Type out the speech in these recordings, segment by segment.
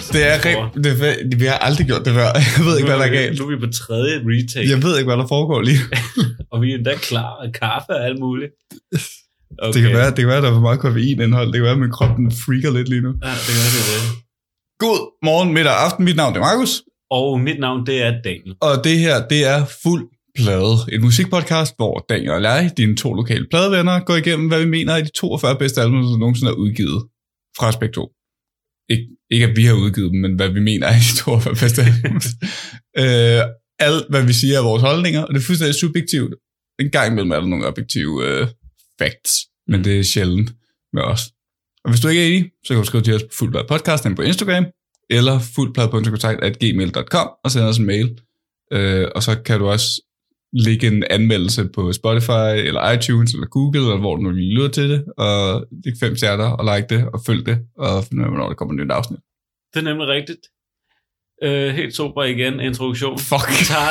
Det er vi har aldrig gjort det før. Jeg ved ikke, hvad der er galt. Nu er vi på 3. retake. Jeg ved ikke, hvad der foregår lige. Og vi er endda klar og kaffe og alt muligt. Okay. Det kan være, at der er for meget koffeinindhold. Det kan være, at min krop den freaker lidt lige nu. Ja, det kan være, det er det. God morgen, middag og aften. Mit navn er Markus. Og mit navn, det er Daniel. Og det her, det er Fuld Plade. En musikpodcast, hvor Daniel og jeg, dine 2 lokale pladevenner, går igennem, hvad vi mener er de 42 bedste album, som nogensinde er udgivet fra Spektrum. Ikke at vi har udgivet dem, men hvad vi mener er de 42 bedste album. Alt, hvad vi siger, er vores holdninger, og det er fuldstændig subjektivt. En gang imellem er der nogle objektive facts, men det er sjældent med os. Og hvis du ikke er enig, så kan du skrive til os på Fuldplade Podcast på Instagram, eller fuldplade.kontakt@gmail.com og sende os en mail. Og så kan du også lægge en anmeldelse på Spotify, eller iTunes, eller Google, eller hvor du nu lige lytter til det, og lægge 5 stjerner, og like det, og følg det, og finde ud af, hvornår der kommer et nyt afsnit. Det er nemlig rigtigt. Helt sober igen, introduktion. Fuck. Vi tager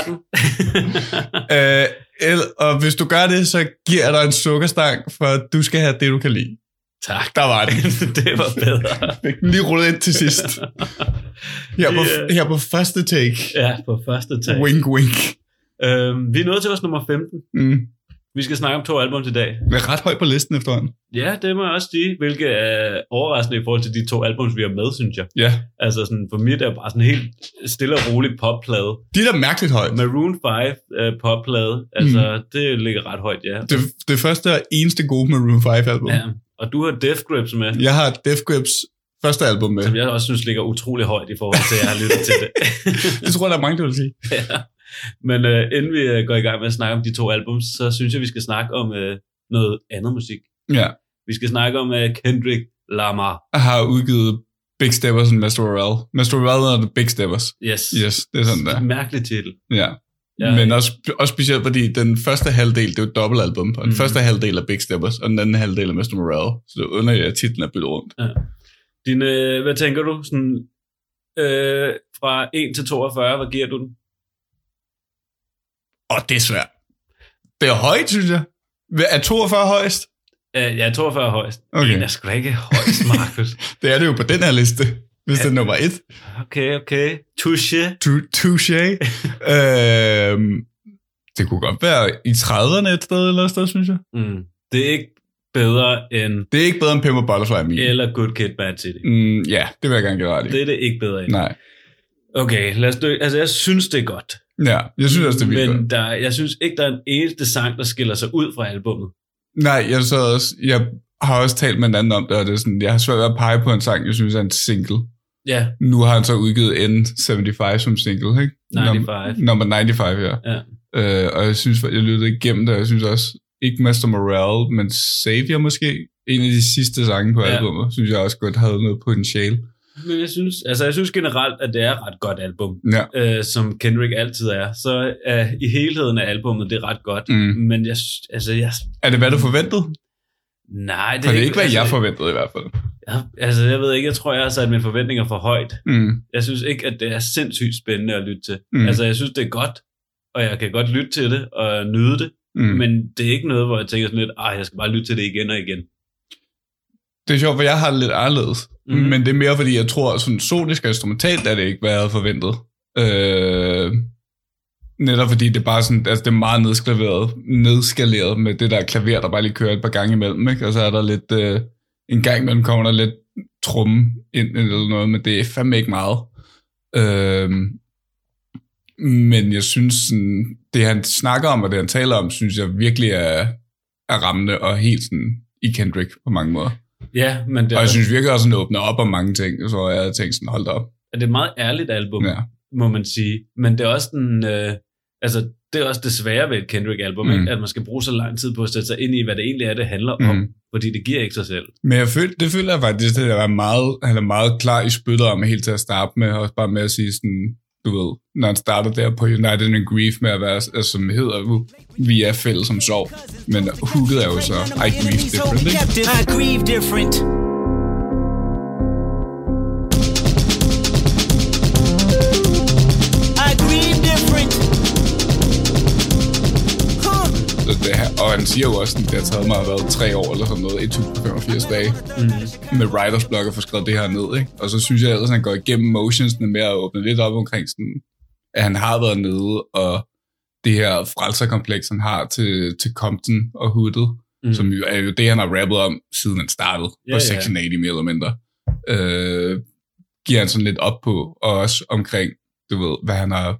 den. Og hvis du gør det, så giver jeg dig en sukkerstang, for du skal have det, du kan lide. Tak. Der var det. Det var bedre. Fik den lige rullet ind til sidst. Her på første take. Ja, på første take. Wink, wink. Vi er nået til vores nummer 15. Vi skal snakke om 2 album i dag. Det er ret højt på listen efterhånden. Ja, det må jeg også sige, hvilket er overraskende i forhold til de 2 albums, vi har med, synes jeg. Ja. Altså sådan, for mig er bare sådan en helt stille og rolig popplade. De er da mærkeligt højt. Maroon 5 popplade, altså det ligger ret højt, ja. Det første og eneste gode Maroon 5 album. Ja, og du har Death Grips med. Jeg har Death Grips første album med. Som jeg også synes ligger utrolig højt i forhold til, at jeg har lyttet til det. Det tror jeg, der er mange, der vil sige. Ja. Men inden vi går i gang med at snakke om de 2 albums, så synes jeg, vi skal snakke om noget andet musik. Ja. Vi skal snakke om Kendrick Lamar. Jeg har udgivet Big Steppers og Mr. Morale. Mr. Morale og The Big Steppers. Yes, det er sådan der. Mærkelig titel. Ja. Men også specielt, fordi den første halvdel, det er jo et dobbeltalbum, og den første halvdel er Big Steppers, og den anden halvdel er Mr. Morale. Så det er underligt, at titlen er byttet rundt. Ja. Hvad tænker du? Sådan, fra 1 til 42, hvad giver du den? Det er svært. Det er højt, synes jeg. Er 42 højst? Ja, 42 er højst. Okay. Den er sgu da ikke højst, Markus. Det er det jo på den her liste, hvis det er nummer 1. Okay. Touché. Det kunne godt være i 30'erne et sted eller et sted, synes jeg. Det er ikke bedre end... Det er ikke bedre end Pimp a Butterfly Me. Eller Good Kid, Bad City. Ja, det vil jeg gerne give ret i. Det er det ikke bedre end. Nej. Okay, altså jeg synes, det er godt. Ja, jeg synes også, det er vildt godt. Men jeg synes ikke, der er en eneste sang, der skiller sig ud fra albummet. Nej, jeg har også talt med en anden om det, og det er sådan, jeg har svært ved at pege på en sang, jeg synes er en single. Ja. Nu har han så udgivet N75 som single, ikke? 95. Number 95, ja. Og jeg synes, jeg lyttede igennem det, og jeg synes også, ikke Mr. Morale, men Savior måske, en af de sidste sange på albumet, synes jeg også godt havde noget potentiale. Men jeg synes generelt, at det er et ret godt album, som Kendrick altid er. Så i helheden af albummet, det er ret godt. Men jeg... Er det, hvad du forventede? Nej, det er ikke, hvad jeg forventede i hvert fald. Jeg ved ikke, jeg tror, jeg har sat mine forventninger for højt. Jeg synes ikke, at det er sindssygt spændende at lytte til. Jeg synes, det er godt, og jeg kan godt lytte til det og nyde det. Men det er ikke noget, hvor jeg tænker sådan lidt, jeg skal bare lytte til det igen og igen. Det er sjovt, for jeg har det lidt anderledes. Men det er mere, fordi jeg tror, at sådan sonisk og instrumentalt er det ikke, hvad jeg havde forventet. Netop fordi det er bare sådan, altså det er meget nedskaleret med det der klaver, der bare lige kører et par gange imellem, ikke? Og så er der lidt, en gang imellem kommer der lidt tromme ind eller noget, men det er fandme ikke meget. Men jeg synes, sådan, det han snakker om, og det han taler om, synes jeg virkelig er rammende og helt sådan i Kendrick på mange måder. Ja, men det og jeg synes virkelig også, at den åbner op om mange ting, så jeg tænkte sådan, hold da op. Det er et meget ærligt album, må man sige. Men det er også det er også det svære ved et Kendrick-album, ikke? At man skal bruge så lang tid på at sætte sig ind i, hvad det egentlig er, det handler om, fordi det giver ikke sig selv. Men det føler jeg faktisk, at han er meget klar i spyttet om helt til at starte med, også bare med at sige sådan, du ved, når han starter der på United in Grief med at være, som hedder, vi er fælles som sorg, men hooket er jo så, I grieve different, ikke? I grieve different. Og han siger jo også, at det har taget mig 3 år eller sådan noget, 1085 dage med writers blog at få skrevet det her ned, ikke? Og så synes jeg ellers, at han går igennem motionsene med at åbne lidt op omkring sådan, at han har været nede, og det her frelserkompleks, han har til Compton og Hooded, som jo er jo det, han har rappet om, siden han startede på Section 80 mere eller mindre, giver han sådan lidt op på, og også omkring, du ved, hvad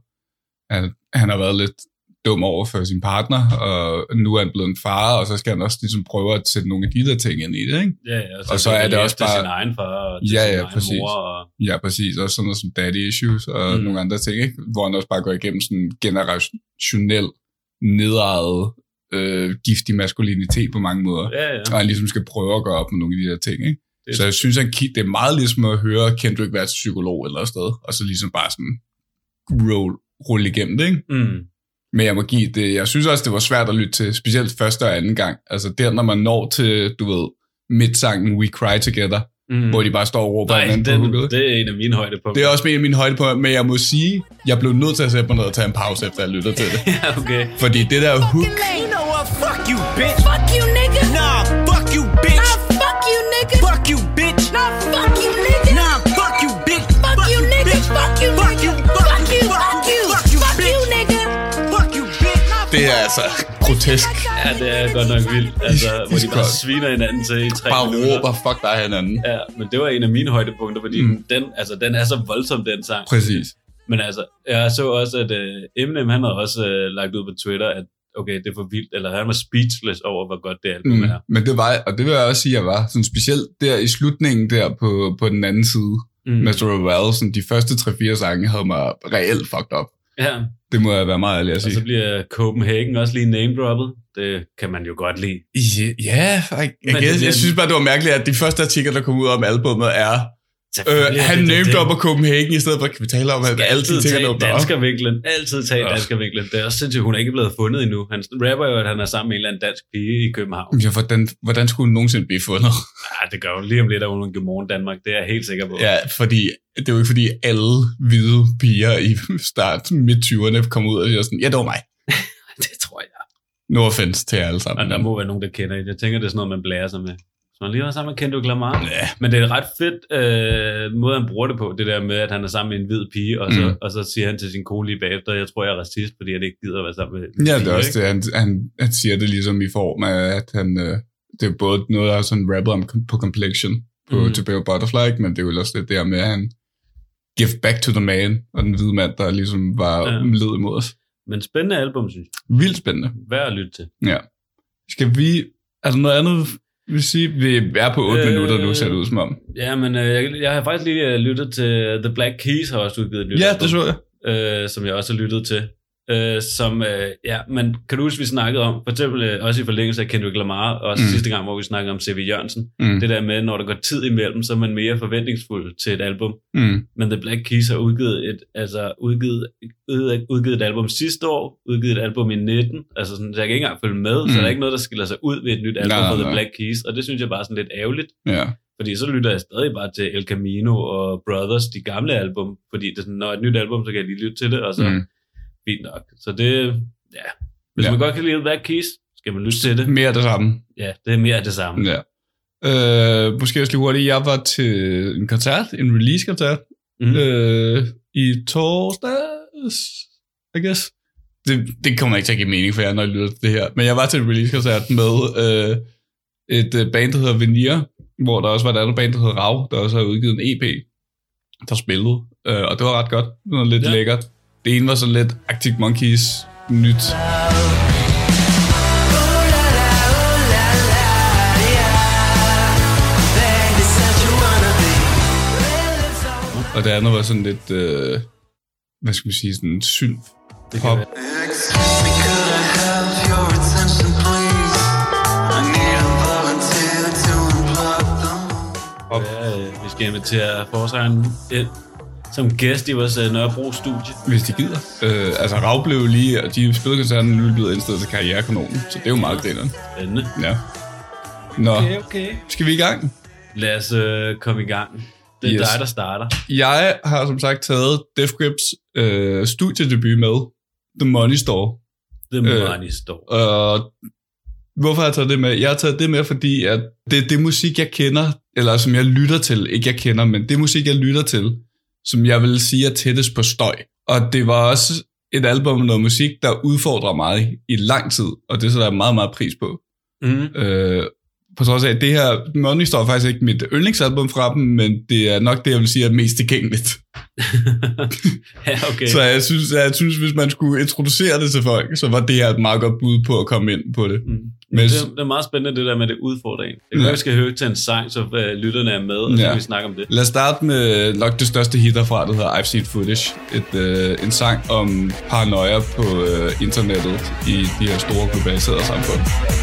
han har været lidt dum over for sin partner, og nu er han blevet en far, og så skal han også ligesom prøve at sætte nogle af de der ting ind i det, ikke? Ja, og så er det også bare sin egen far og sin egen præcis. mor. Og... Ja, præcis. Også sådan noget som daddy issues og nogle andre ting, ikke? Hvor han også bare går igennem sådan en generationel, nedejet, giftig maskulinitet på mange måder. Ja. Og han ligesom skal prøve at gøre op med nogle af de der ting, ikke? Så jeg synes, det er meget ligesom at høre Kendrick være psykolog eller et sted, og så ligesom bare sådan rulle igennem det, ikke? Men jeg må give det, jeg synes også, det var svært at lytte til, specielt første og anden gang. Altså der, når man når til, du ved, midtsangen We Cry Together, hvor de bare står og råber hinanden på hugget. Det er en af mine højdepunkter. Det er også en af mine højdepunkter, men jeg må sige, jeg blev nødt til at sætte mig ned og tage en pause, efter jeg lytter til det. Ja, okay. Fordi det der hook... You know what? Fuck you, bitch. Fuck you, nigga. Nah, fuck you, bitch. Nah, fuck you, nigga. Fuck you, bitch. Nah, fuck you, nigga. Nah, fuck you, bitch. Fuck you, nigga. Fuck you, fuck you, fuck you, fuck you, fuck you, nigga. Fuck you, bitch. Det er altså grotesk. Ja, det er godt nok vildt. Altså, hvor de bare sviner hinanden til i 3 bare minutter. Bare råber, fuck dig hinanden. Ja, men det var en af mine højdepunkter, fordi den er så voldsom, den sang. Præcis. Men altså, jeg så også, at Eminem, han havde også lagt ud på Twitter, at okay, det er for vildt, eller han var speechless over, hvor godt det album er. Men det var, og det vil jeg også sige, jeg var sådan specielt der i slutningen der på den anden side, med Ravel, sådan de første 3-4 sange havde mig reelt fucked up. Ja. Det må jeg være meget ærlig at sige. Og så bliver Copenhagen også lige name-droppet. Det kan man jo godt lide. Ja, jeg synes bare, det var mærkeligt, at de første artikler, der kom ud om albumet, er han name-dropper Copenhagen, i stedet for, kan vi tale om, at altid tage danskervinklen. Altid tage danskervinklen. Det er også sindssygt, hun er ikke blevet fundet endnu. Han rapper jo, at han er sammen med en eller anden dansk pige i København. Ja, hvordan skulle hun nogensinde blive fundet? Ja, det gør hun lige om lidt, at hun er Godmorgen Danmark. Det er jeg helt sikker på. Ja, fordi det er jo ikke fordi alle hvide piger i start midt-20'erne kom ud og siger sådan, ja, det var mig. Det tror jeg. No offense til jer alle sammen. Og der må være nogen, der kender det. Jeg tænker, det er sådan noget, man blærer sig med. Så man lige var sammen med Kendrick Lamar. Ja. Men det er et ret fedt måde, han bruger det på, det der med, at han er sammen med en hvid pige, og så siger han til sin kone lige bagefter, jeg tror, jeg er racist, fordi jeg ikke gider at være sammen med ja, det er også det. Han siger det ligesom i form af, at han, det er både noget, der er sådan rappet om på Complexion, på To Be a Butterfly, men det er jo også det der med, at han give back to the man, og den hvide mand, der ligesom var led imod os. Men spændende album, synes jeg. Vildt spændende. Værd at lytte til. Ja. Skal vi, altså noget andet, vil sige, vi er på 8 minutter nu, ser det ud som om. Ja, men jeg har faktisk lige lyttet til The Black Keys, har også udgivet et nyt album. Ja, det så jeg. Som jeg også har lyttet til. Men kan du huske, vi snakkede om, for eksempel også i forlængelse af Kendrick Lamar, også sidste gang, hvor vi snakkede om C.V. Jørgensen, det der med, når der går tid imellem, så er man mere forventningsfuld til et album. Men The Black Keys har udgivet et album sidste år, udgivet et album i 19, altså sådan, så jeg kan ikke engang følge med, så der er ikke noget, der skiller sig ud ved et nyt album for The Black Keys, og det synes jeg bare er sådan lidt ærgerligt. Ja. Fordi så lytter jeg stadig bare til El Camino og Brothers, de gamle album, fordi det er sådan, når et nyt album, så kan jeg lige lytte til det, og så fint nok. Så det, ja. Hvis man godt kan lide Black Keys, skal man lytte til det. Mere af det samme. Ja, det er mere af det samme. Ja. Måske også lige hurtigt. Jeg var til en koncert, en release-koncert, i torsdags, I guess. Det kommer ikke til at give mening for jer, når jeg lytter til det her. Men jeg var til en release-koncert med et band, der hedder Veneer, hvor der også var et andet band, der hedder Rav, der også har udgivet en EP, der spillede. Og det var ret godt. Det var lidt lækkert. Det ene var sådan lidt Arctic Monkeys nyt. Og det andet var sådan lidt, hvad skal man sige, sådan sylt pop. Vi skal invitere forsangeren ind som gæst i vores Nørrebro-studie. Hvis de gider. Altså Rav blev lige, og de spillede koncerten, nu er blevet indstillet til Karrierekanonen, så det er jo meget grineren. Spændende. Ja. Nå, okay. Skal vi i gang? Lad os komme i gang. Det er dig, der starter. Jeg har som sagt taget Def Grips studiedebut med, The Money Store. The Money Store. Og Hvorfor har jeg taget det med? Jeg har taget det med, fordi at det musik, jeg kender, eller som jeg lytter til, ikke jeg kender, men det musik, jeg lytter til, som jeg vil sige er tættest på støj. Og det var også et album med noget musik, der udfordrer mig i lang tid, og det så der er meget, meget pris på. På trods af, at det her Money Store faktisk ikke mit yndlingsalbum fra dem, men det er nok det, jeg vil sige er mest tilgængeligt. Ja, okay. Så jeg synes, hvis man skulle introducere det til folk, så var det her et meget godt bud på at komme ind på det. Men det er meget spændende, det der med det udfordring. Det kan vi skal høre til en sang, så lytterne er med, og så kan vi snakke om det. Lad os starte med nok det største hit derfra, der hedder I've Seen Footage. En sang om paranoia på internettet i de her store globaliserede samfund.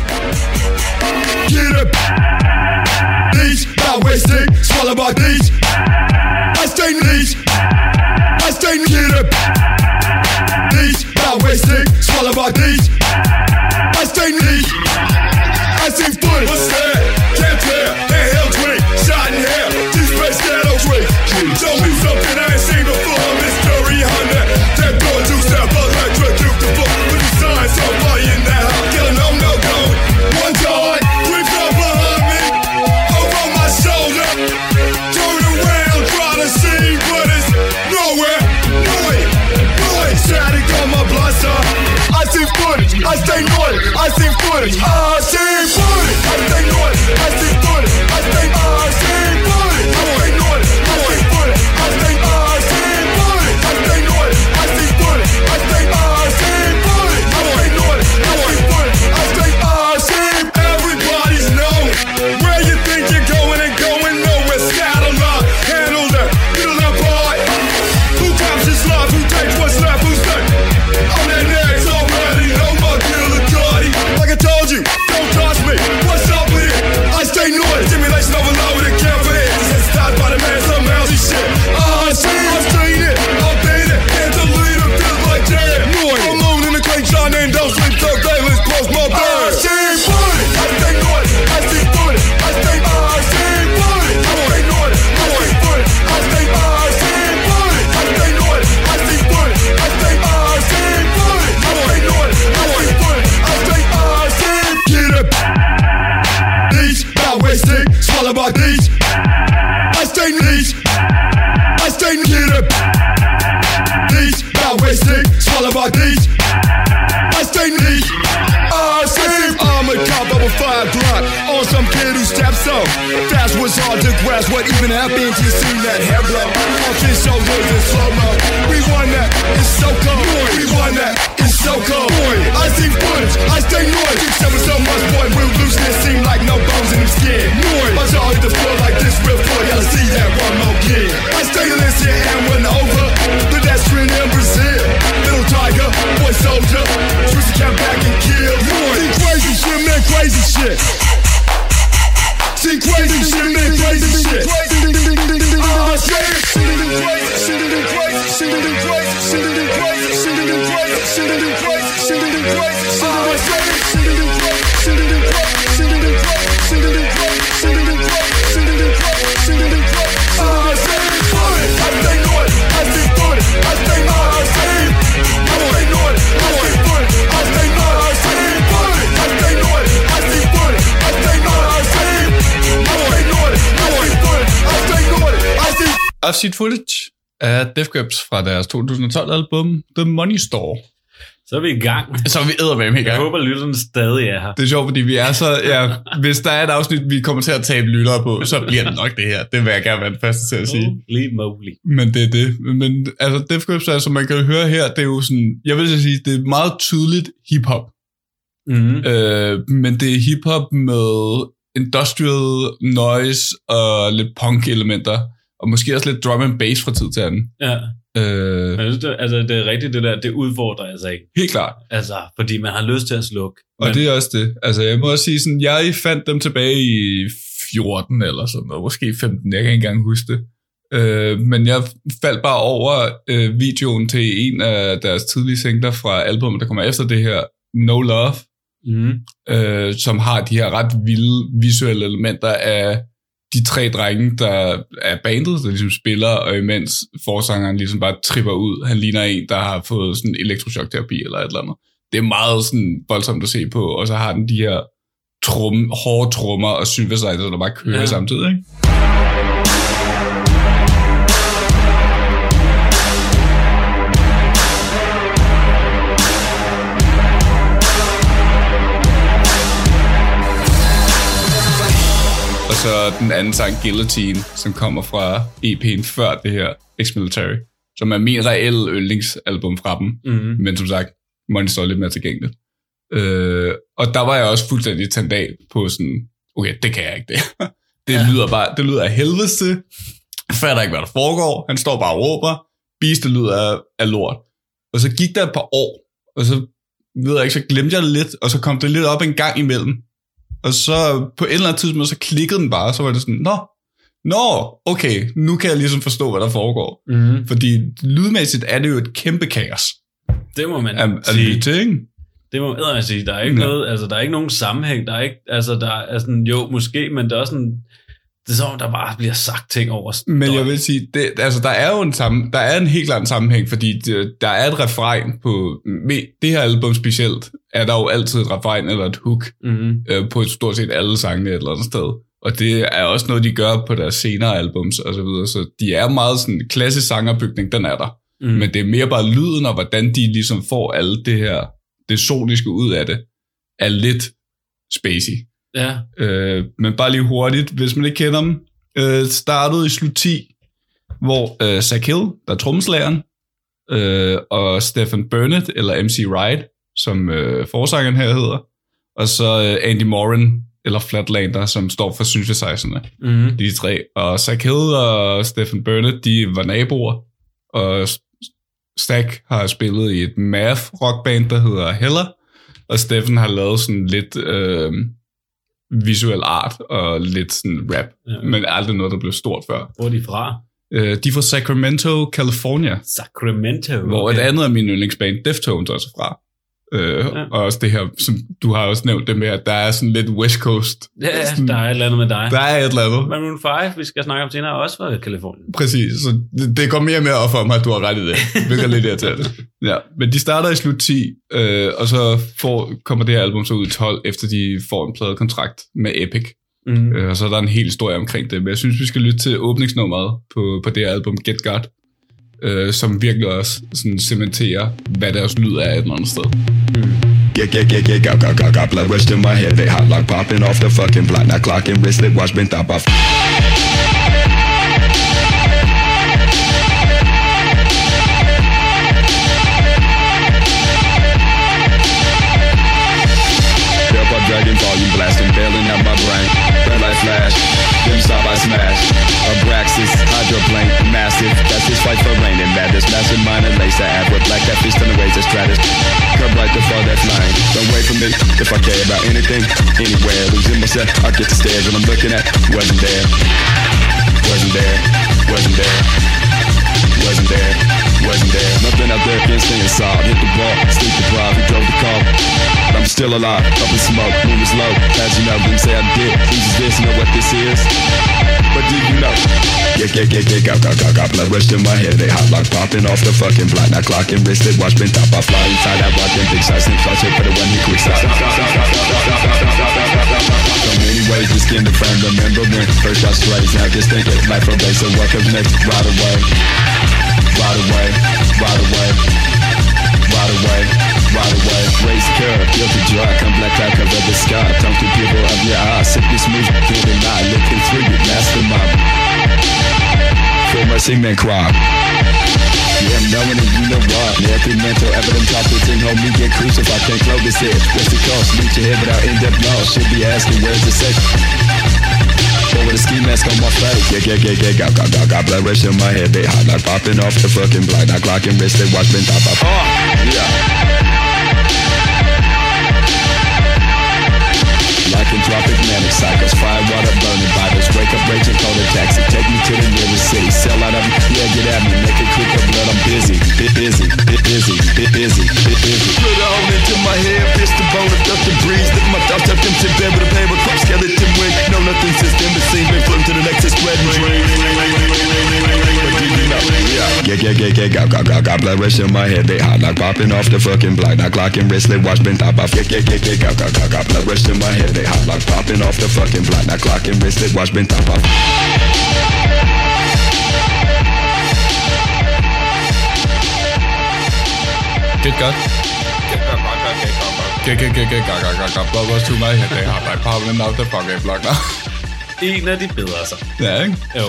Get up! These, not wasting, swallow my these. I stay these. I stay get up! These, not wasting, swallow my these. I stay these. I see foot. What's that? Can't tell. That hell twig, shot in hell. Deep space ghetto twig. Show me something I ain't seen before. Mystery Honda. That blow two-step electrocute the book. With the signs on fire in that house. Killing no go. One yard. I see footage, I stay naughty, I see footage, I see footage, I stay naughty, I see footage, I stay, I see footage, I stay naughty, I see footage, I stay, I see footage, I stay naughty, I see footage, I stay, I see footage, I stay naughty, I see footage, I stay, I see. Everybody's known where you think you're going and going nowhere. Scatter love, handle that, middle that part. Who comes his love? Who takes what's left? Who's left? I'm that next already, no more killer Cardi. Like I told you, don't touch me. What's up with it? I stay naughty. Simulation overload with a camera for it. It's stopped by the man, some mousy shit. I've seen it, I've been it. Can't delete it, feels like jam. Naughty. I'm moon in the crate, John, and don't sleep till day. Let's close my bed. I see footage. I stay naughty. I see footage. I stay, I see footage. I stay naughty. I see footage. I stay, I see footage. I stay naughty. I see footage. I stay, I see footage. I stay naughty. I see footage. I stay, I see. Get up. These, not wasting. Swallow my these. I stay these. I stay get up. These, not wasting. Swallow my these. I stay these. I see. I'm a cop of a 5 block on some kid who steps up. Fast was hard to grasp what even happened. You seen that hair blow off his shoulders in slow mo. We won that. It's so cold. We won that. It's so cold. I see footage. I stay noisy. Seven so much boy. We'll lose this. Seem like no bones in his skin. My jaw hit the floor like this real floor. Gotta see that one more kid. I stay to this here and went over. Pedestrian in Brazil. Little tiger, boy soldier. Twisted came back and killed. See crazy shit, man, crazy shit. See crazy shit, man, crazy shit. Oh shit. I've Seen Footage af Def Grips fra deres 2012-album The Money Store. Så er vi i gang. Så er vi eddermame i gang. Jeg håber, lytterne stadig er her. Det er sjovt, fordi vi er så... Ja, hvis der er et afsnit, vi kommer til at tabe lyttere på, så bliver det nok det her. Det vil jeg gerne være den første til at sige. Holy moly. Men det er det. Men altså, Def Grips, altså, man kan høre her, det er jo sådan... Jeg vil sige, det er meget tydeligt hip-hop. Men det er hip-hop med industrial noise og lidt punk-elementer. Og måske også lidt drum and bass fra tid til anden. Ja. Men det er rigtigt det der, det udfordrer altså ikke. Helt klart. Altså, fordi man har lyst til at slukke. Og det er også det. Altså, jeg må også sige sådan, jeg fandt dem tilbage i 14 eller sådan noget, måske 15, jeg kan ikke engang huske det. Men jeg faldt bare over videoen til en af deres tidlige singler fra albumet, der kommer efter det her, No Love, som har de her ret vilde visuelle elementer af de 3 drenge, der er bandet, der ligesom spiller, og imens forsangeren ligesom bare tripper ud. Han ligner en, der har fået sådan elektrochokterapi eller et eller andet. Det er meget sådan voldsomt at se på, og så har den de her hårde trommer og synthesizer, der bare kører samtidig, ikke? Og så den anden sang, Guillotine, som kommer fra EP'en før det her, Ex-Military, som er min reelle yndlingsalbum fra dem, men som sagt, Money står lidt mere tilgængeligt. Og der var jeg også fuldstændig tændt af på sådan, okay, det kan jeg ikke det. Det lyder af helvedes til. Jeg fatter ikke, hvad der foregår. Han står bare og råber. Beast, det lyder af lort. Og så gik der et par år, og så ved jeg ikke, så glemte jeg det lidt, og så kom det lidt op en gang imellem. Og så på et eller andet tidspunkt, så klikkede den bare, og så var det sådan, nå, okay, nu kan jeg ligesom forstå, hvad der foregår. Fordi lydmæssigt er det jo et kæmpe kaos. Det må man sige. Ting. Det må man sige. Der er ikke noget, altså der er ikke nogen sammenhæng. Der er ikke, altså der er sådan, jo, måske, men der er sådan, det er som, der bare bliver sagt ting over. Men jeg vil sige, der er jo der er en helt klar sammenhæng, fordi der er et refrain på, det her album specielt, er der jo altid et refrain eller et hook på et stort set alle sangene et eller andet sted. Og det er også noget, de gør på deres senere albums og så videre. Så de er meget sådan, klassisk sangerbygning, den er der. Men det er mere bare lyden, og hvordan de ligesom får alle det soniske ud af det, er lidt spacey. Ja. Men bare lige hurtigt, hvis man ikke kender dem, startede i slut 10, hvor Zach Hill, der er trommeslageren, og Stephen Burnett, eller MC Wright, som forsangeren her hedder, og så Andy Moran, eller Flatlander, som står for synthesizerne. De tre. Og Zach Hill og Stephen Burnett, de var naboer, og Zach har spillet i et math rockband, der hedder Heller, og Stephen har lavet sådan lidt visuel art og lidt sådan rap, men aldrig noget, der blev stort før. Hvor er de fra? De er fra Sacramento, California. Sacramento? Hvor et andet af mine yndlingsband, Deftones, også er fra. Og også det her, som du har også nævnt det med, at der er sådan lidt West Coast. Ja, sådan, der er et eller andet med dig. Der er et eller andet. Maroon 5, vi skal snakke om senere, også fra Californien. Præcis, så det går mere og mere op for mig, at du har ret i det. Hvilket er lidt irriterende. Ja, men de starter i slut 10, og så kommer det her album så ud i 12, efter de får en pladekontrakt med Epic. Og så er der en hel historie omkring det. Men jeg synes, vi skal lytte til åbningsnummeret på det her album, Get God, som virkelig også sådan cementerer, hvad deres lyd er et eller andet sted. Got blood rushed in my head, they hot like popping off the fucking block. Now clocking wristlet watch been top off. Dragon volume blasting, bailing out my brain. Red light flash, dim stop I smash. Abraxas, hydroplane, massive. That's his fight for rain and madness. Mastermind and lace that with black that fist on the ways that stratus. Curb right to fall that flying. Don't wait for me if I care about anything, anywhere. Losing myself, I get the stares when I'm looking at. Wasn't there, wasn't there, wasn't there, wasn't there, wasn't there. Nothing out there can stay inside. Hit the ball, sleep deprived, who drove the car. I'm still alive, up in smoke, moon is low. As you know, didn't say I did. Please is this, know what this is? But do you know? Got blood rushed in my head. They hot like popping off the fucking block. Now clocking wristed, watch been top. I fly inside that block and big size. Snip shots hit for the one he quick side. So many ways to skin the frame. Remember when first shot strays. Now just think it's life from base. So what comes next? Right away, right away, right away, right away. Right away, raise the curve, guilty dry, come black cloud, cover the sky. Talking people of your eyes, sickly smooth, can't deny, looking through you, mastermind. For mercy, man, cry. Yeah, I'm knowing and you know why. Every mental evidence topics and homie get crucified, can't close this head. What's the cost? Meet your head without in-depth knowledge. Should be asking, where's the safe? Or with a ski mask on my face. Got blood rush in my head. They hot like popping off the fucking block. Now clocking wrist, they watch been top up. Yeah. Like entropic manic cycles, fire, water, burning Bibles, wake up, raging, call a taxi, take me to the nearest city, sell out of yeah, get at me, make it quick, blood, I'm busy, bit busy, bit busy, bit busy, bit busy. Put a hole into my head, fist the bone, duck the breeze, lift my thoughts up into bed with a paper crop, skeleton wing, no nothing since then, but seen, been floating to the next, spreading dreams. Got blood rush in my head, they hot like popping off the fucking block. Now clock and wristlet watch been top off. Got blood rush in my head, they hot like popping off the fucking block. Now clock and wristlet watch been top off. Get godt. Blood rush to my head, they hot like popping off the fucking block now. En af de bedre, så. Ja, ikke? Jo.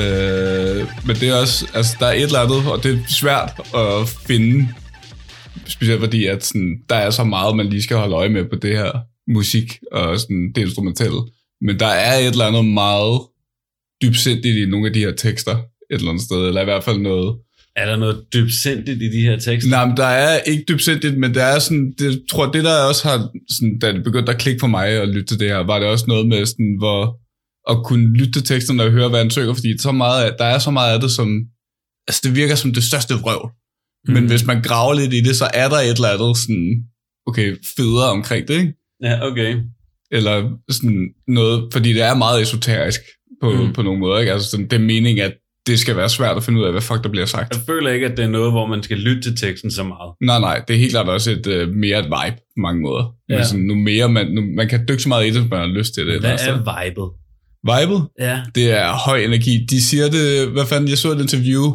Men det er også, altså der er et eller andet, og det er svært at finde, specielt fordi, at sådan, der er så meget, man lige skal holde øje med på det her musik, og sådan, det instrumentelle. Men der er et eller andet meget dybsindigt i nogle af de her tekster, et eller andet sted, eller i hvert fald noget. Er der noget dybsindigt i de her tekster? Nej, men der er ikke dybsindigt, men der er sådan, det tror det der også har, sådan, da det begyndte at klikke for mig at lytte til det her, var det også noget med sådan, hvor at kunne lytte til teksterne og høre, hvad han synger, fordi der er så meget af det, som, altså det virker som det største vrøvl. Men hvis man graver lidt i det, så er der et eller andet sådan, okay, federe omkring det, ikke? Ja, okay. Eller sådan noget, fordi det er meget esoterisk på nogle måder, ikke? Altså sådan, det er meningen, at det skal være svært at finde ud af, hvad fuck der bliver sagt. Jeg føler ikke, at det er noget, hvor man skal lytte til teksten så meget. Nej, det er helt klart også mere et vibe på mange måder. Ja. Men sådan, nu mere, man kan dykke så meget i det, hvis man har lyst til det. Hvad er vibet? Vibet? Ja. Det er høj energi. De siger det, hvad fanden, jeg så et interview,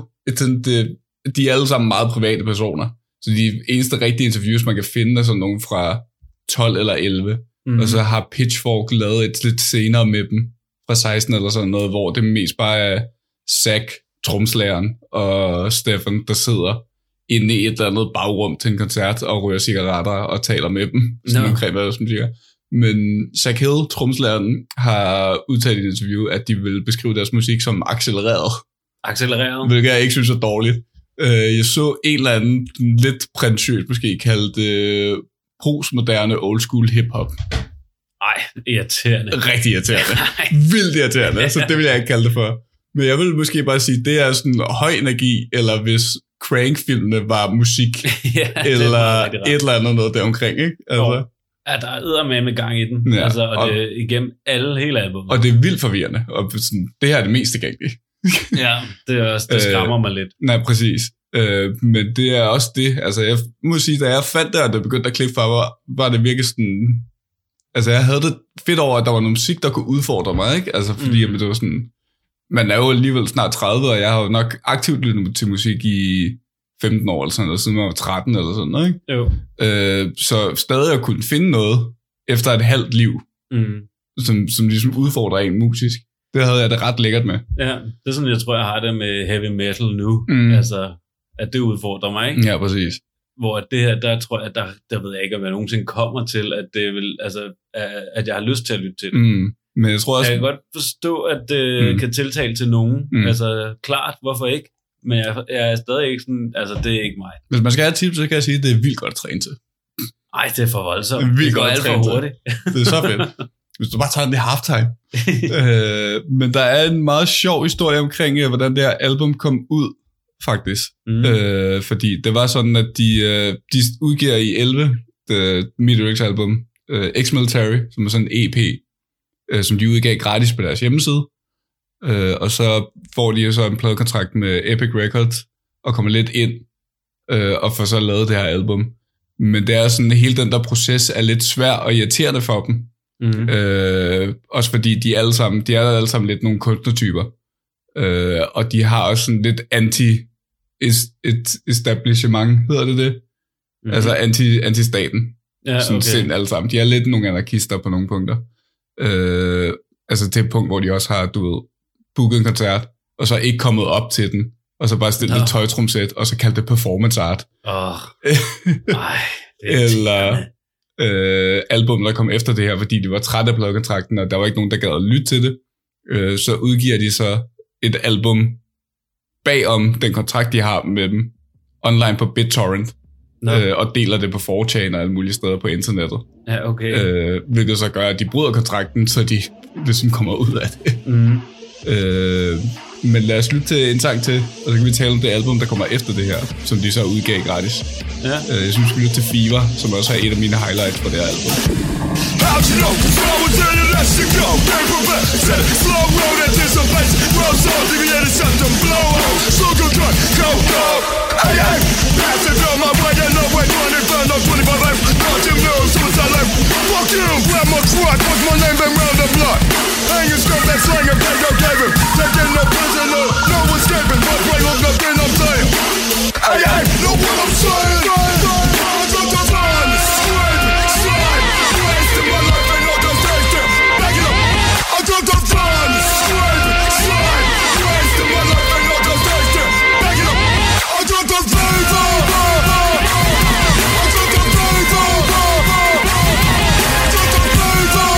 de er alle sammen meget private personer. Så de eneste rigtige interviews, man kan finde, er sådan nogle fra 12 eller 11. Og så har Pitchfork lavet et lidt senere med dem, fra 16 eller sådan noget, hvor det mest bare er Zach, tromslageren, og Stefan, der sidder inde i et eller andet bagrum til en koncert og ryger cigaretter og taler med dem. Sådan omkring, hvad som siger. Men Zach Hill, tromslageren, har udtalt i et interview, at de vil beskrive deres musik som accelereret. Accelereret? Hvilket jeg ikke synes er dårligt. Jeg så en eller anden lidt prætentiøst måske kaldt postmoderne old school hip-hop. Ej, irriterende. Rigtig irriterende. Vildt irriterende, så det vil jeg ikke kalde det for. Men jeg vil måske bare sige, det er sådan høj energi, eller hvis Crank-filmene var musik, eller et eller andet noget deromkring, ikke? Altså. Ja, der er eddermame gang i den, ja, altså, og det er igennem hele albumet. Og det er vildt forvirrende, og sådan, det her er det meste galt i. Ja, det er også, det skræmmer mig lidt. Nej, præcis. Men det er også det, altså jeg må sige, da jeg fandt det, og det begyndte at klikke for, var det virkelig sådan, altså jeg havde det fedt over, at der var noget musik, der kunne udfordre mig, ikke? Altså fordi det var sådan, man er jo alligevel snart 30, og jeg har jo nok aktivt lyttet til musik i 15 år eller sådan noget, siden jeg var 13 eller sådan noget, ikke? Jo. Så stadig at kunne finde noget efter et halvt liv, som ligesom udfordrer en musisk. Det havde jeg det ret lækkert med. Ja, det er sådan, jeg tror, jeg har det med heavy metal nu. Altså, at det udfordrer mig, ikke? Ja, præcis. Hvor det her, der tror jeg, der ved jeg ikke, om jeg nogensinde kommer til, at det vil, altså, at jeg har lyst til at lytte til det. Men jeg tror også... Jeg kan godt forstå, at det kan tiltale til nogen. Altså, klart, hvorfor ikke? Men jeg er stadig ikke sådan, altså, det er ikke mig. Hvis man skal have tips, så kan jeg sige, at det er vildt godt at træne til. Ej, det er for voldsomt. Det er vildt godt at træne til. Hurtigt. Det er så fedt. Hvis du bare tager den i halftime. Men der er en meget sjov historie omkring, hvordan det her album kom ud, faktisk. Fordi det var sådan, at de udgiver i 11, Meteorix album, Ex-Military, som er sådan en EP, som de udgav gratis på deres hjemmeside. Og så får de så en pladekontrakt med Epic Records, og kommer lidt ind, og får så lavet det her album. Men det er sådan, hele den der proces er lidt svær og irriterende for dem. Også fordi de er alle sammen lidt nogle kunstnertyper, og de har også sådan lidt anti-establishment, hedder det? Altså anti-staten, sådan okay. Sind alle sammen. De er lidt nogle anarkister på nogle punkter, altså til et punkt, hvor de også har, booket en koncert, og så ikke kommet op til den, og så bare stillet et tøjtrumsæt, og så kaldt det performance art. Eller album, der kom efter det her, fordi de var trætte af pladekontrakten, og der var ikke nogen, der gad at lytte til det. Så udgiver de så et album bagom den kontrakt, de har med dem, online på BitTorrent, og deler det på 4chan og alle mulige steder på internettet. Ja, okay. Hvilket så gør, at de bryder kontrakten, så de ligesom kommer ud af det. Men lad os lytte til en sang til, og så kan vi tale om det album, der kommer efter det her, som de så udgav gratis. Ja. Jeg synes, vi skal lytte til Fever, som også er et af mine highlights på det her album. How'd you know? best to go. They prevent, set it, slow road anticipation. Gross on, deviated septum, blow out. Slow go cut, go, go. Hey, hey, pass it on my way, no way, 25, no 25 life. Got your nerves, suicide life. Fuck you, grab my truck, what's my name, been round the block. Hanging skirt, that slang, and bang, go, gave him. Taking no prisoner, no escaping, but break off nothing I'm saying. Hey, hey, know what I'm saying? I got the line, scraping, slide, wasting my life and all those days there. Back it up. I got the line, scraping, slide, wasting my life and all those days there. Back it up. I got the flavor. I got the flavor. I got the flavor.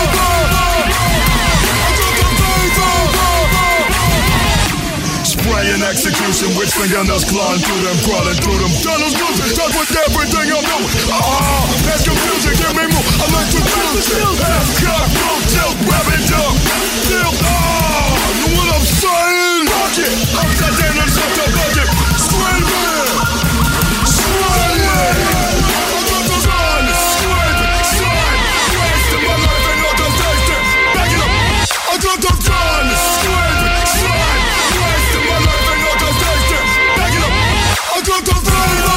I got the flavor. Spraying execution, which fingernails clawing through them, crawling through them. Tunnels losing, touch with everything I'm doing. That's confusing, give me more. I like to feel it. Half cock, full tilt, rabbit dog. Tilt, know what I'm saying? Fuck it, upside down and shut the bucket. Screaming, screaming. I got the run, screaming, slide. Wasting my life and all those days there. Back it up. I got the run, screaming, slide. Wasting my life and all those days there. Back it up. I got the flavor.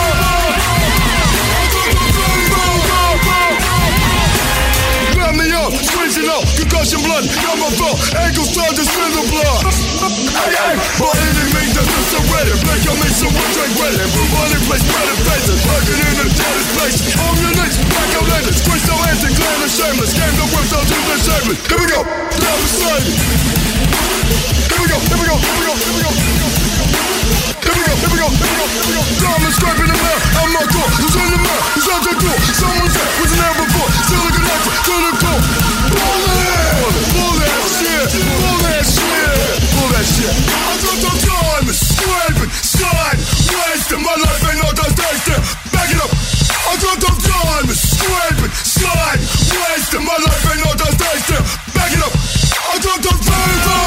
I got the flavor. Grab me up, squeezing out, concussion blood, got my fault, ankle start to spin the blood. Hey, hey, my enemies that's just surrendered, make your mix of one drink ready, move on in place, spread it faces, working in the deadest places, on your knees, back out landed, squeeze no hands and clan and shameless, game the work, don't do the shameless. Here we go, down beside me. Here we go, here we go, here we go, here we go. Here we go, here we go, here we go, here we go. Diamond scraping the mirror, out my door. Who's on the mirror? Who's out the door? Someone's there, wasn't there before. Still looking at you, to the core. Pull that shit, pull that shit, pull that shit. I got the time, scraping, slide, wasting my life and all those days there. Back it up. I got the time, scraping, slide, wasting my life and all those days there. Back it up. I got the flavor.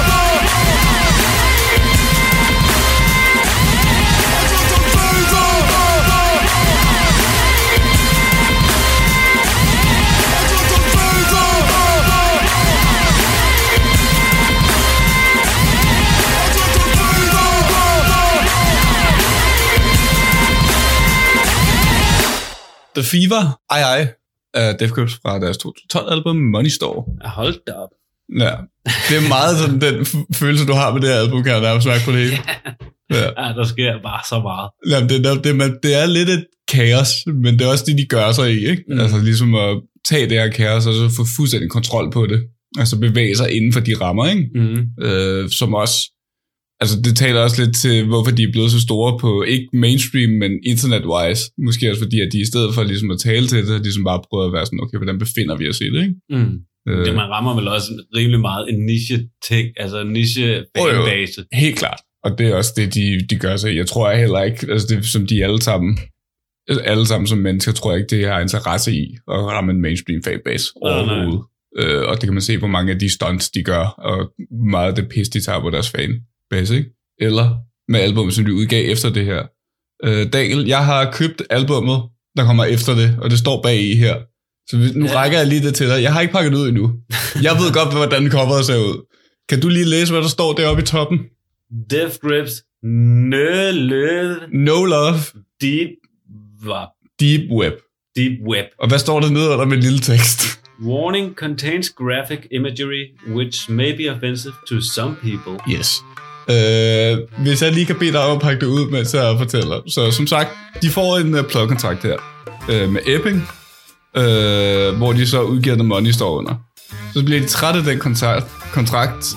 The Fever, Def Grips fra deres 2012-album Money Store. Hold da op. Ja, det er meget sådan den følelse, du har med det her album, kan jeg nærmest mærke på det hele. Ja, der sker bare så meget. Ja, det er lidt et kaos, men det er også det, de gør sig i, ikke? Altså ligesom at tage det her kaos, og så få fuldstændig kontrol på det. Altså bevæge sig inden for de rammer, ikke? Som også, altså det taler også lidt til, hvorfor de er blevet så store på, ikke mainstream, men internet-wise. Måske også fordi, at de i stedet for ligesom at tale til det, ligesom bare prøver at være sådan, okay, hvordan befinder vi os i det, ikke? Det man rammer vel også rimelig meget en niche-ting, altså en niche-fanbase. Helt klart. Og det er også det, de gør sig. Jeg tror heller ikke, altså det som de alle sammen som mennesker, tror jeg ikke, det har interesse i at ramme en mainstream fanbase overhovedet. Og det kan man se på mange af de stunts, de gør, og meget af det pis, de tager på deres fanbase, ikke? Eller med albumet, som de udgav efter det her. Daniel, jeg har købt albumet, der kommer efter det, og det står bag i her. Så nu rækker jeg lige det til dig. Jeg har ikke pakket det ud endnu. Jeg ved godt, hvordan coveret ser ud. Kan du lige læse, hvad der står deroppe i toppen? Def Grips, No Love, Deep Web. Og hvad står der nede under med en lille tekst? Warning contains graphic imagery, which may be offensive to some people. Yes. Hvis jeg lige kan bede dig om at pakke det ud, mens jeg fortæller. Så som sagt, de får en pladekontrakt her med Epping, hvor de så udgiver The Money Store under. Så bliver de trætte af den kontrakt,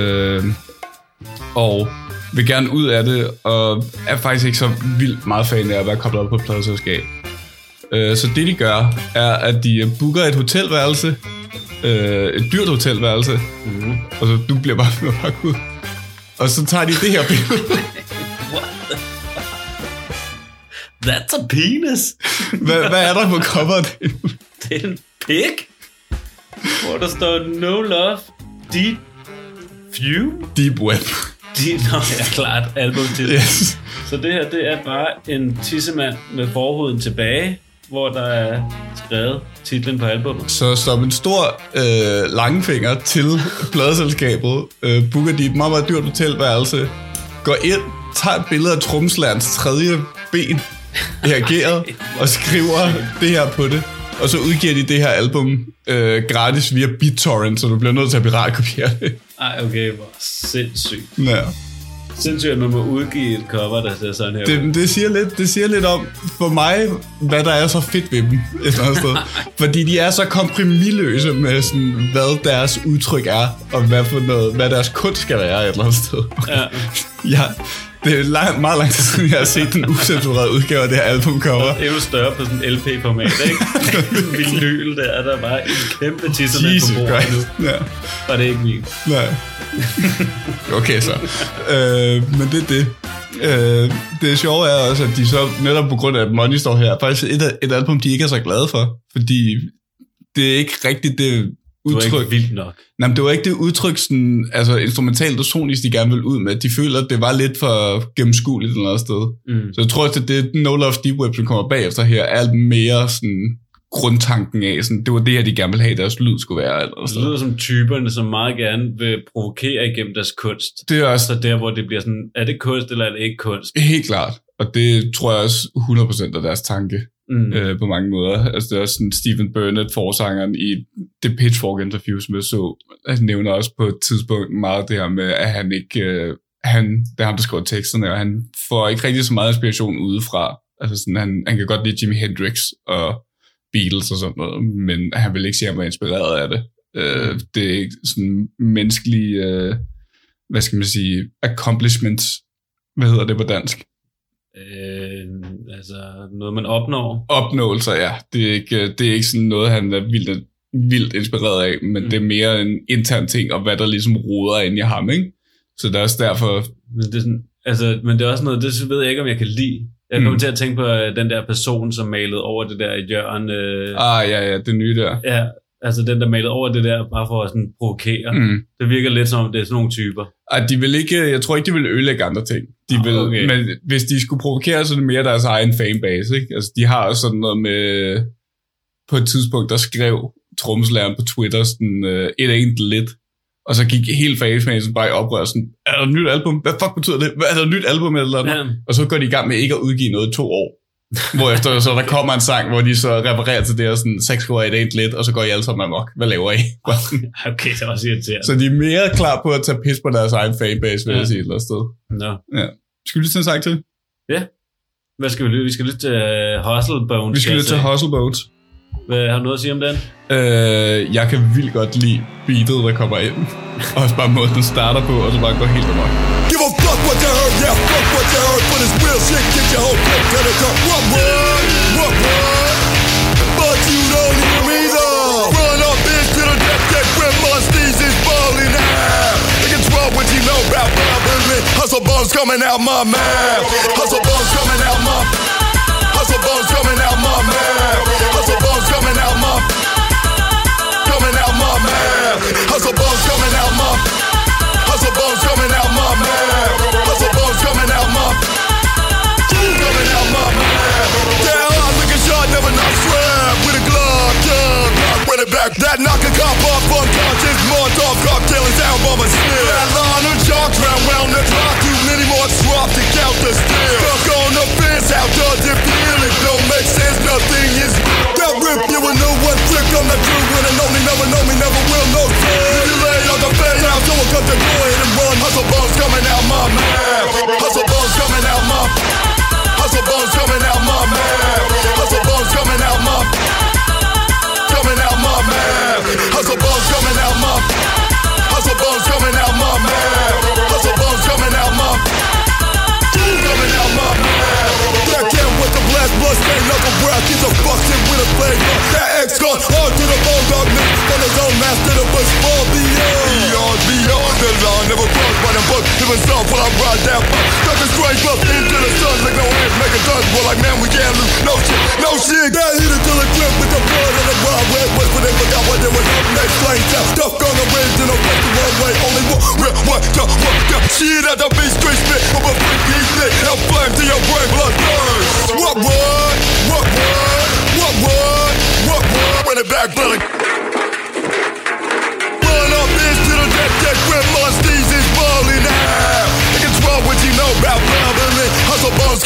og vil gerne ud af det, og er faktisk ikke så vildt meget fan af at være koblet op på et pladeselskab. Så det de gør, er at de booker et hotelværelse, et dyrt hotelværelse, og så du bliver bare pakket ud. Og så tager de det her billede. That's a penis. Hvad er der på coveret? Det er en pig, hvor der står No Love, Deep Web. Nå, ja, klart album til. Yes. Så det her, det er bare en tissemand med forhuden tilbage, hvor der er skrevet titlen på albumet. Så som en stor langfinger til pladeselskabet, booker de et meget, meget dyrt hotelværelse, går ind, tager et billede af trommeslagerens tredje ben, reageret og skriver det her på det. Og så udgiver de det her album gratis via BitTorrent, så du bliver nødt til at piratkopiere det. Ej, okay, hvor sindssygt. Ja. Sindssygt, at man må udgive et cover, der ser sådan her. Det siger lidt om, for mig, hvad der er så fedt ved dem et eller andet sted. Fordi de er så kompromisløse med, sådan, hvad deres udtryk er, og hvad deres kunst skal være et eller andet sted. Okay. Ja. Det er meget lang tid siden, jeg har set den usensurerede udgave af det her albumcover. Det er jo større på sådan en LP-format, ikke? Vinyl der var en kæmpe tisserne på bordet nu. Ja. Var det ikke min? Nej. Okay så. Men det er det. Det sjove er også, at de så netop på grund af, at Money står her, faktisk et album, de ikke er så glade for. Fordi det er ikke rigtigt det udtryk. Det var ikke vildt nok. Nej, men det var ikke det udtryk, sådan, altså instrumentalt og sonisk, de gerne ville ud med. De føler, at det var lidt for gennemskueligt et eller andet sted. Så jeg tror, at det No Love Deep Web, som kommer bagefter her, er mere sådan grundtanken af, sådan, det var det her, de gerne ville have, deres lyd skulle være. Det lyder som typerne, som meget gerne vil provokere igennem deres kunst. Det er også så der, hvor det bliver sådan, er det kunst, eller er det ikke kunst? Helt klart. Og det tror jeg også 100% af deres tanke. På mange måder. Altså det er også sådan Stephen Burnett, forsangeren i The Pitchfork interview, som jeg så, han nævner også på et tidspunkt meget det her med, at han ikke, det er ham, der skriver teksterne, og han får ikke rigtig så meget inspiration udefra. Altså sådan, han kan godt lide Jimi Hendrix og Beatles og sådan noget, men han vil ikke sige, at han var inspireret af det. Det er ikke sådan menneskelige, hvad skal man sige, accomplishments. Hvad hedder det på dansk? Altså noget man opnår. Opnåelser, ja. Det er ikke sådan noget, han er vildt inspireret af, men det er mere en intern ting, og hvad der ligesom roder ind i ham, ikke? Så det er også derfor. Men det er sådan, altså, men det er også noget, det ved jeg ikke, om jeg kan lide. Jeg kommer til at tænke på den der person, som malede over det der hjørne. Ja, det nye der. Ja, altså den, der malede over det der, bare for at sådan provokere. Det virker lidt som, det er sådan nogle typer. De vil ikke, jeg tror ikke, de vil ødelægge andre ting. Men hvis de skulle provokere, så er det mere deres egen fanbase, ikke? Altså, de har også sådan noget med, på et tidspunkt, der skrev trommeslageren på Twitter sådan, it ain't lit. Og så gik hele fanbasen bare i oprør sådan, er der et nyt album? Hvad fuck betyder det? Er der et nyt album eller noget? Ja. Og så går de i gang med ikke at udgive noget i 2 år. Hvorefter så der kommer en sang, hvor de så refererer til det her sådan, 6 år, it ain't lit, og så går I alle sammen amok. Hvad laver I? Okay, det var også irriterende. Så de er mere klar på at tage pis på deres egen fanbase, vil jeg sige et eller andet sted. Ja. Skal vi lytte til en sang til? Ja. Hvad skal vi lytte? Vi skal lytte til Hustle Bones. Vi skal lytte til Hustle Bones. Har du noget at sige om den? Jeg kan vildt godt lide beatet, der kommer ind. Og også bare måden, den starter på, og så bare går helt amok. Give a fuck what you heard, yeah, fuck what you heard. For this real shit, get your whole clip to the top. What? But you don't hear me though. Run up bitch to the death, that grandma sneeze is falling out. They can twirl what you know about robbery. Hustle bones coming out my mouth. Hustle bones coming out my Hustle bones coming out my mouth. Hustle bones coming out my mouth. Hustle bones coming out my Hustle bones coming out my mouth. Hustle bones coming out my coming out my mouth. Down hard looking shot, never not strapped with a glove, yeah. Run it back, that knock a cop off unconscious. Molotov cocktail is down by my sniff. That line of jocks round the clock. Too many more drop to count the still. Stuck on the fence, how does it feel? It don't make sense, nothing is that rip. You will know one trick, I'm not true. When and only never know me, never will know. You lay on the fade now, someone come to go ahead and run. Hustle bones coming out my mouth. Hustle bones coming out my Hustle bones coming out my mouth. Hustle bones coming out my mouth. Hustle bones coming out my Hustle bones coming out my mouth. Hustle bones coming out my coming out my mouth. That can't with the blast, blood stain, knuckle breath. He's a fuck shit with a blade. That ex-gun, hard to the bone dog mix. On his own master, the bush fall beyond the line. Never crossed by the book. Living self while I ride that fuck. Stuck a straight up into the sun. Like no hands, making dust. Well, like man, we can't lose. No shit. That hit it till it grip with the blood of the wild red west. But they forgot what they was up next. Flames out. Stuck on the wind in a fucking runway. Only one shit at the beat straight spit. I'm a freaky spit. Now flame to your brain, blood burns. What?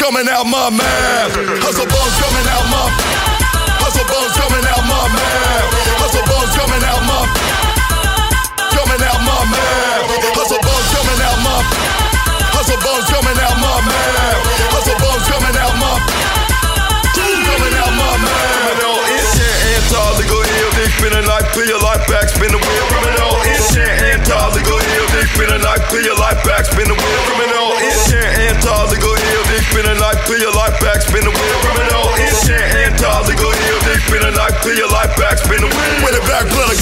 coming out my mouth. Hustle bones coming out my. Hustle bones coming out my mouth. Hustle bones coming out my. Coming out my mouth. Hustle bones coming out my. Hustle bones coming out my mouth. Hustle bones coming out my. Coming out my mouth. Illegal dick, spin a life, clear your life back, spin the wheel. Criminal intent, illegal dick, spin a life, clear your life back, spin the wheel. Criminal intent, illegal dick, spin a life, clear your life back, spin the wheel. Criminal intent, illegal dick, spin a life, clear your life back, spin the wheel. With it back, blood.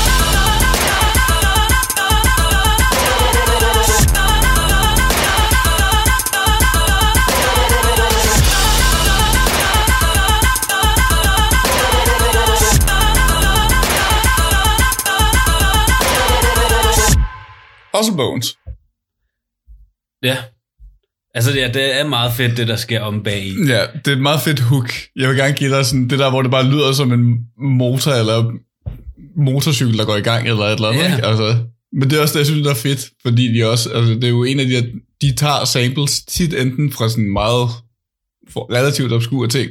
Hustle Bones. Ja. Altså, det er meget fedt, det der sker om bag i. Ja, det er et meget fedt hook. Jeg vil gerne give dig sådan, det der, hvor det bare lyder som en motor, eller motorcykel, der går i gang, eller et eller andet. Yeah. Altså, men det er også det, jeg synes, der er fedt, fordi de også, altså, det er jo en af de tager samples tit enten fra sådan meget relativt obskure ting,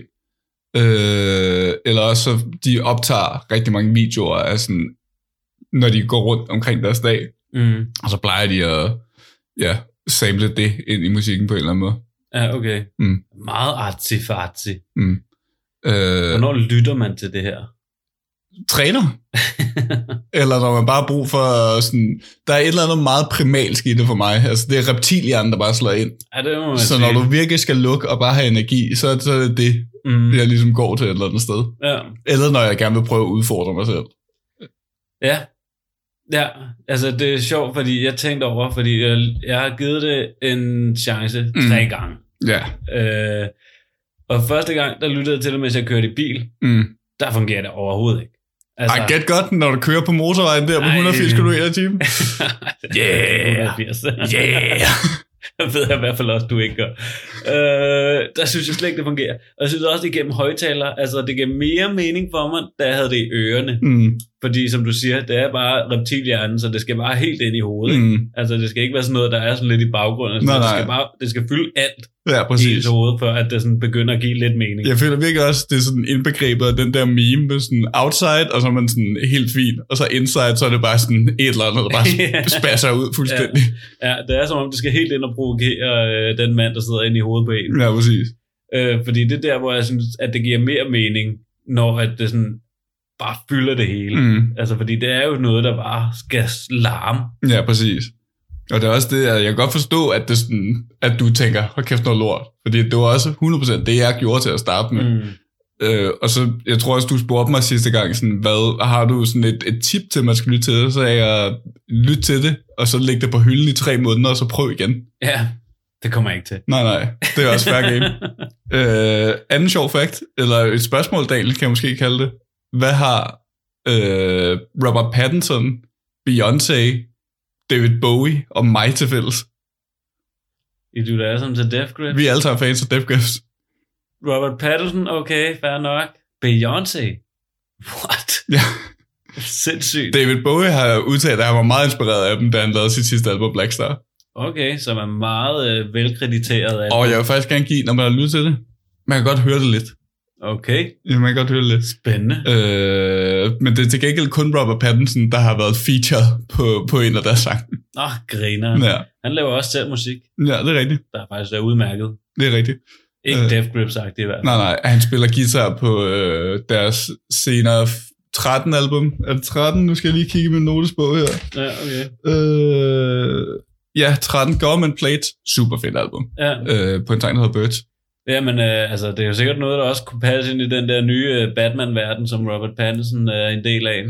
eller også så de optager rigtig mange videoer af sådan, når de går rundt omkring deres dag. Og så plejer de at sample det ind i musikken på en eller anden måde. Ja, okay. Meget artsy-fartsy. Hvornår lytter man til det her? Træner. Eller når man bare har brug for sådan... Der er et eller andet meget primalsk i det for mig. Altså, det er reptilianen, der bare slår ind. Ja, det må man så sige. når du virkelig skal lukke og bare have energi, så er det jeg ligesom går til et eller andet sted. Ja. Eller når jeg gerne vil prøve at udfordre mig selv. Ja. Ja, altså det er sjovt, fordi jeg tænkte over, fordi jeg har givet det en chance 3 gange. Ja. Og første gang, der lyttede jeg til det, mens jeg kørte i bil, der fungerer det overhovedet ikke. Altså, ej, gæt godt, når du kører på motorvejen der på 180 km/t. Yeah! 180. Yeah! Det ved jeg i hvert fald også, du ikke gør. Der synes jeg slet ikke, det fungerer. Og jeg synes også, det gennem højtalere, altså det giver mere mening for mig, da jeg havde det i ørerne. Fordi som du siger, det er bare reptilhjernen, så det skal bare helt ind i hovedet. Altså det skal ikke være sådan noget, der er sådan lidt i baggrunden. Nej. Det skal fylde alt i hovedet, for at det sådan begynder at give lidt mening. Jeg føler virkelig også, det er sådan indbegrebet af den der meme med sådan outside, og så er man sådan helt fin, og så inside, så er det bare sådan et eller andet, der bare spasser ud fuldstændig. Ja, det er som om, det skal helt ind og provokere den mand, der sidder inde i hovedet på en. Ja, præcis. Fordi det er der, hvor jeg synes, at det giver mere mening, når at det sådan bare fylder det hele. Altså, fordi det er jo noget, der bare skal larme. Ja, præcis. Og det er også det, at jeg kan godt forstå, at, det sådan, at du tænker, hold kæft noget lort. Fordi det var også 100% det, jeg gjorde til at starte med. Og så, jeg tror også, du spurgte mig sidste gang, sådan, hvad har du sådan et tip til, man skal lytte til det? Så jeg lytte til det, og så lægge det på hylden i 3 måneder, og så prøv igen. Ja, det kommer jeg ikke til. Nej, det er også fair game. Anden sjov fact, eller et spørgsmål, Daniel, kan jeg måske kalde det. Hvad har Robert Pattinson, Beyoncé, David Bowie og mig til fælles? I du der er som til Death Grips? Vi er alle sammen fans af Death Grips. Robert Pattinson, okay, fair nok. Beyoncé? What? Ja. Sindssygt. David Bowie har udtalt, at han var meget inspireret af dem, da han lavede sit sidste album, Black Star. Okay, så man er meget velkrediteret af det. Og jeg vil faktisk gerne give, når man har lyttet til det, man kan godt høre det lidt. Okay. Ja, man kan godt høre det lidt. Spændende. Men det er til gengæld kun Robert Pattinson, der har været featured på en af deres sange. Griner. Ja. Han laver også selv musik. Ja, det er rigtigt. Der er faktisk udmærket. Det er rigtigt. Ikke Death Grips-agtigt i hvert fald. Nej, han spiller guitar på deres senere 13 album. Er det 13? Nu skal jeg lige kigge i min notesbog her. Ja, okay. Ja, 13 Government Plate. Super fedt album. Ja. På en sang, der hedder Birds. Ja, men altså, det er jo sikkert noget, der også kunne passe ind i den der nye Batman-verden, som Robert Pattinson er en del af.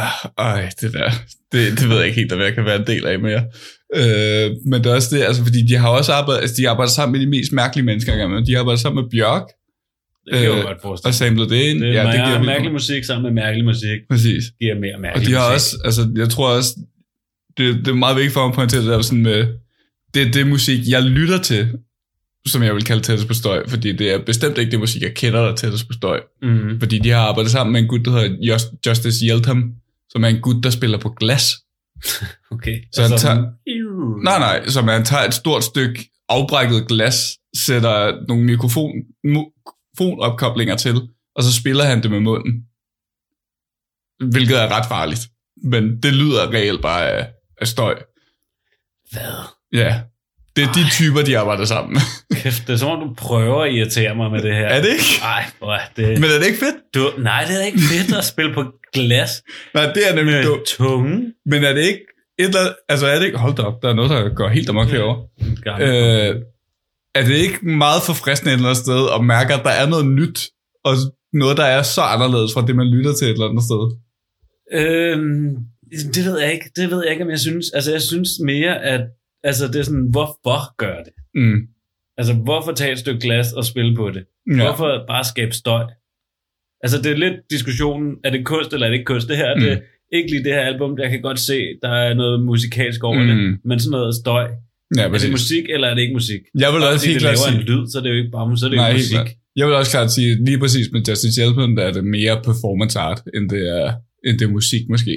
Det ved jeg ikke helt, hvad jeg kan være en del af mere. Men det er også det, altså, fordi de har også arbejdet, altså, de arbejder sammen med de mest mærkelige mennesker engang. De har arbejdet sammen med Bjørk. Det kan jeg godt forestille. Og samlet det ind. Det giver mærkelig musik sammen med mærkelig musik. Præcis. Giver mere mærkelig musik. Og de har musik. også, altså, jeg tror også, det er meget vigtigt for mig at pointere det der sådan med, det musik, jeg lytter til, som jeg vil kalde tættest på støj, fordi det er bestemt ikke det musik, jeg kender, der tættest på støj. Fordi de har arbejdet sammen med en gut, der hedder Justice Yeltham, som er en gut, der spiller på glas. Okay. Så han tager, som han tager et stort stykke afbrækket glas, sætter nogle mikrofonopkoblinger til, og så spiller han det med munden. Hvilket er ret farligt. Men det lyder reelt bare af støj. Hvad? Ja. Det er de typer, de arbejder sammen med. Kæft, det er som om, du prøver at irritere mig med det her. Er det ikke? Nej, Men er det ikke fedt? Nej, det er ikke fedt at spille på glas. Nej, det er nemlig dumt. Tunge. Men er det ikke er det ikke... Hold da op, der er noget, der går helt amok herovre. Er det ikke meget forfriskende et eller andet sted, at mærke, at der er noget nyt, og noget, der er så anderledes fra det, man lytter til et eller andet sted? Det ved jeg ikke. Det ved jeg ikke, om jeg synes. Altså, jeg synes mere, at det er sådan, hvorfor gør det? Altså, hvorfor tage et stykke glas og spille på det? Ja. Hvorfor bare skabe støj? Altså, det er lidt diskussionen, er det kunst, eller er det ikke kunst? Det her, det er ikke lige det her album, jeg kan godt se, der er noget musikalsk over det, men sådan noget støj. Ja, er det musik, eller er det ikke musik? Jeg vil også helt klart sige... en lyd, så er det jo ikke bare så er det jo musik. Jeg vil også klart sige, lige præcis med Justice Hjelpen, der er det mere performance art, end det er musik måske.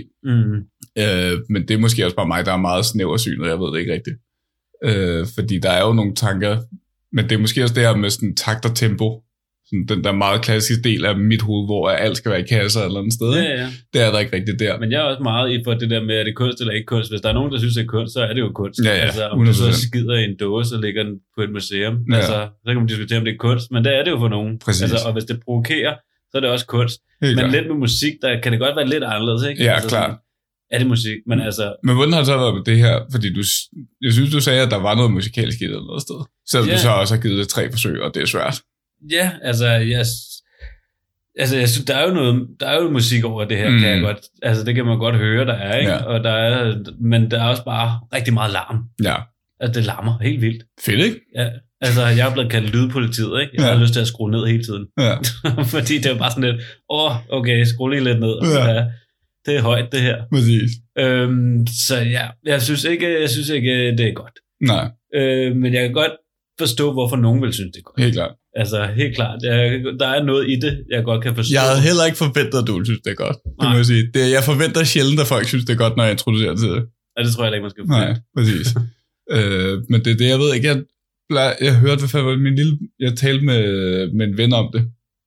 Men det er måske også bare mig, der er meget snæversynet, jeg ved det ikke rigtigt. Fordi der er jo nogle tanker, men det er måske også det her med sådan takt og tempo, sådan den der meget klassiske del af mit hoved, hvor alt skal være i kasser eller andet sted. Ja. Det er der ikke rigtigt der. Men jeg er også meget i for det der med, er det kunst eller ikke kunst. Hvis der er nogen, der synes, det er kunst, så er det jo kunst. Ja, altså, om 100%. Du så skider i en dåse og ligger den på et museum, så kan man diskutere, om det er kunst, men det er det jo for nogen. Altså, og hvis det provokerer, så er det også kunst. Helt men klar. Lidt med musik, der kan det godt være lidt anderledes, ikke? Ja, altså, klart. Sådan, er det musik, men altså... Men hvordan har det så været med det her? Fordi jeg synes, du sagde, at der var noget musikalsk i det eller noget sted. Selvom du så også har givet det 3 forsøg, og det er svært. Ja, altså, jeg synes, der er jo musik over det her, kan jeg godt... Altså, det kan man godt høre, der er, ikke? Ja. Og men der er også bare rigtig meget larm. Ja. Altså, det larmer helt vildt. Fedt, ikke? Ja. Altså, jeg er blevet kaldt lydpolitiet, ikke? Jeg har lyst til at skrue ned hele tiden. Ja. Fordi det er bare sådan lidt, okay, skru lige lidt ned. Ja. Det er højt, det her. Præcis. Så ja, jeg synes ikke, det er godt. Nej. Men jeg kan godt forstå, hvorfor nogen vil synes, det er godt. Helt klart. Altså, helt klart. Der er noget i det, jeg godt kan forstå. Jeg havde heller ikke forventet, at du synes, det er godt. Det må jeg sige. Jeg forventer sjældent, at folk synes, det er godt, når jeg introducerer til det. Ja, det tror jeg ikke, man skal forvente. Nej, præcis. Men det er det, jeg ved ikke. Jeg hørte, jeg talte med en ven om det,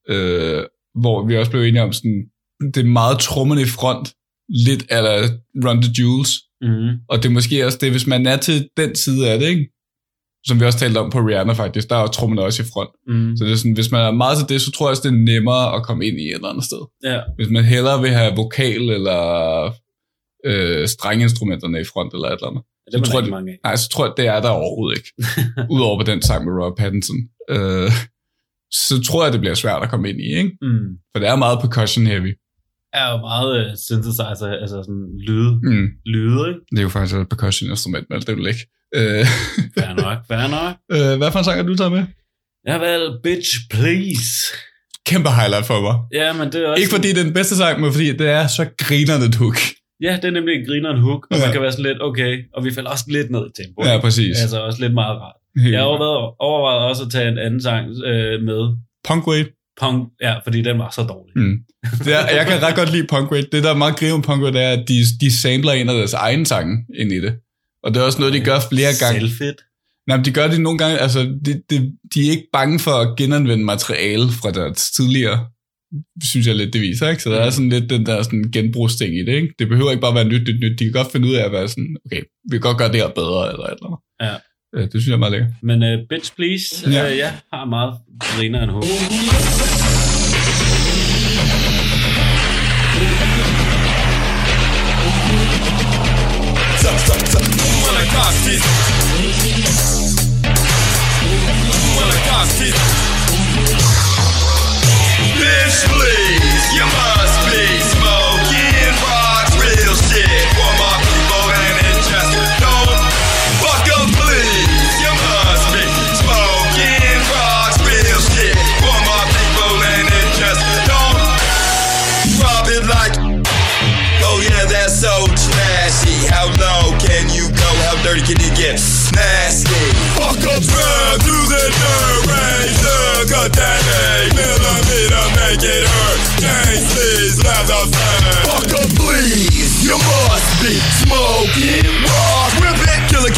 hvor vi også blev enige om sådan, det er meget trommende i front, lidt eller Run the Jewels. Og det er måske også det, hvis man er til den side af det, ikke? Som vi også talte om på Rihanna faktisk, der er trommende også i front. Så det er sådan, hvis man er meget til det, så tror jeg også, det er nemmere at komme ind i et eller andet sted. Ja. Hvis man hellere vil have vokal eller strengeinstrumenterne i front eller et eller andet. Ja, det tror jeg, mange af. Nej, så tror jeg, det er der overhovedet ikke. Udover på den sang med Robert Pattinson. Så tror jeg, det bliver svært at komme ind i, ikke? For det er meget percussion heavy. Er jo meget synthesizer, altså sådan lyde, ikke? Det er jo faktisk et percussion instrument, men det er jo ikke. Fair nok. Hvad for en sang har du taget med? Jeg har valgt Bitch Please. Kæmpe highlight for mig. Ja, men det er også... Ikke fordi det er den bedste sang, men fordi det er så grinerende et hook. Ja, det er nemlig en grinerende hook, og man kan være sådan lidt, okay, og vi falder også lidt ned i tempo. Ja, præcis. Altså også lidt meget rart. Jeg har overvejet også at tage en anden sang med. Punkweight. Ja, fordi den var så dårlig. Jeg kan ret godt lide Punkweight. Det, der er meget griner med Punkweight, er, at de sampler en af deres egen sange ind i det. Og det er også noget, de gør flere gange. Selvfedt. Nej, men de gør det nogle gange, altså, de er ikke bange for at genanvende materiale fra deres tidligere, synes jeg lidt, det viser, ikke? Så der er sådan lidt den der sådan genbrugsting i det, ikke? Det behøver ikke bare være nyt. De kan godt finde ud af at være sådan, okay, vi kan godt gøre det her bedre, eller et eller andet. Ja. Det synes jeg er meget lækkert. Men Bitch Please, jeg har meget griner en hook. Bitch, please, you must be smoking rocks, real shit. For my people and it just don't fuck up, please. You must be smoking rocks, real shit. For my people and it just don't drop it like, oh yeah, that's so trashy. How low can you go? How dirty can you get? Nasty. Fuck up, run through the dirt, razor, cut that egg, millimeter, make it hurt. James, please, laugh the fan. Fuck up, please, you must be smoking rock. Rip it, kill it, kill it, kill it,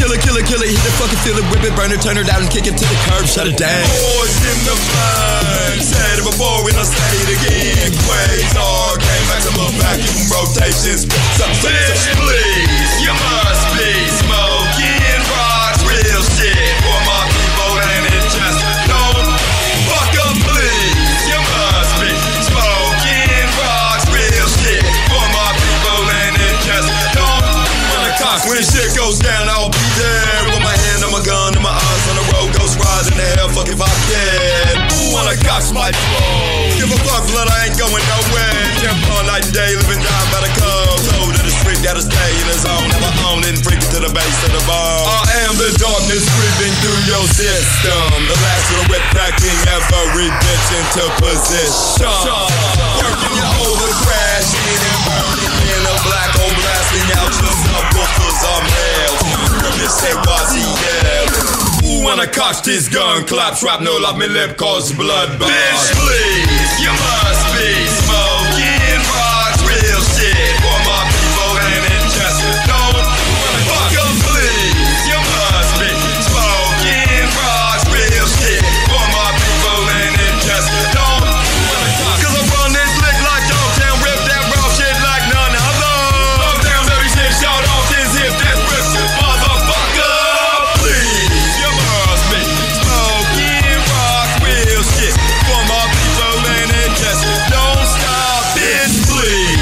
kill it, hit it, fucking feel it, whip it, burn it, turn it out and kick it to the curb, shut it down. Boys in the flag, said it before and I say it again. Quasar, came maximum vacuum rotations. Bitch, please, you must be smoking rocks, real shit for my people, and it just don't fuck up, please. You must be smoking rocks, real shit for my people, and it just don't wanna cock. When the shit goes down, I'll be there with my hand on my gun and my eyes on the road, ghost riding the hell, fuck if I'm dead. Who wanna cock my flow? Give a fuck, blood, I ain't going nowhere. Jump all night and day, living down by the code. Toe to the street, gotta stay in the zone. Never own and freak to the base of the bone. I am the darkness creeping through your system. The last of the whip packing every bitch into position. Working you over, crashing and burning in a black hole, blasting out your subwoofers are male. This say YZL. Who wanna cock this gun? Clap, shrapnel up my lip, cause blood bath. Bitch, please, you must be smoking rocks, real shit for my people, and it just don't fuck up, please. You must be smoking rocks, real shit for my people, and it just don't cause I run this lick like Dogtown, rip that raw shit like none other. Dogtown, dirty shit, shout off this hip, that rip, motherfucker. Please, you must be smoking rocks, real shit for my people, and it just don't stop, bitch, please.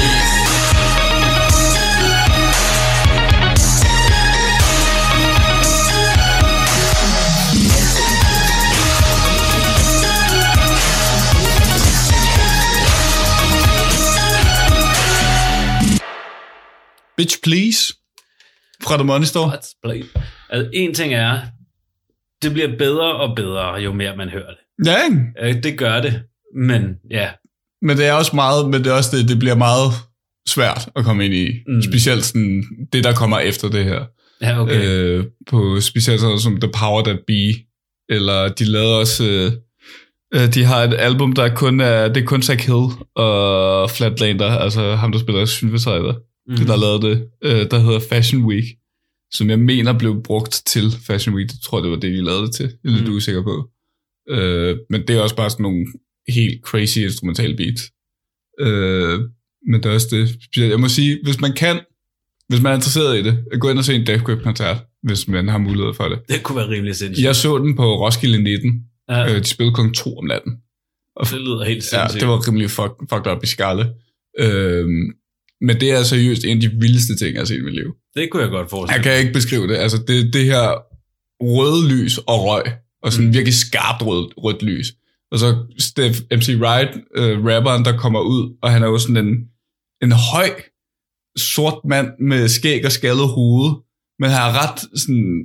Bitch Please fra The Money Store. Altså, en ting er, det bliver bedre og bedre, jo mere man hører det. Ja, ikke? Det gør det, men ja. Men det er også meget, men det er også det bliver meget svært at komme ind i. Specielt sådan, det, der kommer efter det her. Ja, okay. På specielt sådan som The Power That Be. Eller de lavede også... de har et album, der det er kun Zach Hill og Flatlander, altså ham, der spiller synthesizer. Det, der lavede det, der hedder Fashion Week, som jeg mener blev brugt til Fashion Week. Jeg tror, det var det, de lavede det til. Det er lidt usikker på. Men det er også bare sådan nogle helt crazy instrumental beats. Men det er også det. Jeg må sige, hvis man er interesseret i det, gå ind og se en Death Grip-koncert, hvis man har mulighed for det. Det kunne være rimelig sindssygt. Jeg så den på Roskilde 19. Ja. De spillede kl. 2 om natten. Og det lyder helt sindssygt. Ja, det var rimelig fucked up i skalle. Men det er seriøst en af de vildeste ting, jeg har set i mit liv. Det kunne jeg godt forestille. Jeg kan ikke beskrive det. Altså, det her røde lys og røg, og sådan virkelig skarpt rødt lys. Og så MC Wright, rapperen, der kommer ud, og han er jo sådan en høj, sort mand med skæg og skaldet hoved, men han er ret sådan,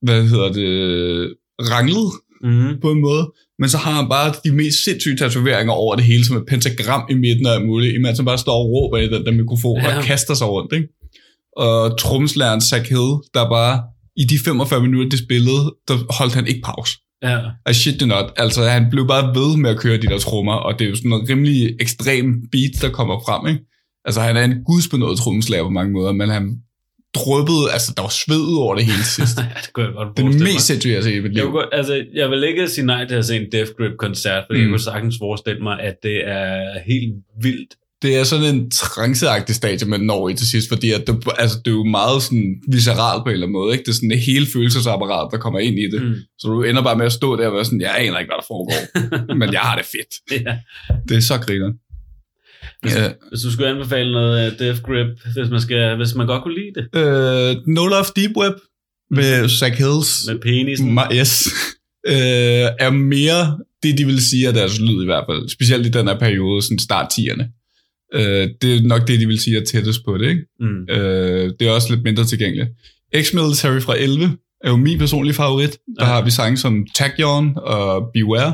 ranglet på en måde. Men så har han bare de mest sindssyge tatoveringer over det hele, som et pentagram i midten af muligt, imens han bare står og råber i den der mikrofon og kaster sig rundt, ikke? Og trommeslageren Zach Hill, der bare i de 45 minutter, det spillede, der holdt han ikke pause. Ja. I shit you not. Altså, han blev bare ved med at køre de der trommer, og det er jo sådan noget rimelig ekstrem beat, der kommer frem, ikke? Altså, han er en gudsbenået trommeslager på mange måder, men han dryppede, altså, der var sved ud over det hele sidst. Ja, det kunne jeg godt forestille mig. Det er mest sindssygt, jeg har set i mit liv. Jeg vil ikke sige nej til at se en Death Grip-koncert, fordi jeg kunne sagtens forestille mig, at det er helt vildt. Det er sådan en tranceagtig stadie, man når i til sidst, fordi at det er jo meget sådan visceralt på en eller anden måde, ikke? Det er sådan et hele følelsesapparat, der kommer ind i det. Så du ender bare med at stå der og være sådan, jeg aner ikke, hvad der foregår, men jeg har det fedt. Ja. Det er så griner. Hvis du skulle anbefale noget af Death Grip, hvis man godt kunne lide det. No Love Deep Web med Zach Hills. Med penisen. Yes. Er mere det, de vil sige af deres lyd i hvert fald. Specielt i den her periode, sådan start 10'erne. Det er nok det, de vil sige er tættest på det, ikke? Det er også lidt mindre tilgængeligt. Ex-Military fra 11 er jo min personlige favorit. Der har vi sange som Tachyon og Beware.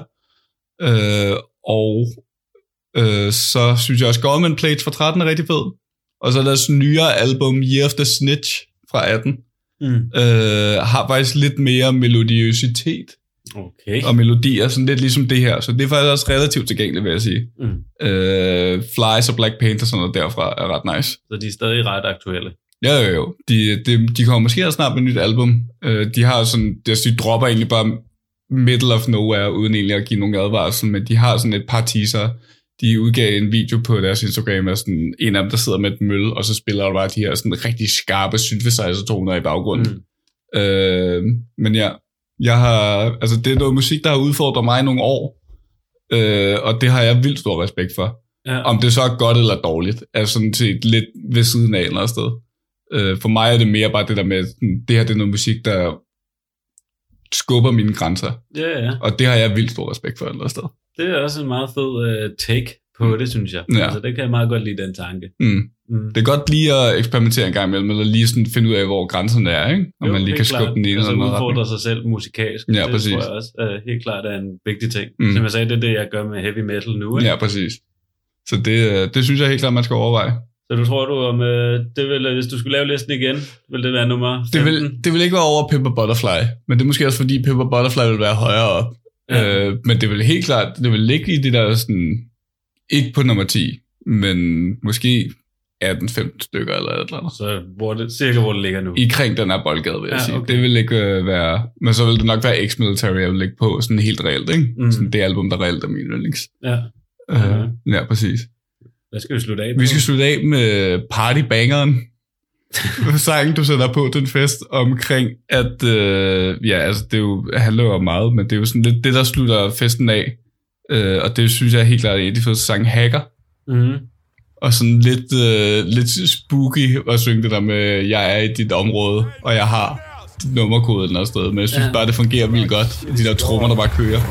Så synes jeg også Government Plates fra 13 er rigtig fed. Og så er deres nyere album Year of the Snitch fra 18. Har faktisk lidt mere melodiøsitet. Okay. Og melodier, sådan lidt ligesom det her. Så det er faktisk også relativt tilgængeligt, vil jeg sige. Flies og Black Paint og sådan noget derfra er ret nice. Så de er stadig ret aktuelle. Jo. De kommer måske snart med et nyt album. De har sådan, de dropper egentlig bare middle of nowhere, uden egentlig at give nogen advarsel, men de har sådan et par teaser. De udgav en video på deres Instagram af sådan en af dem, der sidder med et møl, og så spiller der bare de her sådan rigtig skarpe synthesizer-toner i baggrunden. Men ja, jeg har, altså det er noget musik, der har udfordret mig i nogle år, og det har jeg vildt stor respekt for. Ja. Om det så er godt eller dårligt, er sådan set lidt ved siden af et eller andet sted. For mig er det mere bare det der med, det her det er noget musik, der skubber mine grænser. Ja. Og det har jeg vildt stor respekt for et eller andet sted. Det er også en meget fed take på det, synes jeg. Ja. Altså, det kan jeg meget godt lide, den tanke. Det er godt lige at eksperimentere en gang imellem, eller lige sådan finde ud af, hvor grænserne er, ikke? Og man lige kan skubbe den ene eller anden retning. Altså udfordre sig selv musikalsk. Ja, det præcis. Tror jeg også helt klart er en vigtig ting. Som jeg sagde, det er det, jeg gør med heavy metal nu, ikke? Ja, præcis. Så det synes jeg helt klart, man skal overveje. Så du tror, det vil, hvis du skulle lave listen igen, vil det være nummer 15? Det vil ikke være over Pimp a Butterfly, men det er måske også fordi Pimp a Butterfly vil være højere op. Ja. Men det vil helt klart, det vil ligge i det der sådan, ikke på nummer 10, men måske 18-15 stykker eller et eller andet. Så cirka hvor det ligger nu? I kring den her boldgade, vil jeg sige. Okay. Det vil ikke være, men så vil det nok være X-Military, jeg vil lægge på sådan helt reelt, ikke? Sådan det album, der reelt er min yndlings. Ja. Ja, præcis. Hvad skal vi slutte af på? Vi skal slutte af med Party Bangeren. Sangen, du sætter på den fest omkring, at altså det jo handler jo om meget, men det er jo sådan lidt det, der slutter festen af. Og det synes jeg helt klart er en af de første sange, Hacker. Og sådan lidt spooky at synge det der med, jeg er i dit område, og jeg har dit nummerkode eller noget sted. Men jeg synes bare, det fungerer vildt godt. De der trommer, der bare kører.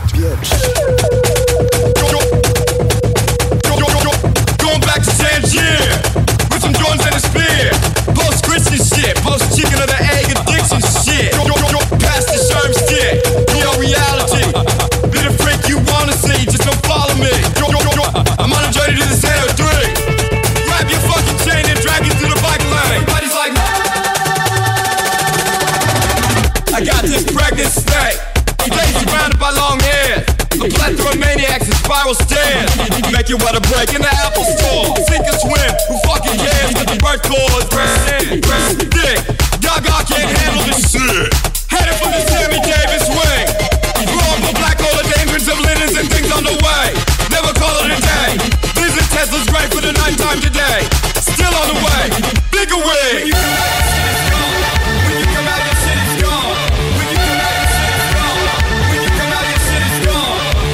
Going back to Tangier with some Jordans and a spear. Post Christian shit, post chicken of the egg addiction shit. Past the sherm shit, real reality. Be the freak you wanna see, just don't follow me. I'm on a journey to the Santa 3. Grab your fucking chain and drag it through the bike lane. Everybody's like, I got this pregnant snake. He's surrounded by long hair. A plethora of maniacs and spiral stairs. Make you wanna break in the Apple store. Sink or swim, who fucking cares? Cause the birth clause, dick. Gaga can't handle this shit. Headed for the Sammy Davis wing. Blowing for black hole of dangerous of linens and things on the way. Never call it a day. These are Tesla's great for the nighttime today. Still on the way. Bigger wing. When you come out, your shit is gone. When you come out, your shit is gone. When you come out, your shit is gone.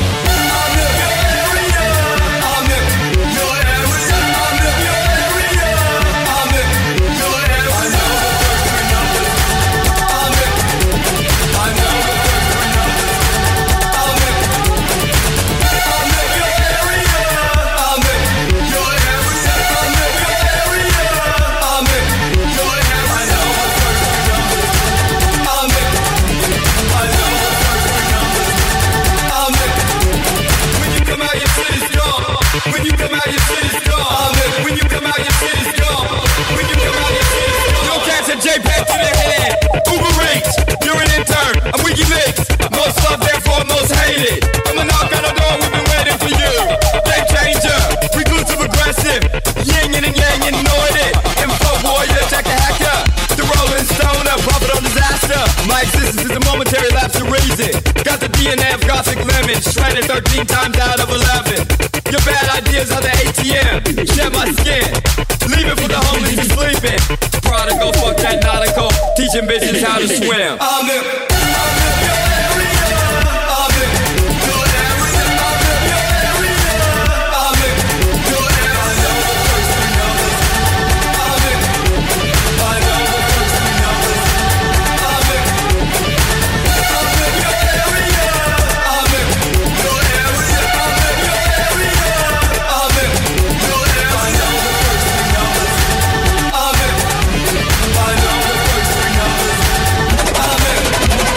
When you come out, your shit is gone. When you come out, your shit is gone. When you come out, your shit is gone. Yo, catch a JPEG to the head. Uber Eats, you're an intern. I'm WikiLeaks. Most loved, therefore most hated. I'm a knock on the door, we've been waiting for you. Game changer, reclusive aggressive. Yin and yang, you know it. Info warrior, check the hacker. The Rolling Stoner, prophet of disaster. My existence is a momentary lapse of reason. Got the DNA of Gothic lemon, shredded 13 times out of 11. Your bad ideas are the ATM. Shed my skin. Leave it for the homeless and sleeping. Prodigal, fuck that nautical. Teaching bitches how to swim. I'm in your area. I'm in your area. I'm in your area. I'm in your area. I know the first three numbers. I'm in. I know the first three numbers. I'm in. I'm in your area. I'm in your area. I'm in your area. I'm in your area. I know the first three numbers. I'm in. I know the first three numbers. I'm in.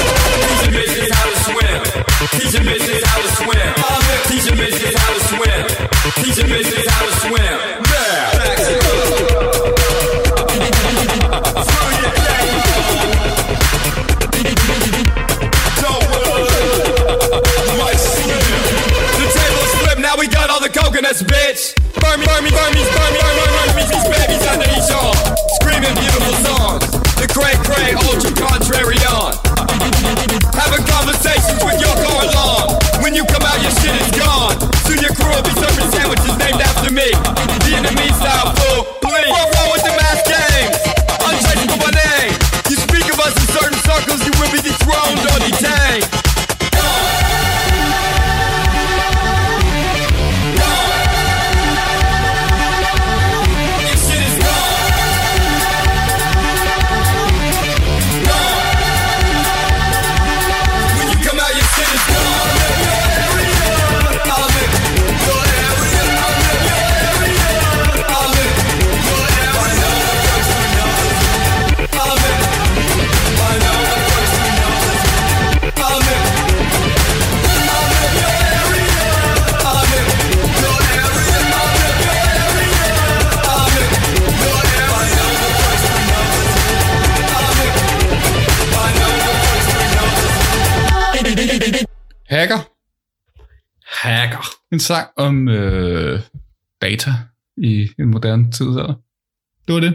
Hacker. En sang om data i en moderne tid. Så. Det var det.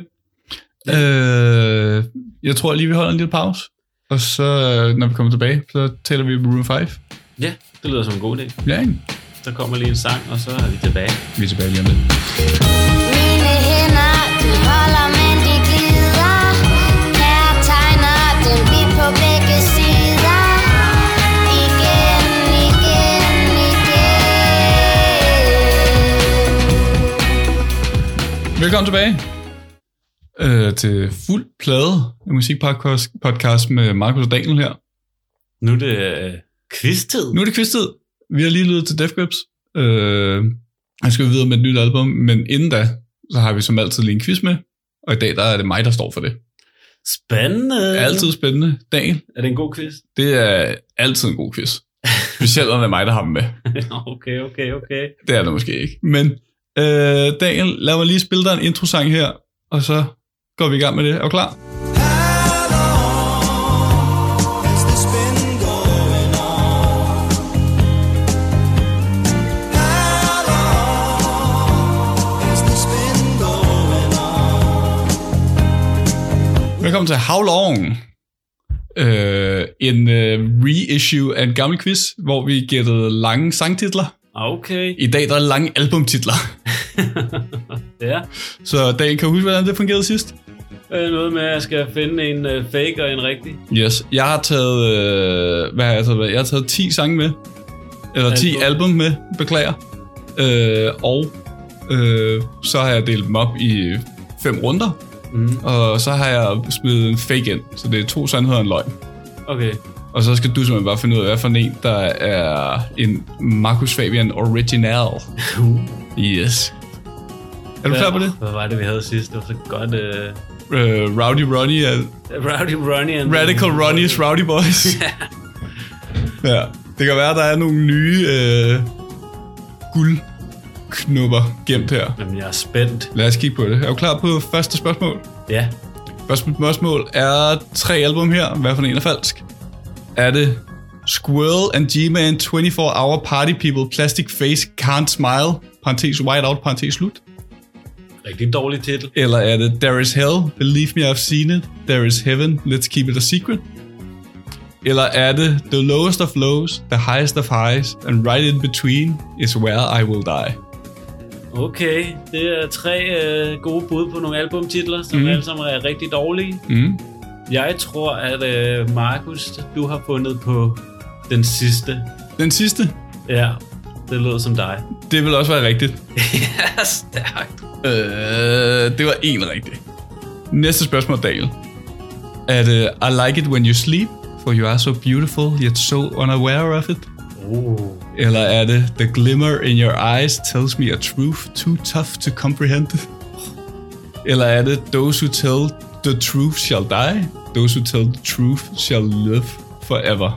Jeg tror lige, vi holder en lille pause. Og så, når vi kommer tilbage, så taler vi Maroon 5. Ja, det lyder som en god idé. Ja, ikke? Så kommer lige en sang, og så er vi tilbage. Vi er tilbage lige om lidt. Mine hænder, de holder, men de glider. Her tegner den bit på begge sider. Igen, igen, igen. Velkommen tilbage til fuld plade musikpodcast med Markus og Daniel her. Nu er det quiz-tid. Vi har lige lyttet til Death Grips. Jeg skal videre med et nyt album, men inden da, så har vi som altid lige en quiz med. Og i dag, der er det mig, der står for det. Spændende. Altid spændende. Daniel. Er det en god quiz? Det er altid en god quiz. Specielt når det er mig, der har dem med. Okay. Det er det måske ikke. Men Daniel, lad mig lige spille dig en introsang her, og så går vi i gang med det. Er du klar? Velkommen til How Long, en reissue af en gammel quiz, hvor vi gættede lange sangtitler. Okay. I dag der er lange albumtitler. Ja. Så Daniel, kan du huske, hvordan det fungerede sidst? Noget med, at jeg skal finde en fake og en rigtig. Yes. Jeg har taget, hvad har jeg taget med? Jeg har taget 10 sange med. Eller 10 album med, beklager. Så har jeg delt dem op i 5 runder. Og så har jeg smidt en fake ind. Så det er 2 sandheder og en løgn. Okay. Og så skal du simpelthen bare finde ud af, hvad for en, der er en Marcus Fabian Original. Yes. Er du klar på det? Hvad var det, vi havde sidst? Det var så godt... Rowdy Ronnie and... Rowdy Ronnie and... Radical Ronnie's Rowdy Boys. Ja. Det kan være, at der er nogle nye guldknupper gemt her. Jamen, jeg er spændt. Lad os kigge på det. Er du klar på første spørgsmål? Ja. Første spørgsmål er 3 album her. Hvad for en er falsk? Er det Squirrel and G-Man 24-Hour Party People Plastic Face Can't Smile, parentes white out, parentes slut? Rigtig dårlig titel. Eller er det There is Hell, Believe Me I've Seen It, There is Heaven, Let's Keep It a Secret? Eller er det The Lowest of Lows, The Highest of Highs, and Right in Between is Where I Will Die? Okay, det er 3 gode bud på nogle albumtitler, som alle sammen er rigtig dårlige. Jeg tror, at Markus, du har fundet på den sidste. Den sidste? Ja, det lyder som dig. Det vil også være rigtigt. Ja, stærkt. Det var en rigtig. Næste spørgsmål, Daniel. Er det I Like It When You Sleep, for you are so beautiful, yet so unaware of it? Eller er det The Glimmer in Your Eyes tells me a truth too tough to comprehend? Eller er det Those Who Tell the Truth Shall Die, Those Who Tell the Truth Shall Live Forever?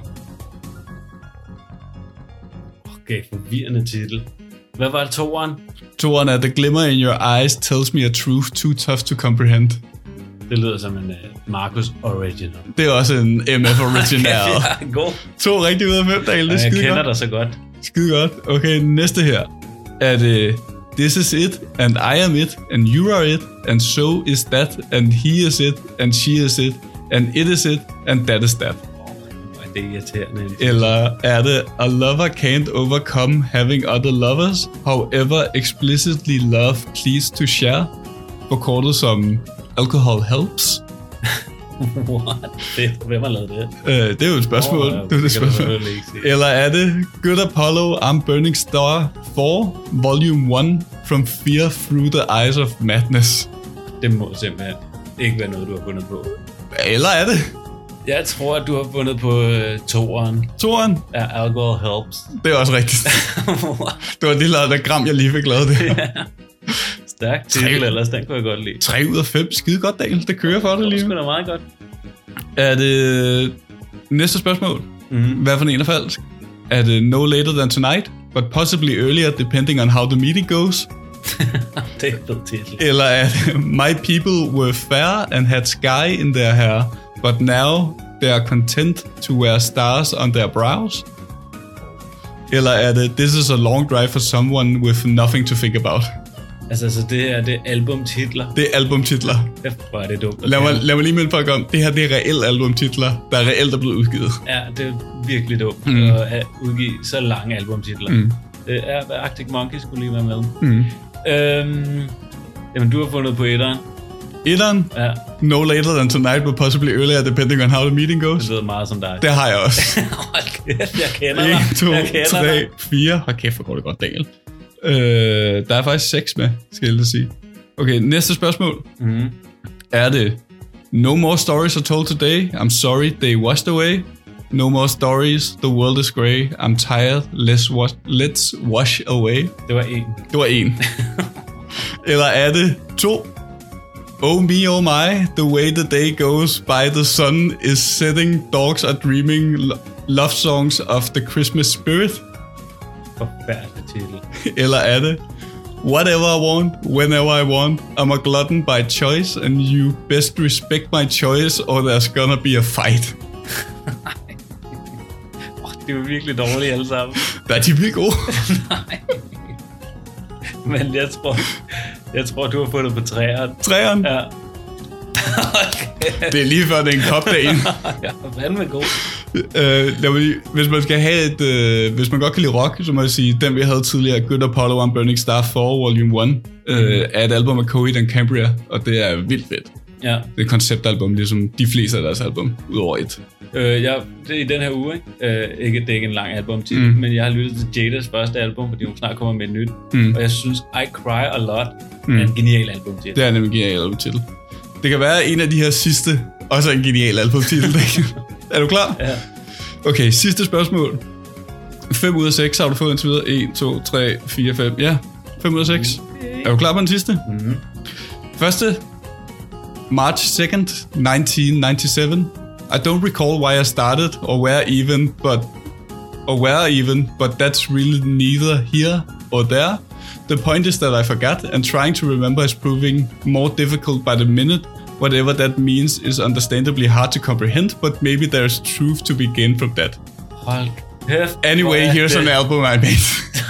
Okay, forvirrende titel. Hvad var det 2'eren? 2'eren er The Glimmer in Your Eyes tells me a truth too tough to comprehend. Det lyder som en Marcus Original. Det er også en MF Original. Ja, god. 2 rigtig ud af 5, Daniel. Det er skide godt. Jeg kender dig så godt. Skide godt. Okay, næste her. Er det This is it, and I am it, and you are it, and so is that, and he is it, and she is it, and it is it, and that is that? Det er irriterende. Eller er det A lover can't overcome having other lovers, however explicitly love please to share, forkortet som Alcohol Helps? What? Hvem har lavet det? Det er jo et spørgsmål. Det er et spørgsmål. Eller er det Good Apollo, I'm Burning Star 4, Volume 1, From Fear Through the Eyes of Madness? Det må simpelthen ikke være noget, du har fundet på. Eller er det? Jeg tror, at du har fundet på 2'eren. 2'eren? Ja, Alcohol Helps. Det er også rigtigt. Det var det lille gram, jeg lige fik lavet det. Stærkt titel ellers, den kunne jeg godt lide. 3 ud af 5, skide godt, Daniel. Det kører for dig lige. Det er sgu da meget godt. Er det næste spørgsmål? Hvad for en er falsk? Er det No Later Than Tonight, but possibly earlier depending on how the meeting goes? Det er en fed titel. Eller er det My people were fair and had sky in their hair, but now they are content to wear stars on their brows? Eller er det This is a long drive for someone with nothing to think about? Altså det er albumtitler. Det er albumtitler. Hvor er det dumt. Lad mig lige minde folk om, det her det er reelle albumtitler, der er reelt er blevet udgivet. Ja, det er virkelig dumt at udgive så lange albumtitler. Det er, hvad Arctic Monkeys skulle lige være med. Jamen, du har fundet på etteren. Etteren? Ja. No later than tonight, but possibly earlier, depending on how the meeting goes. Det lyder meget som dig. Det har jeg også. Jeg kender dig. 1, 2, 3, 4. Hold kæft, hvor går det godt, Daniel. Der er faktisk 6 med, skal jeg sige. Okay, næste spørgsmål. Er det No more stories are told today. I'm sorry, they washed away. No more stories, the world is grey. I'm tired, let's wash away. Det var 1. Eller er det 2? Oh me, oh my, the way the day goes by, the sun is setting, dogs are dreaming, love songs of the Christmas spirit. Forfærdelig titel. Eller er det Whatever I want, whenever I want, I'm a glutton by choice, and you best respect my choice, or there's gonna be a fight. Det er jo virkelig dårligt alle sammen. Der er de virkelig gode. Nej. Men jeg tror, du har fundet på 3'eren. 3'eren? Ja. Okay. Det er lige før, det er en kopdagen. Ja, fandme god. Hvis man skal have hvis man godt kan lide rock, så må jeg sige, den vi havde tidligere, Good Apollo and Burning Star 4 Volume 1, er et album af Coheed and Cambria, og det er vildt fedt. Ja. Det er et konceptalbum, ligesom de fleste af deres album, udover et. Det er i den her uge, ikke? Det er ikke en lang albumtitel, men jeg har lyttet til Jadas første album, fordi hun snart kommer med et nyt, og jeg synes, I Cry A Lot er en genial albumtitel. Det er nemlig en genial albumtitel. Det kan være en af de her sidste, også en genial albumtitel. Er du klar? Ja. Okay, sidste spørgsmål. 5 ud af 6 har du fået indtil videre. 1, 2, 3, 4, 5. Ja, 5 ud af 6. Er du klar på den sidste? Første, March 2nd, 1997. I don't recall why I started or where even, but that's really neither here or there. The point is that I forgot, and trying to remember is proving more difficult by the minute. Whatever that means is understandably hard to comprehend, but maybe there's truth to be gained from that. Hold kæft. Anyway, here's an album I made.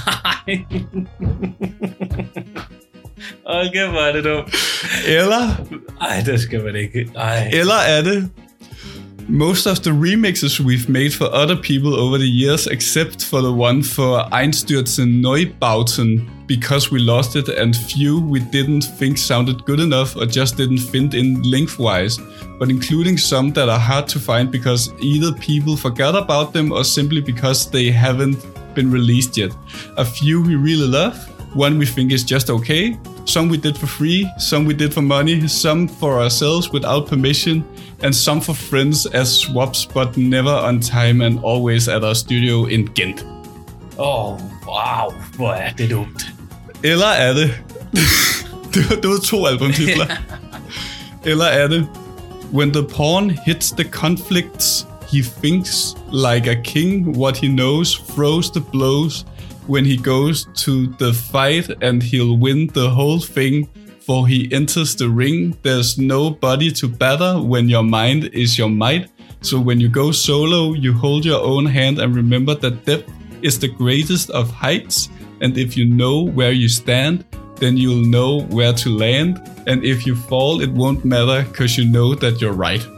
Hold kæft, hvor er det dumt. Eller... Ej, det skal man ikke. Ej. Eller er det... Most of the remixes we've made for other people over the years, except for the one for Einstürzen Neubauten, because we lost it, and few we didn't think sounded good enough or just didn't fit in lengthwise, but including some that are hard to find because either people forgot about them or simply because they haven't been released yet. A few we really love, one we think is just okay, some we did for free, some we did for money, some for ourselves without permission, and some for friends as swaps, but never on time and always at our studio in Ghent. Wow, hvor er det dumt. Eller er det... det var 2 albumtitler. Eller er det... When the pawn hits the conflicts, he thinks like a king, what he knows, throws the blows. When he goes to the fight and he'll win the whole thing, for he enters the ring, there's nobody to batter when your mind is your might. So when you go solo, you hold your own hand and remember that depth is the greatest of heights. And if you know where you stand, then you'll know where to land. And if you fall, it won't matter, cause you know that you're right.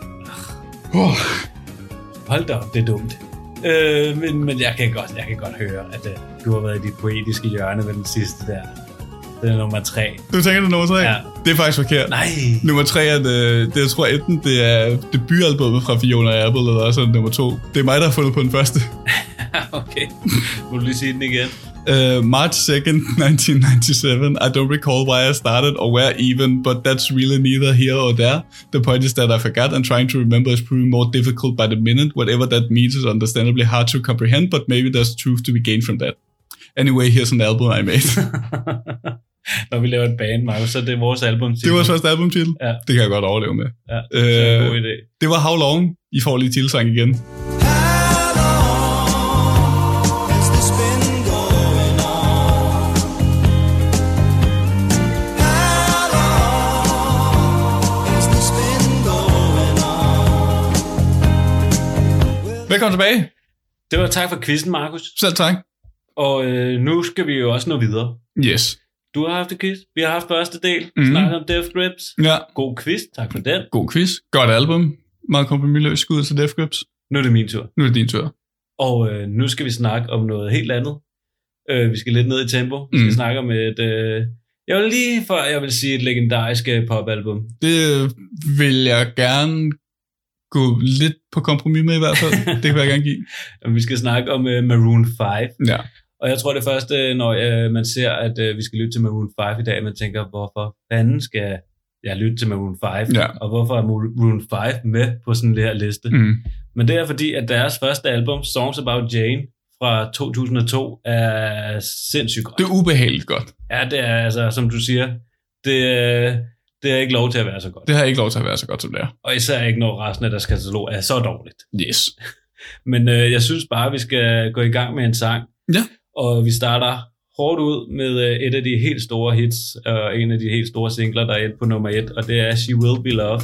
Hold da op, det er dumt. Men jeg kan godt høre, at du har været i dit poetiske hjørne med den sidste der. Det er nummer 3. Du tænker, det er nummer 3? Ja. Det er faktisk forkert. Nej. Nummer 3 er det, jeg tror enten det er debutalbummet fra Fiona Apple, eller også nummer 2. Det er mig, der har fundet på den første. Okay. Må du lige sige den igen? March 2nd, 1997. I don't recall why I started or where even, but that's really neither here or there. The point is that I forgot, and trying to remember is proving more difficult by the minute. Whatever that means is understandably hard to comprehend, but maybe there's truth to be gained from that. Anyway, here's an album I made. Når vi laver et band, Marcus, så det er vores albumtitel. Det var vores første albumtitel? Ja. Det kan jeg godt overleve med. Ja, det er en god idé. Det var How Long. I får lige titelsang igen. Velkommen tilbage. Det var tak for quizzen, Marcus. Selv tak. Og nu skal vi jo også nå videre. Yes. Du har haft et quiz. Vi har haft første del. Snakket om Death Grips. Ja. God quiz. Tak for den. God quiz. Godt album. Meget kompromisløst skud til Death Grips. Nu er det min tur. Nu er det din tur. Og nu skal vi snakke om noget helt andet. Vi skal lidt ned i tempo. Vi skal snakke om et... jeg vil sige et legendarisk popalbum. Det vil jeg gerne gå lidt på kompromis med i hvert fald. Det vil jeg gerne give. Vi skal snakke om Maroon 5. Ja. Og jeg tror det første, når man ser, at vi skal lytte til Maroon 5 i dag, man tænker, hvorfor fanden skal jeg lytte til Maroon 5? Ja. Og hvorfor er Maroon 5 med på sådan en her liste? Men det er fordi, at deres første album, Songs About Jane, fra 2002, er sindssygt godt. Det er ubehageligt godt. Ja, det er altså, som du siger, det er ikke lov til at være så godt. Det har ikke lov til at være så godt, som det er. Og især ikke, når resten af deres katalog er så dårligt. Yes. Men jeg synes bare, vi skal gå i gang med en sang. Ja. Og vi starter hårdt ud med et af de helt store hits, og en af de helt store singler, der er inde på nummer 1, og det er She Will Be Loved.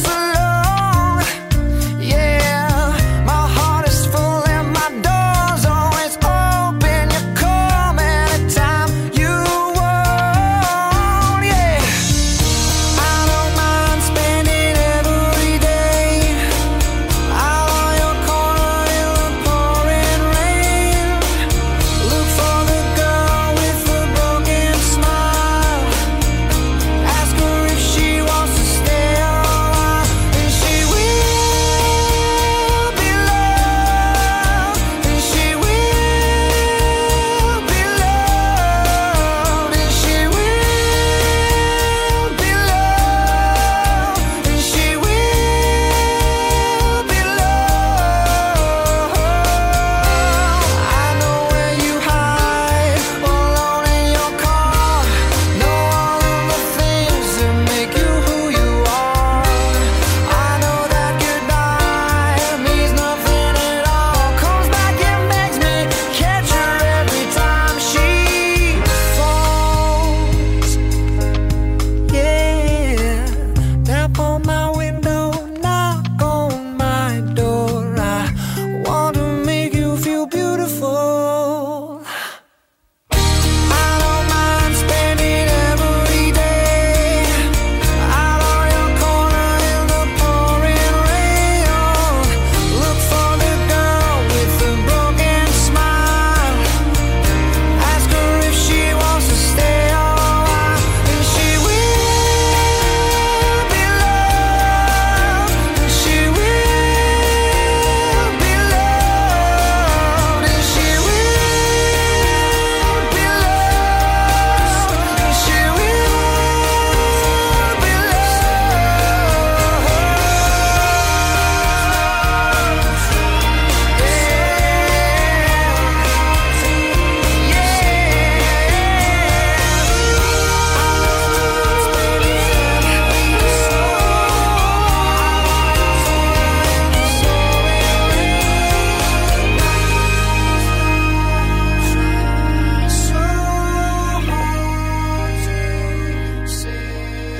Doors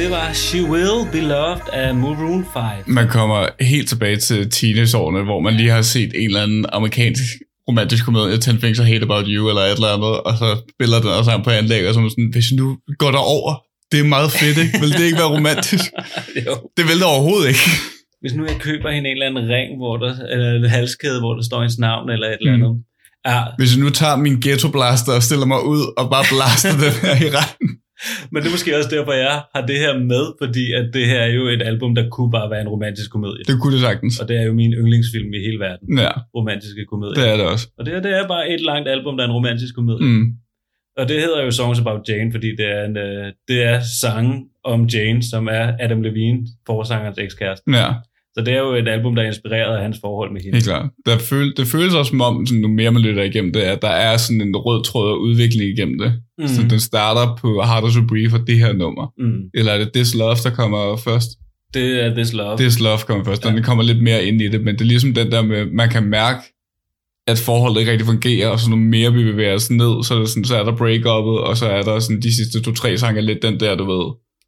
Det var She Will Be Loved af Maroon 5. Man kommer helt tilbage til teenageårene, hvor man lige har set en eller anden amerikansk romantisk komedie, 10 Things I Hate About You, eller et eller andet, og så spiller den også sammen på anlæg, og så sådan, hvis nu går der over, det er meget fedt, ikke? Vil det ikke være romantisk? Jo. Det vil det overhovedet ikke. Hvis nu jeg køber hende en eller anden ring, eller en halskæde, hvor der står hendes navn, eller et eller andet. Ja. Hvis jeg nu tager min ghetto blaster og stiller mig ud, og bare blaster den her i retten. Men det er måske også derfor, jeg har det her med, fordi at det her er jo et album, der kunne bare være en romantisk komedie. Det kunne det sagtens. Og det er jo min yndlingsfilm i hele verden. Ja. Romantiske komedier. Det er det også. Og det her, det er bare et langt album, der er en romantisk komedie. Og det hedder jo Songs About Jane, fordi det er sange om Jane, som er Adam Levine, forsangerens ekskæreste. Ja. Så det er jo et album, der er inspireret af hans forhold med hende. Helt klart. Det føles også som om, sådan, nu mere man lytter igennem det, at der er sådan en rød tråd og udvikling igennem det. Så den starter på Harder to Breathe for det her nummer. Eller er det This Love, der kommer først? Det er This Love. This Love kommer først, og den kommer lidt mere ind i det, men det er ligesom den der med, man kan mærke, at forholdet ikke rigtig fungerer, og så nu mere vi bevæger os ned, så er der break-up'et, og så er der sådan de sidste 2-3 sange lidt den der, du ved.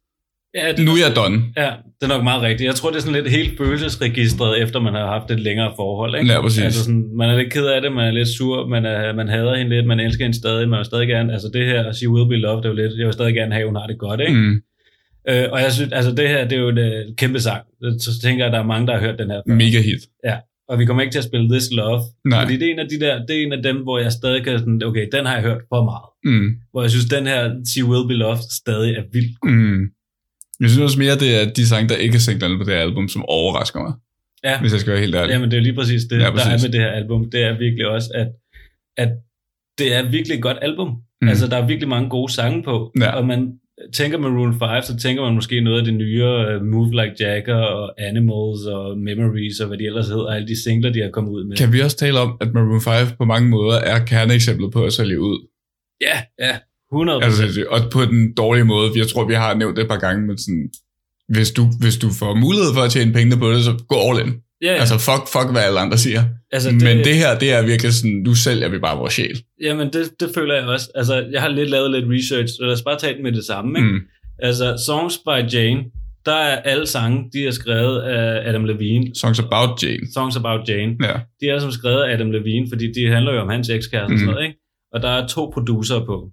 Ja, nu er jeg done. Ja, det er nok meget rigtigt. Jeg tror, det er sådan lidt helt følelsesregistret, efter man har haft et længere forhold. Ikke? Ja, præcis. Altså sådan, man er lidt ked af det, man er lidt sur, man hader hende lidt, man elsker hende stadig, man vil stadig gerne, altså det her, She Will Be Loved, det er jo lidt, jeg vil stadig gerne have, hun har det godt, ikke? Og jeg synes, altså det her, det er jo en kæmpe sang. Så tænker jeg, at der er mange, der har hørt den her før. Mega hit. Ja, og vi kommer ikke til at spille This Love, Nej. fordi det er en af de der, det er en af dem, hvor jeg stadig kan sådan, okay, den har jeg hørt for meget. Hvor jeg synes, den her She Will Be Loved stadig er vildt god. Jeg synes også mere, det er de sange, der ikke er singlerne på det her album, som overrasker mig. Ja. Hvis jeg skal være helt ærlig. Jamen, det er jo lige præcis det, der er med det her album. Det er virkelig også, at det er virkelig et godt album. Altså, der er virkelig mange gode sange på. Ja. Og man tænker Maroon 5, så tænker man måske noget af det nyere, Move Like Jagger og Animals og Memories og hvad de ellers hedder, og alle de singler, de har kommet ud med. Kan vi også tale om, at Maroon 5 på mange måder er kerneeksemplet på at sælge ud? Ja. 100%. Altså, og på den dårlige måde, jeg tror, vi har nævnt det et par gange, men sådan, hvis du får mulighed for at tjene pengene på det, så gå all in. Ja. Altså, fuck hvad alle andre siger. Altså, men det her, det er virkelig sådan, nu sælger vi bare vores sjæl. Jamen, det føler jeg også. Altså, jeg har lavet lidt research, så lad os bare tage det med det samme, ikke? Altså, Songs by Jane, der er alle sange, de er skrevet af Adam Levine. Songs About Jane. Ja. De er som skrevet af Adam Levine, fordi de handler jo om hans ekskæreste og sådan noget, ikke? Og der er 2 producerer på,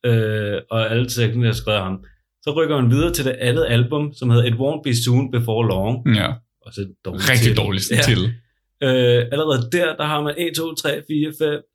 og alle teksterne er skrevet af ham. Så rykker man videre til det andet album, som hedder It Won't Be Soon Before Long. Ja, også rigtig dårligt til. Allerede der har man 1, 2, 3, 4,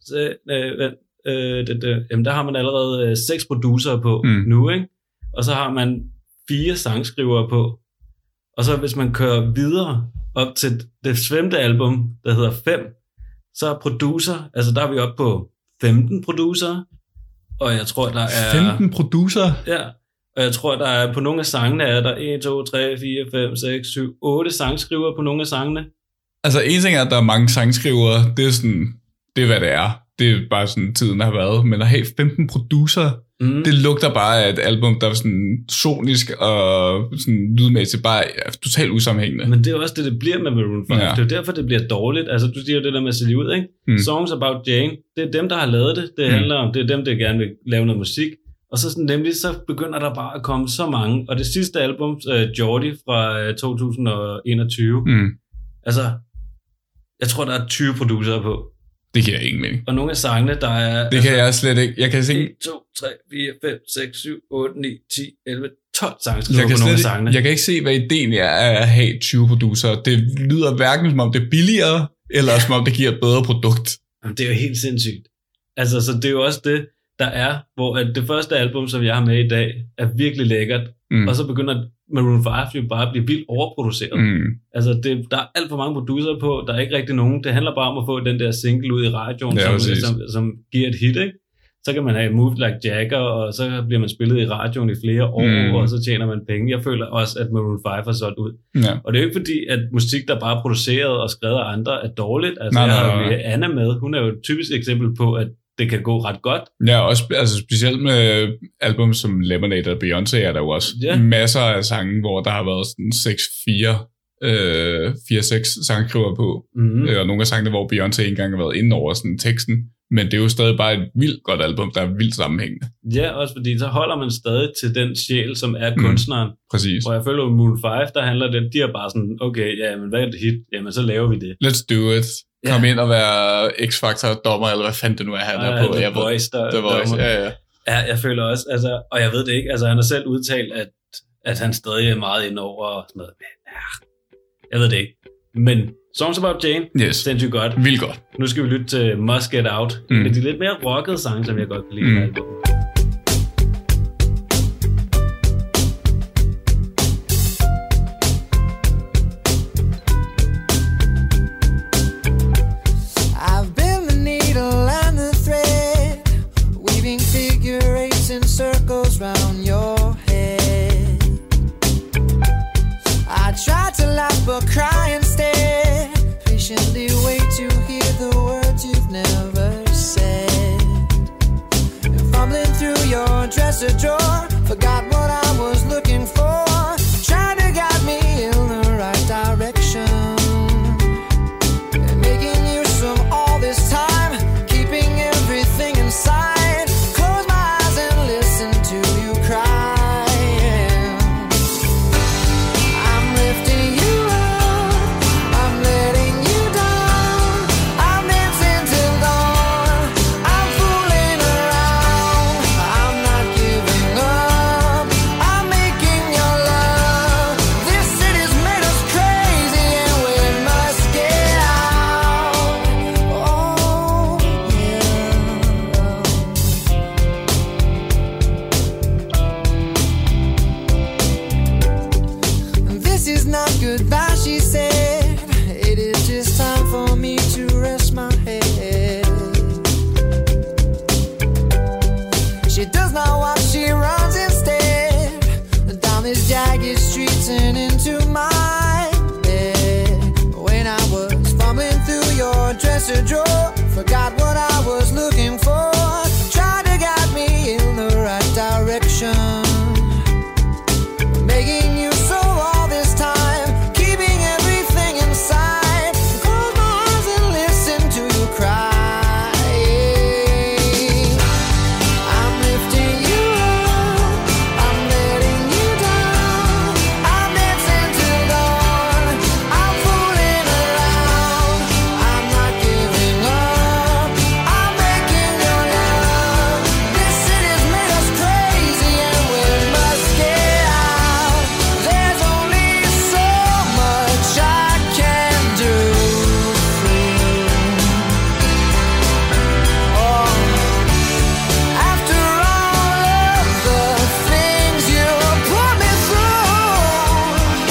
5, jamen der har man allerede 6 producerer på nu, ikke? Og så har man 4 sangskrivere på. Og så hvis man kører videre op til det 5. album, der hedder 5, så er producer, altså der er vi oppe på 15 producer, og jeg tror, der er... 15 producer? Ja, og jeg tror, der er på nogle af sangene, er der 1, 2, 3, 4, 5, 6, 7, 8 sangskrivere på nogle af sangene. Altså, en ting er, at der er mange sangskrivere, det er sådan, det er, hvad det er. Det er bare sådan, tiden har været. Men at have 15 producer, det lugter bare af et album, der er sådan sonisk og sådan lydmæssigt bare totalt usammenhængende. Men det er også det bliver med Maroon 5. Ja. Det er jo derfor, det bliver dårligt. Altså, du siger jo det der med at sælge ud, ikke? Songs About Jane, det er dem, der har lavet det. Det handler om, det er dem, der gerne vil lave noget musik. Og så sådan, nemlig, så begynder der bare at komme så mange. Og det sidste album, Geordie fra 2021, altså, jeg tror, der er 20 producerer på. Det giver ingen mening. Og nogle af sangene, der er... Det kan jeg slet ikke. Jeg kan se... 1, 2, 3, 4, 5, 6, 7, 8, 9, 10, 11, 12 sangskriver på nogle af sangene. Jeg kan ikke se, hvad ideen er at have 20 producerer. Det lyder hverken som om det er billigere, eller som om det giver et bedre produkt. Jamen, det er jo helt sindssygt. Altså, så det er jo også det, der er, hvor det første album, som jeg har med i dag, er virkelig lækkert. Og så begynder Maroon 5 jo bare at blive vildt overproduceret. Altså, der er alt for mange producer på, der er ikke rigtig nogen. Det handler bare om at få den der single ud i radioen, som giver et hit, ikke? Så kan man have Move Like Jagger, og så bliver man spillet i radioen i flere år, og så tjener man penge. Jeg føler også, at Maroon 5 har solgt ud. Ja. Og det er jo ikke fordi, at musik, der bare er produceret og skrevet af andre, er dårligt. Altså, jeg har jo Anna med. Hun er jo et typisk eksempel på, at det kan gå ret godt. Ja, også altså specielt med album som Lemonade og Beyoncé er der jo også masser af sange, hvor der har været sådan 4-6 sangskriver på. Og nogle af sangene, hvor Beyoncé ikke engang har været inde over sådan teksten, Men det er jo stadig bare et vildt godt album, der er vildt sammenhængende. Ja, også fordi så holder man stadig til den sjæl, som er kunstneren. Præcis. Hvor jeg føler, at Maroon 5, der handler det, de er bare sådan, okay, ja, men hvad er det hit? Jamen, så laver vi det. Let's do it. Kom ind og være X-Factor-dommer, eller hvad fanden det nu er, han er på. The Voice, The Voice, ja. Ja, jeg føler også, altså, og jeg ved det ikke, altså han har selv udtalt, at han stadig er meget inde over og sådan noget. Ja, jeg ved det ikke. Men Songs About Jane, sindssygt godt. Vildt godt. Nu skal vi lytte til Must Get Out. En af de lidt mere rockede sange, som jeg godt kan lide. I've been the needle and the thread, weaving figure eights and circles round your head. I tried to laugh but cry instead, patiently wait to hear the words you've never said. And fumbling through your dresser drawer, forgot what I was looking for, trying to guide me in the right direction. And making use of all this time, keeping everything inside. Close my eyes and listen to you cry. I'm lifting you up, I'm letting you down, I'm dancing till dawn, I'm fooling around, I'm not giving up, I'm making your love. This city's made us crazy and we must get out. Oh yeah. This is not goodbye, she said. It is just time for me to rest my head. She does not walk, she runs instead, down these jagged streets and into my bed. When I was fumbling through your dresser drawer, forgot what I was looking for, tried to guide me in the right direction. Making you so all this time, keeping everything inside. Close my eyes and listen to you cry. I'm lifting you up, I'm letting you down, I'm dancing till dawn, I'm fooling around, I'm not giving up, I'm making your love. This city's made us crazy and we must get out. There's only so much I can do for you. Oh, after all of the things you put me through,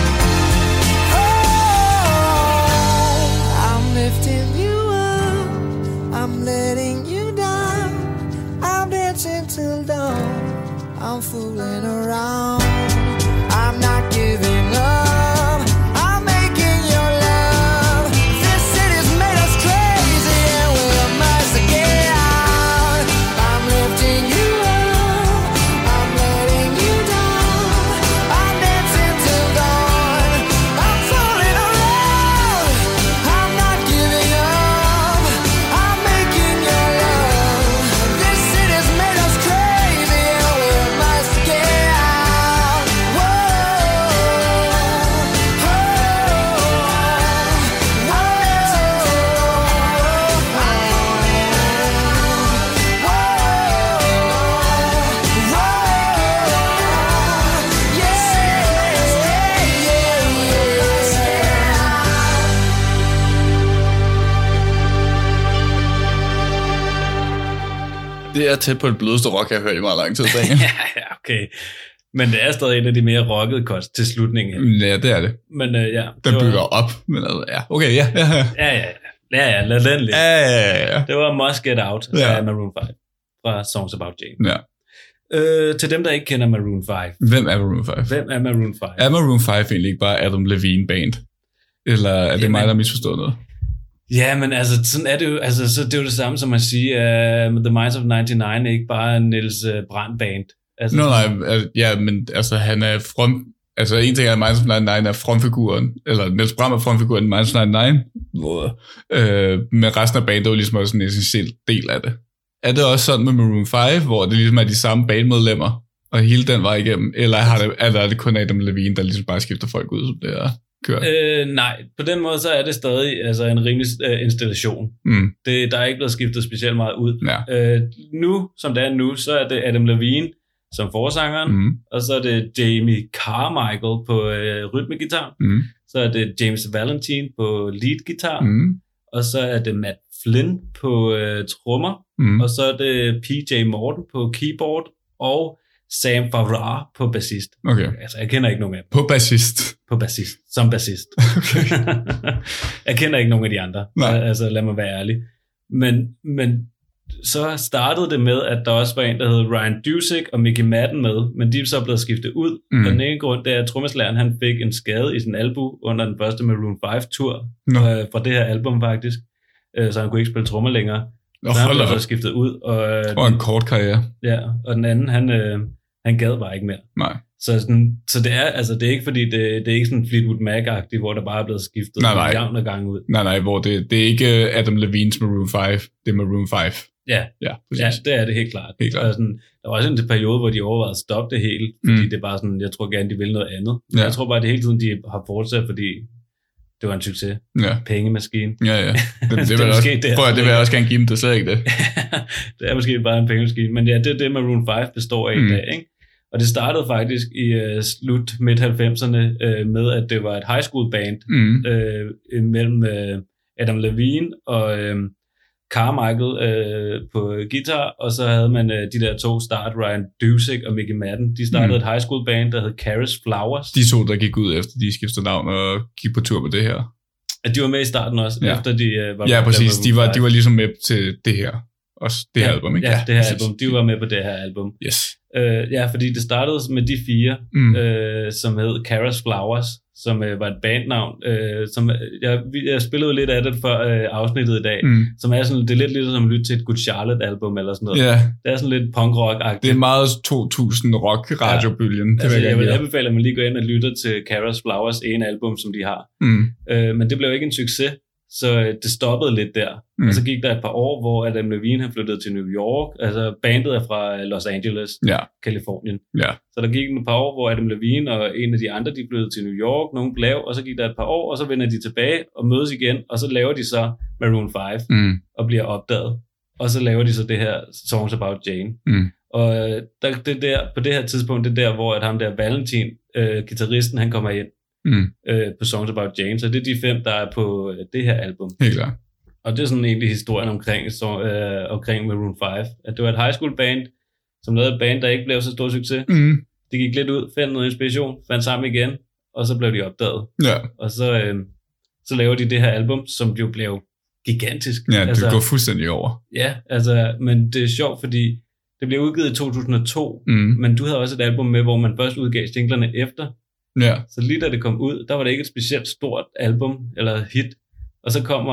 oh, I'm lifting you up, I'm letting you down, I'm dancing till dawn, I'm fooling around, I'm not giving up, I'm making your love. This city's made us crazy and we must get out. I'm lifting you up, I'm letting you down, I'm dancing till dawn, I'm fooling around, I'm not giving up, I'm making your love. This city's made us crazy and we must get out. Det er tæt på det blødeste rock, jeg har hørt i meget lang tid. Ja, okay. Men det er stadig en af de mere rockede cuts til slutningen. Ja, det er det. Men ja. Den bygger op. Men altså, ja, okay, ja. Ja, lad den lidt. Ja. Det var Must Get Out af Maroon 5 fra Songs About Jane. Ja. Til dem, der ikke kender Maroon 5. Hvem er Maroon 5? Hvem er Maroon 5? Er Maroon 5 egentlig ikke bare Adam Levine Band? Eller er det mig, der har misforstået noget? Ja, men altså, sådan er det jo, altså, så det er jo det samme som at sige, The Minds of 99 er ikke bare en Niels Brandt Band. Altså, Nej, ja, men altså, han er Altså en ting er, at Minds of 99 er frontfiguren, eller Niels Bram er frontfiguren i Minds of 99, men resten af bandet er jo ligesom også en essentiel del af det. Er det også sådan med Maroon 5, hvor det ligesom er de samme bandmedlemmer, og hele den vej igennem, eller er det kun Adam Levine, der ligesom bare skifter folk ud, som det er kører? Nej, på den måde så er det stadig altså en rimelig installation. Der er ikke blevet skiftet specielt meget ud. Ja. Nu, som det er nu, så er det Adam Levine som forsangeren, og så er det Jamie Carmichael på rytmegitar, så er det James Valentine på leadgitar, og så er det Matt Flynn på trommer, og så er det PJ Morton på keyboard, og Sam Farrar på bassist. Okay. Altså, jeg kender ikke nogen af dem. På bassist? På bassist. Som bassist. Okay. Jeg kender ikke nogen af de andre. Nej. Altså, lad mig være ærlig. Men så startede det med, at der også var en, der hed Ryan Dusick og Mickey Madden med, men de er så blevet skiftet ud. Og den ene grund, det er, at trommeslageren, han fik en skade i sin albu under den første Maroon 5-tur fra det her album, faktisk. Så han kunne ikke spille trommer længere. Så han blev så skiftet ud. Og en kort karriere. Ja, og den anden, han gad bare ikke mere. Nej. Så det er, altså, det er ikke fordi, det er ikke sådan Fleetwood Mac-agtigt, hvor der bare er blevet skiftet jævn gang ud. Nej, hvor det er ikke Adam Levines Maroon 5, det er Maroon 5. Ja, det er det helt klart. Helt klart. Der var også en periode, hvor de overvejede at stoppe det hele, fordi det er bare sådan, jeg tror gerne, de vil noget andet. Ja. Jeg tror bare, det hele tiden, de har fortsat, fordi det var en succes. Ja. Pengemaskine. Ja. Det vil jeg også gerne give dem, det er slet ikke det. Det er måske bare en pengemaskine, men ja, det er det, Maroon 5 består af i dag, ikke? Og det startede faktisk i slut midt-90'erne med, at det var et high school band mellem Adam Levine og Carmichael på guitar, og så havde man de der to start, Ryan Dusick og Mickey Madden. De startede et high school band, der hed Karis Flowers. De to, der gik ud efter de skiftede navn og gik på tur med det her. At de var med i starten også, efter de var ja, præcis. De var ligesom med til det her. Også det her album, ikke? Ja, det her album. De var med på det her album. Yes. Ja, fordi det startede med de fire, som hed Karis Flowers, som var et bandnavn, som jeg spillede lidt af det før afsnittet i dag, som er sådan, det er lidt ligesom at lytte til et Good Charlotte album eller sådan noget. Yeah. Det er sådan lidt punk-rock-agtigt. Det er meget 2000 rock radiobølgen. Ja. Altså, jeg vil anbefale, at man lige går ind og lytter til Karis Flowers ene album, som de har. Men det blev ikke en succes, så det stoppede lidt der. Og så gik der et par år, hvor Adam Levine han flyttede til New York. Altså bandet er fra Los Angeles, Kalifornien. Ja. Så der gik et par år, hvor Adam Levine og en af de andre, de flyttede til New York, nogen blev, og så gik der et par år, og så vender de tilbage og mødes igen, og så laver de så Maroon 5 og bliver opdaget. Og så laver de så det her Songs About Jane. Og på det her tidspunkt, det der, hvor at ham der Valentin, guitaristen, han kommer ind på Songs About Jane. Så det er de 5, der er på det her album. Helt klart. Og det er sådan egentlig historien omkring Maroon 5. At det var et high school band, som lavede et band, der ikke blev så stor succes. Det gik lidt ud, fandt noget inspiration, fandt sammen igen, og så blev de opdaget. Ja. Og så laver de det her album, som jo blev gigantisk. Ja, det går fuldstændig over. Ja, altså, men det er sjovt, fordi det blev udgivet i 2002, men du havde også et album med, hvor man først udgav singlerne efter. Ja. Så lige da det kom ud, der var det ikke et specielt stort album eller hit. Og så kommer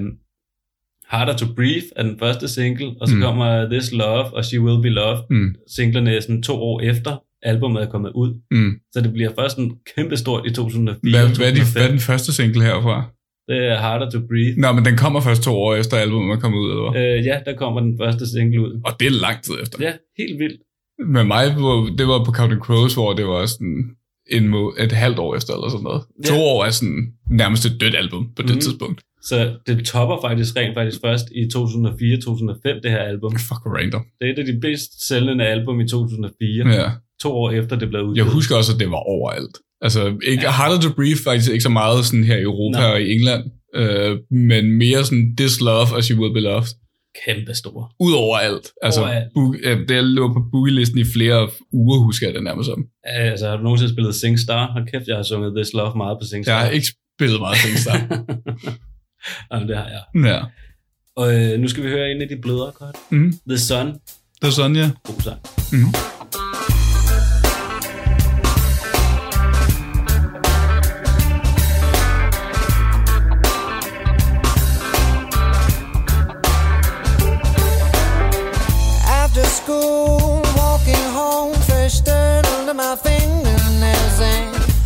Harder to Breathe af den første single, og så kommer This Love og She Will Be Loved, singlerne sådan 2 år efter albumet er kommet ud. Så det bliver først en kæmpe stort i 2004. Hvad er den første single herfra? Det er Harder to Breathe. Nå, men den kommer først 2 år efter albumet er kommet ud, eller hvad? Ja, der kommer den første single ud. Og det er lang tid efter. Ja, helt vildt. Med mig, det var på Counting Crows, hvor det var sådan et halvt år efter, eller sådan noget. 2 år er sådan nærmest et dødt album på det tidspunkt. Så det topper faktisk først i 2004-2005, det her album. Fuck random. Det er et af de bedst sælgende album i 2004. Ja. 2 år efter det blev udgivet. Jeg husker også, at det var overalt. Altså, ikke, Harder to Breathe faktisk ikke så meget sådan her i Europa og i England, men mere sådan This Love og She Will Be Loved. Kæmpe store. Udover alt. Altså, det lå på boogie-listen i flere uger, husker jeg det nærmest som. Altså, har du nogensinde spillet SingStar? Hold kæft, jeg har sunget This Love meget på SingStar. Jeg har ikke spillet meget SingStar. Jamen, det har jeg. Ja. Og nu skal vi høre en af de blødere kort. The Sun. The Sun, ja. God sang. After school, walking home, fresh dirt under my fingernails, and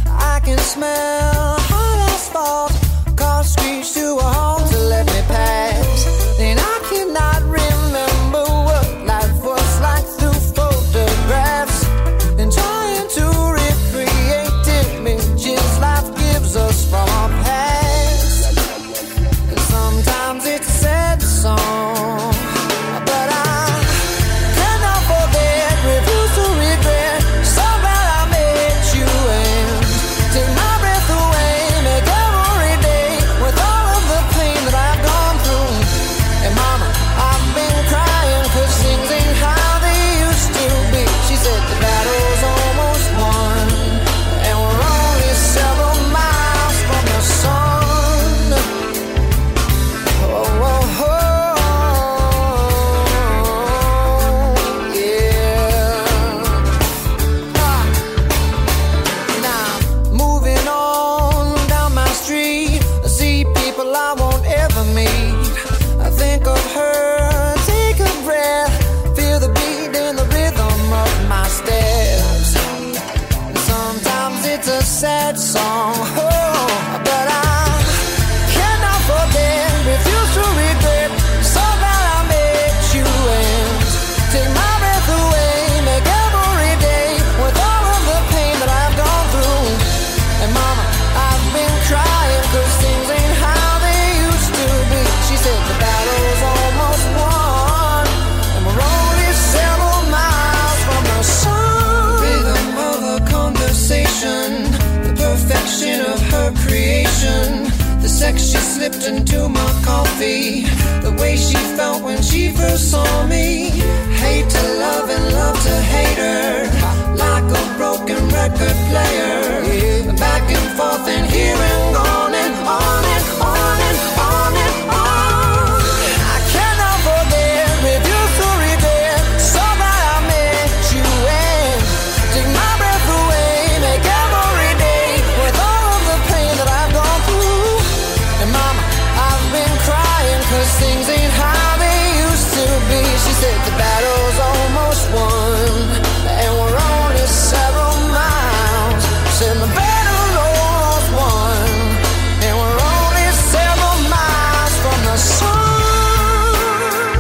smell hot asphalt, car screeched to a halt to let me pass. Then I cannot remember what life was like through photographs, and trying to recreate images life gives us from our past. And sometimes it's a sad song, but I cannot forget, refuse to regret. So glad I met you and take my breath away, make every day with all of the pain that I've gone through. And mama, I've been crying 'cause things ain't how they used to be. She said the battle's almost won, and we're only several miles from the sun. Oh, oh, oh, yeah. Now, moving on down my street, I see people I won't ever meet. I think of her, take a breath, feel the beat and the rhythm of my steps. Sometimes it's a sad song, oh, but I cannot forget, refuse to regret. So glad I met you and take my breath away, make every day with all of the pain that I've gone through. And mama, I've been crying 'cause things ain't how they used to be. She said the battle's almost won, and we're only several miles from the sun. The rhythm of a conversation, the perfection of her creation, the sex she slipped into my coffee, the way she felt when she first saw me. Hate to love and love to hate her, like a broken record player. Back and forth and here and on and on and on and on and on. I cannot forget, refuse to regret. So glad I met you and take my breath away, make every day with all of the pain that I've gone through. And mama, I've been crying 'cause things ain't how they used to be. She said the battle's almost won, and we're only several miles. Said the battle's almost won, and we're only several miles from the sun.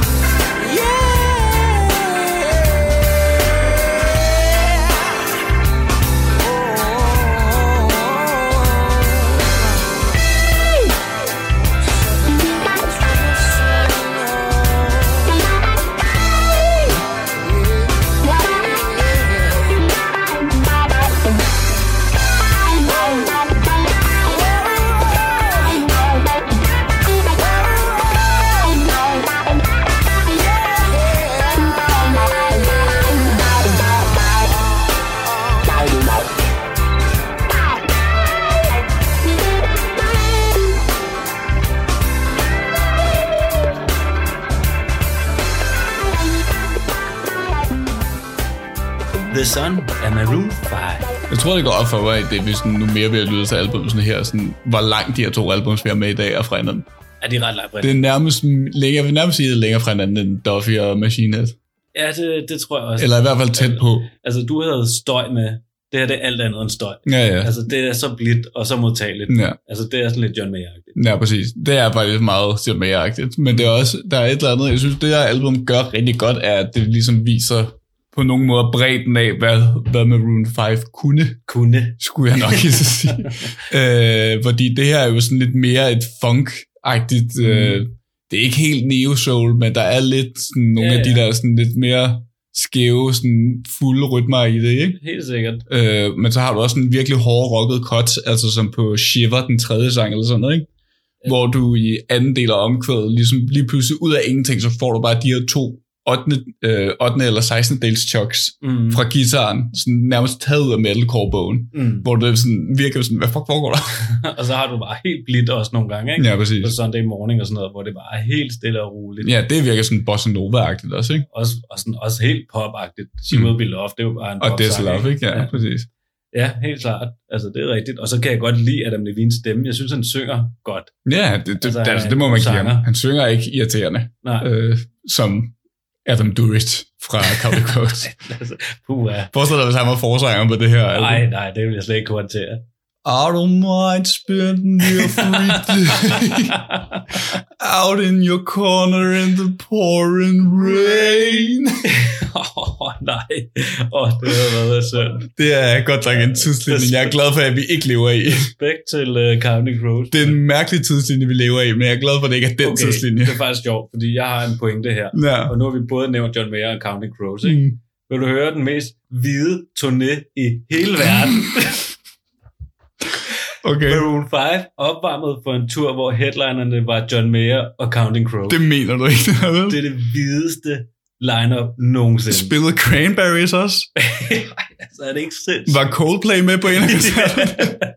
The Sun af Maroon 5. Jeg tror, det går op for mig, at det er sådan, nu mere ved at lyde til album sådan her, sådan, hvor langt de her to albums vi har med i dag er fra hinanden. Er de ret langt fra? Det er nærmest længere, jeg vil nærmest sige, det er længere fra hinanden end Duffy og Machine Head. Ja, det tror jeg også. Eller i hvert fald tæt på. Altså, du havde støj med. Det her det er alt andet end støj. Ja. Altså, det er så blidt og så modtageligt. Ja. Altså, det er sådan lidt John Mayer-agtigt. Ja, præcis. Det er faktisk meget John Mayer-agtigt. Men det er også, der er et eller andet, jeg synes, det her album gør rigtig godt, er, at det ligesom viser på nogle måder bredden af, hvad Maroon 5 kunne. Skulle jeg nok ikke sige. Fordi det her er jo sådan lidt mere et funk-agtigt, det er ikke helt neo-soul, men der er lidt sådan nogle af de der sådan lidt mere skæve, sådan fulde rytmer i det, ikke? Helt sikkert. Men så har du også en virkelig hårde rocket cut, altså som på Shiver, den tredje sang eller sådan noget, ikke? Hvor du i anden del af omkvædet, ligesom lige pludselig ud af ingenting, så får du bare de her to 8. eller 16. dels chucks fra guitaren, sådan nærmest taget ud af metalcore-bogen, hvor det sådan, virker sådan, hvad fuck foregår der? Og så har du bare helt blidt også nogle gange, ikke? Ja, præcis. På Sunday Morning og sådan noget, hvor det bare er helt stille og roligt. Ja, det virker sådan bossa nova-agtigt også, ikke? Også helt pop-agtigt. She Will Be Loved, det er jo bare en og pop-sang. Og This Love, ikke? Ja, præcis. Ja, helt klart. Altså, det er rigtigt. Og så kan jeg godt lide Adam Levines stemme. Jeg synes, han synger godt. Ja, det må man give ham. Han synger ikke irriterende. Nej. Som Adam Durit fra Cowboy Coast. Altså, Forestil dig, hvis han var forsanger på det her album. Nej, det vil jeg slet ikke kommentere. I don't mind spending your free day out in your corner in the pouring rain. Nej. Det har været synd. Det er godt nok en tidslinje, jeg er glad for, at vi ikke lever i. Respekt til Counting Crows. Det er en mærkelig tidslinje, vi lever i, men jeg er glad for, at det ikke er den tidslinje. Det er faktisk sjovt, fordi jeg har en pointe her. Ja. Og nu har vi både nævnt John Mayer og Counting Crows, ikke? Vil du høre den mest hvide turné i hele verden? Okay. Maroon 5 opvarmet for en tur, hvor headlinerne var John Mayer og Counting Crows. Det mener du ikke, vel? Det er det hvideste line-up nåensinde. Spillede Cranberries også? Altså, er det ikke sindssygt? Var Coldplay med på en af koncerterne?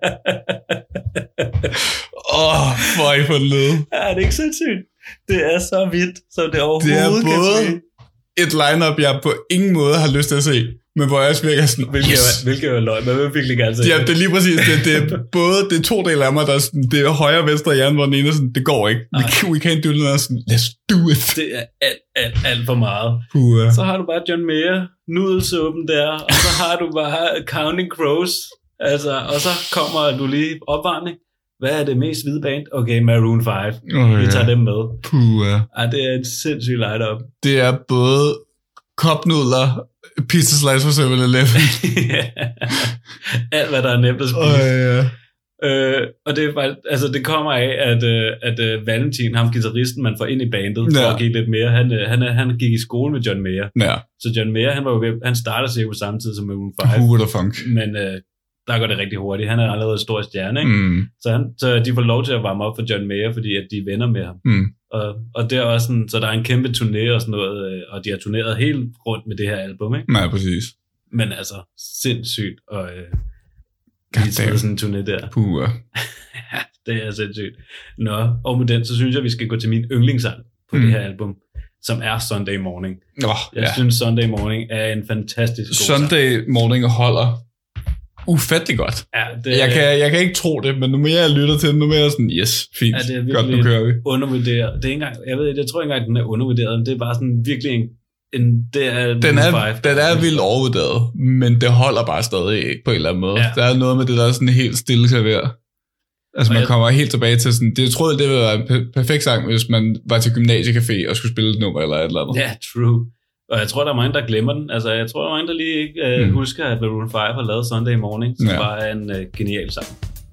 For I for led. Ja, det er ikke sindssygt. Det er så vidt, som det overhovedet kan blive. Et line-up, jeg på ingen måde har lyst til at se, men hvor jeg også virker sådan, hvilket er løgn, men hvem virkelig gerne se. Ja, det er lige præcis, det er to dele af mig, der er sådan, det er højre og venstre hjerne, hvor den ene er sådan, det går ikke, we can't do it, sådan, let's do it. Det er alt for meget. Så har du bare John Mayer, nudelsuppen der, og så har du bare Counting Crows, altså, og så kommer du lige opvarmning. Hvad er det mest hvide band? Okay, Maroon 5. Vi tager dem med. Det er et sindssygt line-up. Det er både kopnudler, pizza slice for 7-Eleven. Alt, hvad der er nemt at spise. Og det er faktisk, altså det kommer af, at Valentin, ham guitaristen, man får ind i bandet, for at give lidt mere. Han gik i skole med John Mayer. Ja. Så John Mayer, han starter sig på samme tid som Maroon 5. Who would have funk? Men der går det rigtig hurtigt. Han er allerede en stor stjerne, ikke? Så de får lov til at varme op for John Mayer, fordi at de er venner med ham. Og det er også sådan, så der er en kæmpe turné og sådan noget, og de har turneret helt rundt med det her album, ikke? Nej, præcis. Men altså, sindssygt, og lige sådan en turné der. Det er sindssygt. Nå, og med den, så synes jeg, vi skal gå til min yndlingssang på det her album, som er Sunday Morning. Jeg synes, Sunday Morning er en fantastisk god Sunday sang. Morning holder ufattelig godt. Jeg kan ikke tro det, men nu mere jeg lytter til den, nu mere jeg sådan, yes, fint, godt, nu kører vi. Undervurderet. Det er ikke engang, jeg tror ikke engang, den er undervurderet, men det er bare sådan virkelig den er vildt overvurderet, men det holder bare stadig på en eller anden måde. Der er noget med det, der er sådan helt stille klaver. Altså man kommer helt tilbage til sådan, jeg troede, det ville være en perfekt sang, hvis man var til gymnasiecafé og skulle spille et nummer eller et eller andet. Ja, true. Og jeg tror, der er mange, der glemmer den. Altså, jeg tror, der er mange, der lige ikke husker, at Maroon 5 har lavet Sunday Morning, som bare er en genial sang.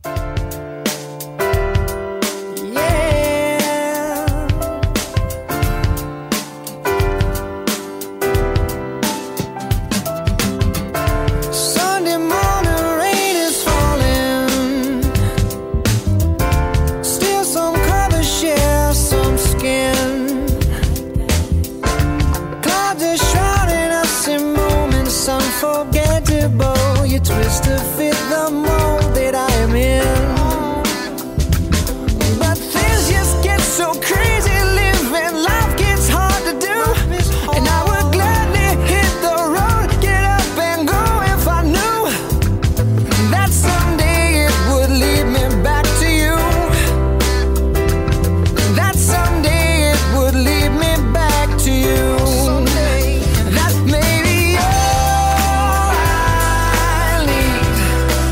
Twist to fit the mold that I am in. But things just get so crazy living. Life gets hard to do. And I would gladly hit the road, get up and go if I knew that someday it would lead me back to you. That someday it would lead me back to you. That maybe all I need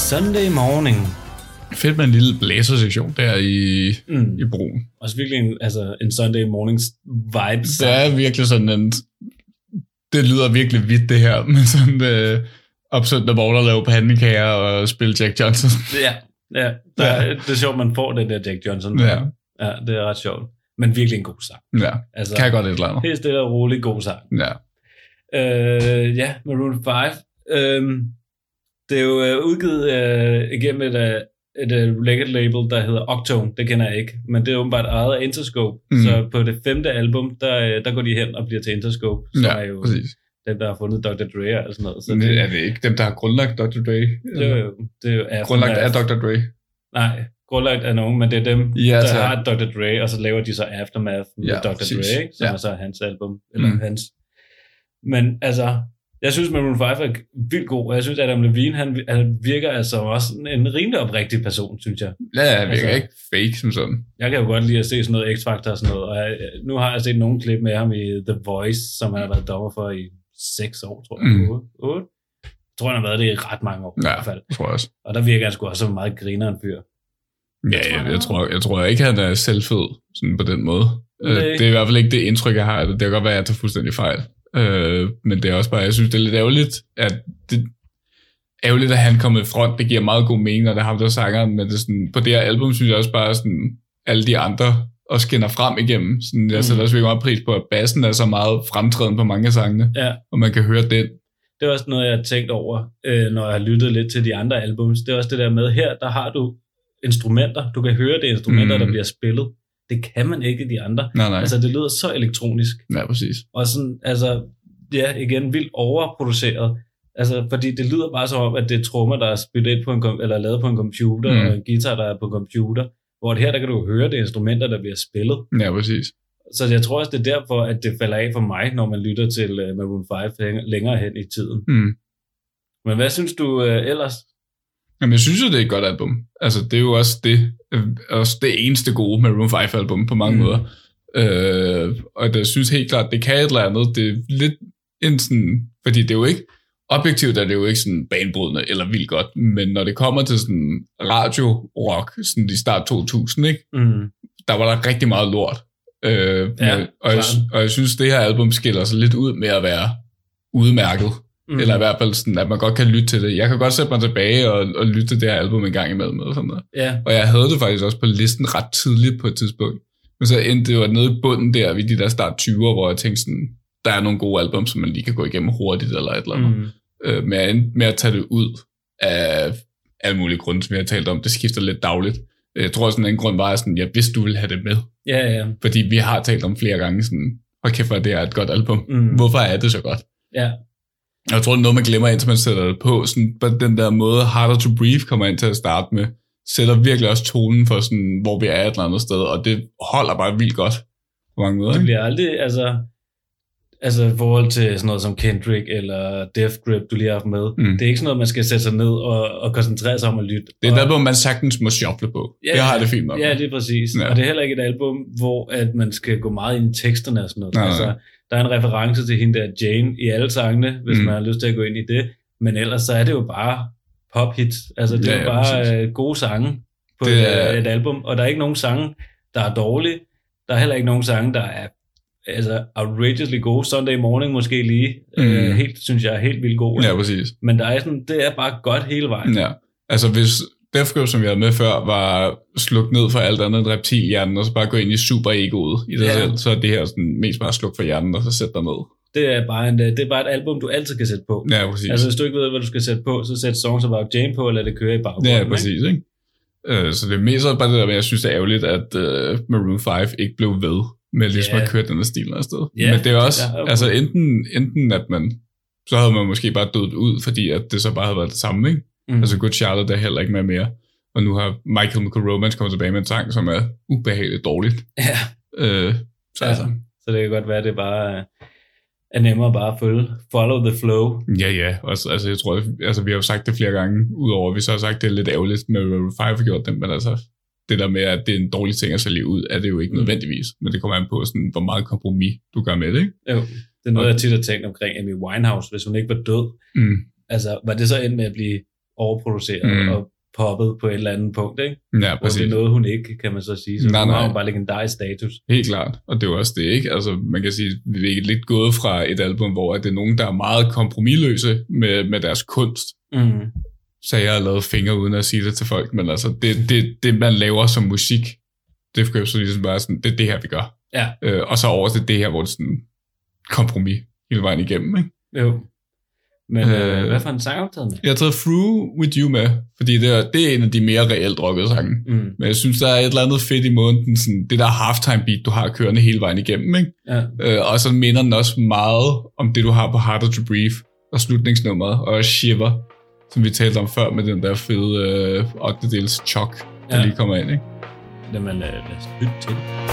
Sunday Morning. Fedt med en lille blæsersektion der i broen. Også virkelig en Sunday Mornings vibe. Det er virkelig sådan en... Det lyder virkelig vidt, det her, med sådan opsøgende morgen at lave pandekager og spille Jack Johnson. Ja. Det er sjovt, man får den der Jack Johnson. Ja, det er ret sjovt. Men virkelig en god sang. Ja, kan jeg godt et eller andet. Helt stille og rolig god sang. Ja. Maroon 5. Det er jo udgivet igennem et record label, der hedder Octone. Det kender jeg ikke, men det er åbenbart ejet af Interscope. Så på det 5. album, der går de hen og bliver til Interscope, som er jo præcis dem, der har fundet Dr. Dre og sådan noget. Så det er det ikke dem, der har grundlagt Dr. Dre? Det er jo grundlagt af Dr. Dre? Nej, grundlagt af nogen, men det er dem, der har Dr. Dre, og så laver de så Aftermath med Dr. Dre, som er så hans album, eller hans. Men jeg synes, Maroon 5 er vildt god, og jeg synes, at Adam Levine, han virker altså også en rimelig oprigtig person, synes jeg. Ja, han virker ikke fake som sådan. Jeg kan jo godt lide at se sådan noget X-Factor og sådan noget, og nu har jeg set nogle klip med ham i The Voice, som han har været dommer for i 6 år, tror jeg. 8? Jeg tror, han har været det i ret mange år i hvert fald. Tror jeg også. Og der virker han sgu også som meget grineren fyr. Jeg tror ikke, han er selvfed sådan på den måde. Det er i hvert fald ikke det indtryk, jeg har. Det kan godt være, at jeg tager fuldstændig fejl. Men det er også bare, jeg synes, det er lidt ærgerligt, at han kommer i front. Det giver meget god mening, når det er ham, der sanger. Men det er sådan, på det her album, synes jeg også bare, sådan, alle de andre også skinner frem igennem. Sådan, jeg sætter også virkelig meget pris på, at bassen er så meget fremtrædende på mange af sangene. Ja. Og man kan høre den. Det er også noget, jeg har tænkt over, når jeg har lyttet lidt til de andre albums. Det er også det der med, her der har du instrumenter. Du kan høre det instrumenter, der bliver spillet. Det kan man ikke i de andre. Nej. Altså, det lyder så elektronisk. Ja, præcis. Og sådan, igen, vildt overproduceret. Altså, fordi det lyder bare som om, at det er trommer, der er spillet ind på eller lavet på en computer, og en guitar, der er på en computer. Hvor her, der kan du høre det instrumenter, der bliver spillet. Ja, præcis. Så jeg tror også, det er derfor, at det falder af for mig, når man lytter til Maroon 5 længere hen i tiden. Men hvad synes du ellers? Jamen, jeg synes jo, det er et godt album. Altså, det er jo også det eneste gode Maroon 5-album på mange måder. Og jeg synes helt klart, det kan et eller andet. Det er lidt en sådan... Fordi det er jo ikke... Objektivt er det jo ikke sådan banebrydende eller vildt godt, men når det kommer til sådan radio-rock, sådan i start 2000, ikke? Der var der rigtig meget lort. Og jeg synes, det her album skiller sig lidt ud med at være udmærket. Eller i hvert fald sådan, at man godt kan lytte til det. Jeg kan godt sætte mig tilbage og lytte til det her album en gang imellem. Og sådan noget. Og jeg havde det faktisk også på listen ret tidligt på et tidspunkt. Men så endte det jo nede i bunden der, ved de der start 20'er, hvor jeg tænkte sådan, der er nogle gode album, som man lige kan gå igennem hurtigt eller et eller andet. Med at tage det ud af alle mulige grunde, som jeg har talt om. Det skifter lidt dagligt. Jeg tror sådan en grund var sådan, jeg vidste, du ville have det med. Ja. Fordi vi har talt om flere gange sådan, hold kæft, det er et godt album. Hvorfor er det så godt? Ja. Jeg tror, det er noget, man glemmer, indtil man sætter det på. Sådan, på den der måde, Harder to Breathe kommer ind til at starte med, sætter virkelig også tonen for, sådan, hvor vi er et eller andet sted, og det holder bare vildt godt på mange måder. Det bliver aldrig, altså i forhold til sådan noget som Kendrick eller Death Grip, du lige har haft med. Det er ikke sådan noget, man skal sætte sig ned og koncentrere sig om at lytte. Det er et album, man sagtens må shuffle på. Det har det fint med. Ja, det er præcis. Ja. Og det er heller ikke et album, hvor at man skal gå meget ind i teksterne og sådan noget. Altså, der er en reference til hende der Jane i alle sangene, hvis man har lyst til at gå ind i det. Men ellers så er det jo bare pop-hits. Altså det er jo bare gode sange på et album. Og der er ikke nogen sange, der er dårlige. Der er heller ikke nogen sange, der er outrageously gode. Sunday Morning måske lige. Helt, synes jeg er helt vildt god. Ja, præcis. Men der er sådan, det er bare godt hele vejen. Ja, altså hvis Death Grip, som vi havde med før, var slukt ned for alt andet end reptilhjernen, og så bare gå ind i super-egoet i det selv, så er det her sådan, mest bare sluk for hjernen, og så sætte dig ned. Det er bare et album, du altid kan sætte på. Ja, præcis. Altså hvis du ikke ved, hvad du skal sætte på, så sæt Songs About Jane på, og lad det køre i baggrunden. Ja, præcis, ikke? Så det er mest bare det der, men jeg synes, det er ærgerligt, at Maroon 5 ikke blev ved med ligesom at køre den her stil afsted. Men det er også, altså enten at man, så havde man måske bare dødt ud, fordi at det så bare havde været det samme, ikke? Altså Good Charlotte er heller ikke med mere. Og nu har My Chemical Romance kommet tilbage med en sang, som er ubehageligt dårligt. Ja. Så det kan godt være, at det bare er nemmere bare at follow the flow. Ja. Altså jeg tror, altså vi har jo sagt det flere gange, udover vi så har sagt, det er lidt ærgerligt med Maroon 5 har gjort det, men altså det der med, at det er en dårlig ting at sælge ud, er det jo ikke nødvendigvis. Men det kommer an på, sådan, hvor meget kompromis du gør med det, ikke? Jo, det er noget, jeg tit har tænkt omkring Amy Winehouse, hvis hun ikke var død. Altså, var det så endt med at blive overproduceret og poppet på et eller andet punkt, ikke? Ja, præcis. Og det er noget, hun ikke, kan man så sige. Så hun har jo bare legendarisk status. Helt klart, og det er jo også det, ikke? Altså, man kan sige, vi er lidt gået fra et album, hvor det er nogen, der er meget kompromisløse med deres kunst. Så jeg har lavet fingre uden at sige det til folk, men altså, det man laver som musik, det skal jo så ligesom bare sådan, det er det her, vi gør. Ja. Og så over til det her, hvor det er sådan kompromis hele vejen igennem, ikke? Jo. Men hvad for en sang har du taget med? Jeg har taget Through With You med, fordi det er en af de mere reelt rockede sange. Men jeg synes, der er et eller andet fedt i måden, sådan, det der halftime beat, du har kørende hele vejen igennem, ikke? Ja. Og så minder den også meget om det, du har på Harder to Breathe, og slutningsnummeret, og Shiver, som vi talte om før, med den der fede 8-dels chok, der lige kommer ind, ikke? Jamen, lad os lytte til.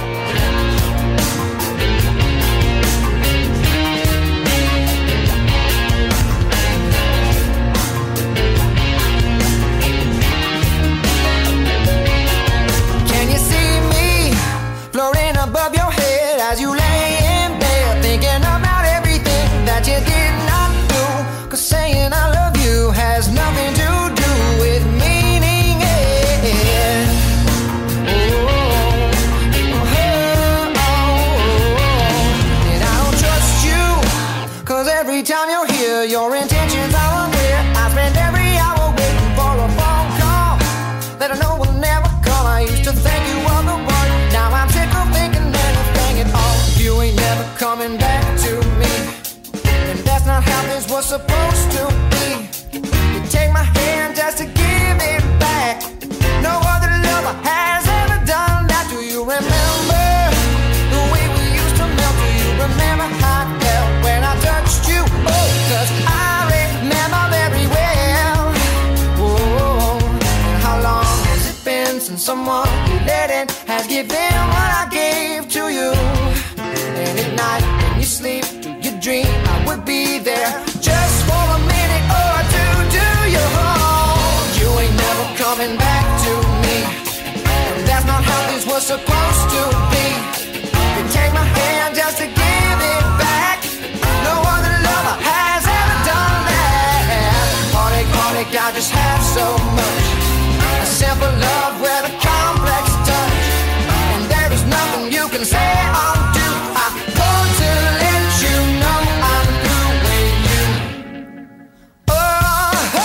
Your intentions are unclear. I spend every hour waiting for a phone call that I know will never come. I used to think you were the one. Now I'm sick of thinking anything at all. You ain't never coming back to me, and that's not how this was supposed to be. You take my hand just to give it back. No other lover has ever done that. Do you remember the way we used to melt? Do you remember how it felt when I touched you? Oh, 'cause I remember very well. Whoa, how long has it been since someone you let in has given what I gave to you? And at night when you sleep, do you dream I would be there just for a minute or two? Do you hold? You ain't never coming back to me, and that's not how this was supposed to be. You take my hand just to give it back. No other lover has ever done that. Heartache, heartache, I just have so much. A simple love with a complex touch, and there is nothing you can say or do. I'm going to let you know I'm through with you. Oh,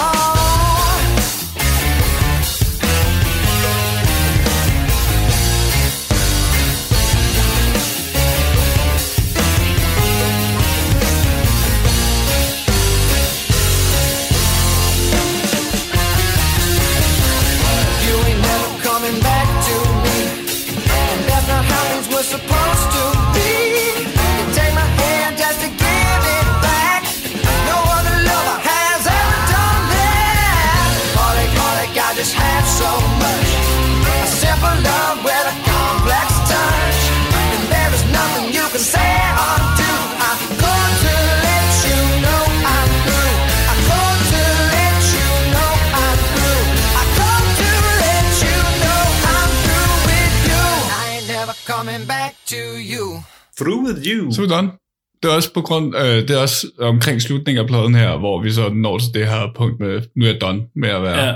supposed to be. You take my hand just to give it back. No other lover has ever done that. Heartache, heartache, I just have so much. A simple love with a complex touch, and there is nothing you can say or do. I'm going to let you know I'm through. I'm going to let you know I'm through. I'm going to let you know I'm through with you. I ain't never coming back to you. Through with you. Sådan. Det er også på grund, det er også omkring slutningen af pladen her, hvor vi så når til det her punkt med, nu er jeg done med at være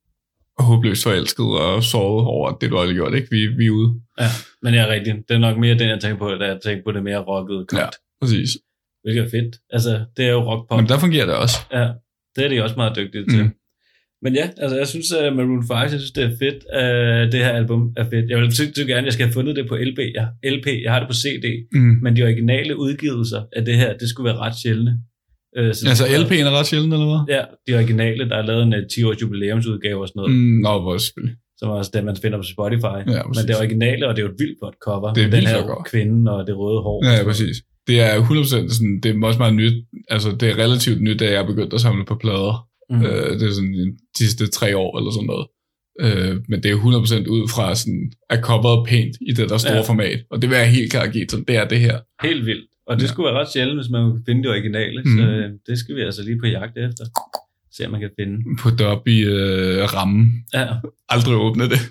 håbløst forelsket og såret over det, du aldrig gjort, ikke? Vi er ude. Ja, men jeg er rigtig. Det er nok mere den, jeg tænker på, da jeg tænker på det mere rockede kort. Ja, præcis. Hvilket er fedt. Altså, det er jo rockpop. Men der fungerer det også. Ja, det er de også meget dygtige til. Men ja, altså jeg synes, at Maroon 5, jeg synes, det er fedt. Det her album er fedt. Jeg vil synes gerne, at jeg skal have fundet det på LP. Jeg har det på CD. Men de originale udgivelser af det her, det skulle være ret sjældne. Altså LP'en er ret sjældent, eller hvad? Ja, de originale, der er lavet en 10-års jubilæumsudgave og sådan noget. Nå, hvor selvfølgelig. Som også det, man finder på Spotify. Ja, men det er originale, og det er jo et vildt godt cover. Det er den her kvinde og det røde hår. Ja, præcis. Det er 100% sådan, det er også meget nyt. Altså, det er relativt nyt, da jeg er begyndt at samle på plader. Det er sådan de sidste 3 år eller sådan noget. Men det er 100% ud fra sådan, at coveret pænt i det der store format. Og det vil jeg helt klart give til, det er det her. Helt vildt. Og det skulle være ret sjældent, hvis man kunne finde det originale. Så det skal vi altså lige på jagt efter. Se om man kan finde. Putte det op i rammen. Ja. Aldrig åbne det.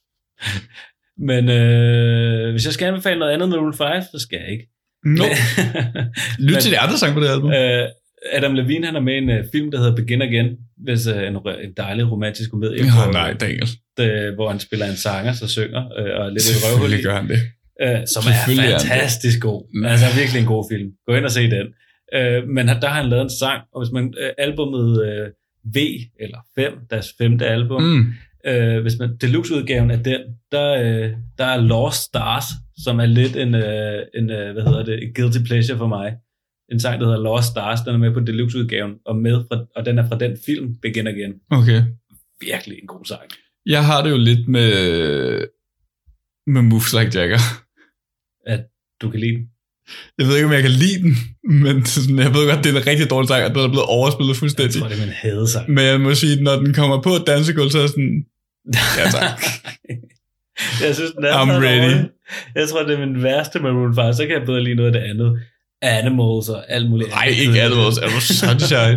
Men hvis jeg skal anbefale noget andet med Maroon 5, så skal jeg ikke. No. Lyt til de andre sang på det album. Adam Levine, han er med i en film, der hedder Begin Again, hvis en dejlig romantisk komedie. Ja, nej, Daniel. Hvor han spiller en sanger, så synger, og lidt et røvhul i. Gør han det. Som er fantastisk god. Altså virkelig en god film. Gå ind og se den. Men der har han lavet en sang, og hvis man albumet V, eller 5, deres 5. album, hvis man deluxe-udgaven af den, der er Lost Stars, som er lidt en guilty pleasure for mig. En sang, der hedder Lost Stars, den er med på deluxe-udgaven, og den er fra den film, Begin Again. Okay. Virkelig en god sang. Jeg har det jo lidt med Moves Like Jagger. At du kan lide den? Jeg ved ikke, om jeg kan lide den, men sådan, jeg ved godt, det er en rigtig dårlig sang, og den er blevet overspillet fuldstændig. Jeg tror, det er min hadesang. Men jeg må sige, når den kommer på et dansegulv, så er sådan, ja tak. Jeg synes, den er I'm ready. Jeg tror, det er min værste Maroon 5, så kan jeg bedre lide noget af det andet. Animals og alt muligt. Nej, ikke Animals. Animals Sunshine.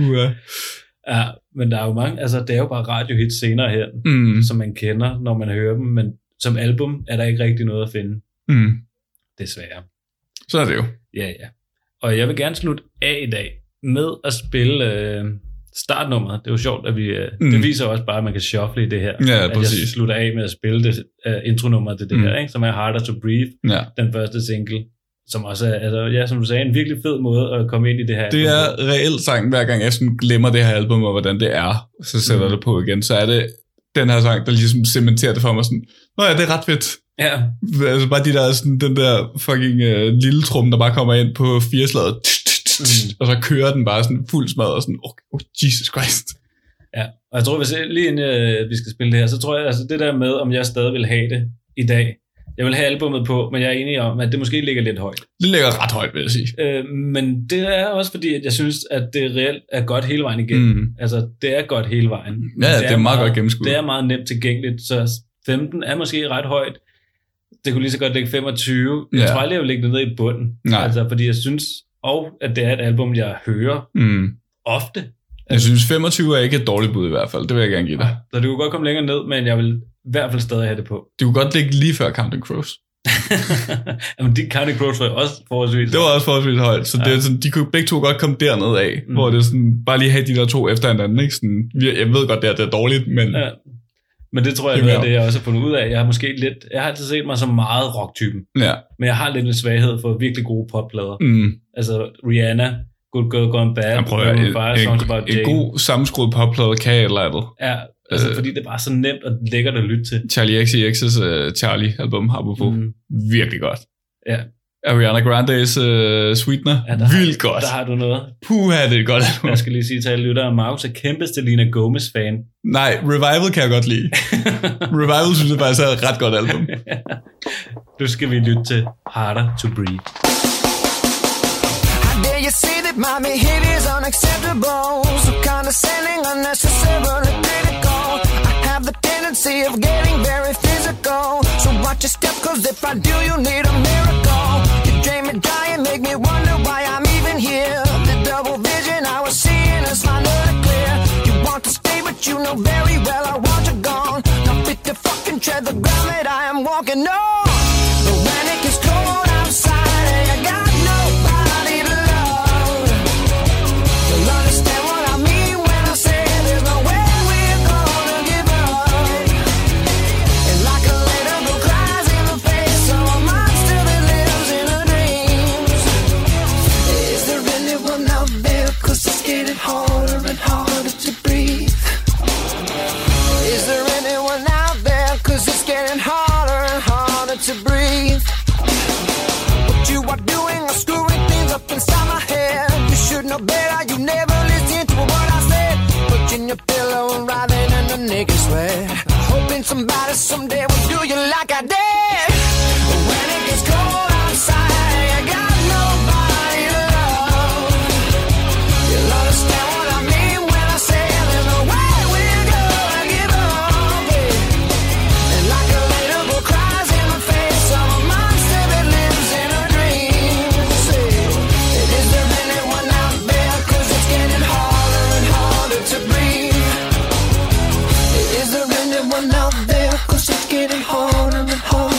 Ja, men der er jo mange, altså det er jo bare radiohits senere hen, som man kender, når man hører dem, men som album er der ikke rigtig noget at finde. Desværre. Så er det jo. Ja. Og jeg vil gerne slutte af i dag med at spille startnummeret. Det er jo sjovt, at vi det viser også bare, at man kan shuffle i det her. Ja, at præcis. jeg slutter af med at spille det intronummeret til det her, ikke? Som er Harder to Breathe, den første single. Som også er, altså, ja, som du sagde, en virkelig fed måde at komme ind i det her. Det er reelt sang, hver gang jeg sådan glemmer det her album, og hvordan det er, så sætter det på igen. Så er det den her sang, der ligesom cementerer det for mig sådan, nå ja, det er ret fedt. Ja. Altså bare de der, sådan, den der fucking lille trum, der bare kommer ind på 4-slaget, og så kører den bare sådan fuld smadret, og sådan, oh, Jesus Christ. Ja, og jeg tror, hvis lige inden vi skal spille det her, så tror jeg, altså det der med, om jeg stadig vil have det i dag. Jeg vil have albumet på, men jeg er enig om, at det måske ligger lidt højt. Det ligger ret højt, vil jeg sige. Men det er også fordi, at jeg synes, at det reelt er godt hele vejen igen. Altså, det er godt hele vejen. Ja, det er meget godt gennemskudt. Det er meget nemt tilgængeligt, så 15 er måske ret højt. Det kunne lige så godt ligge 25. Jeg tror aldrig, jeg vil lægge det ned i bunden. Altså, fordi jeg synes, at det er et album, jeg hører ofte. Jeg synes 25 er ikke et dårligt bud i hvert fald. Det vil jeg gerne give dig. Så det kunne godt komme længere ned, men jeg vil i hvert fald stadig have det på. Det kunne godt ligge lige før Counting Crows. Jamen, de Counting Crows var også forholdsvis. Det var også forholdsvis højt, så det er sådan, de kunne begge to godt komme derned af, hvor det er sådan, bare lige have de der to efter hinanden, ikke? Sådan, jeg ved godt, det er dårligt, men... Ja. Men det tror jeg, det jeg også har fundet ud af. Jeg har altid set mig som meget rocktypen. Ja. Men jeg har lidt en svaghed for virkelig gode popplader. Altså Rihanna, Good Girl Gone Bad, en god sammenskruet popplade kan et eller andet. Ja, altså fordi det er bare så nemt og lækkert at lytte til. Charlie XCX's Charlie-album har vi på. Virkelig godt. Ja. Ariana Grande's Sweetener. Ja, vildt godt. Der har du noget. Puha, det er godt. Jeg skal lige sige til alle lyttere, Maus er kæmpe Selena Gomez-fan. Nej, Revival kan jeg godt lide. Revival synes jeg faktisk er et ret godt album. Nu skal vi lytte til Harder to Breathe. You see that mommy hit is unacceptable, so condescending, unnecessarily critical. I have the tendency of getting very physical, so watch your step, cause if I do, you need a miracle. You drain me dry and make me wonder why I'm even here. The double vision I was seeing is finally clear. You want to stay, but you know very well I want you gone. Now fit to fucking tread the ground that I am walking on. The panic is cold outside and I got nobody to love. You'll understand what I mean when I say there's no way we're gonna give up. And like a little girl cries in the face of a monster that lives in her dreams. Is there anyone out there? Cause it's getting harder and harder to breathe. Is there anyone out there? Cause it's getting harder and harder to breathe. What you are doing is screwing things up inside my head. You should know better, you never listen to what I said. Pushing your pillow and writhing in the naked sweat, hoping somebody someday will do you like I did. But when it gets cold outside, I got nobody to love. You'll understand what I mean when I say there's no way we're gonna give up. And like a little girl cries in the face of a monster that lives in her dreams. Is there anyone out there? Cause it's getting harder and harder to breathe. Is there anyone out there? Cause it's getting harder and harder.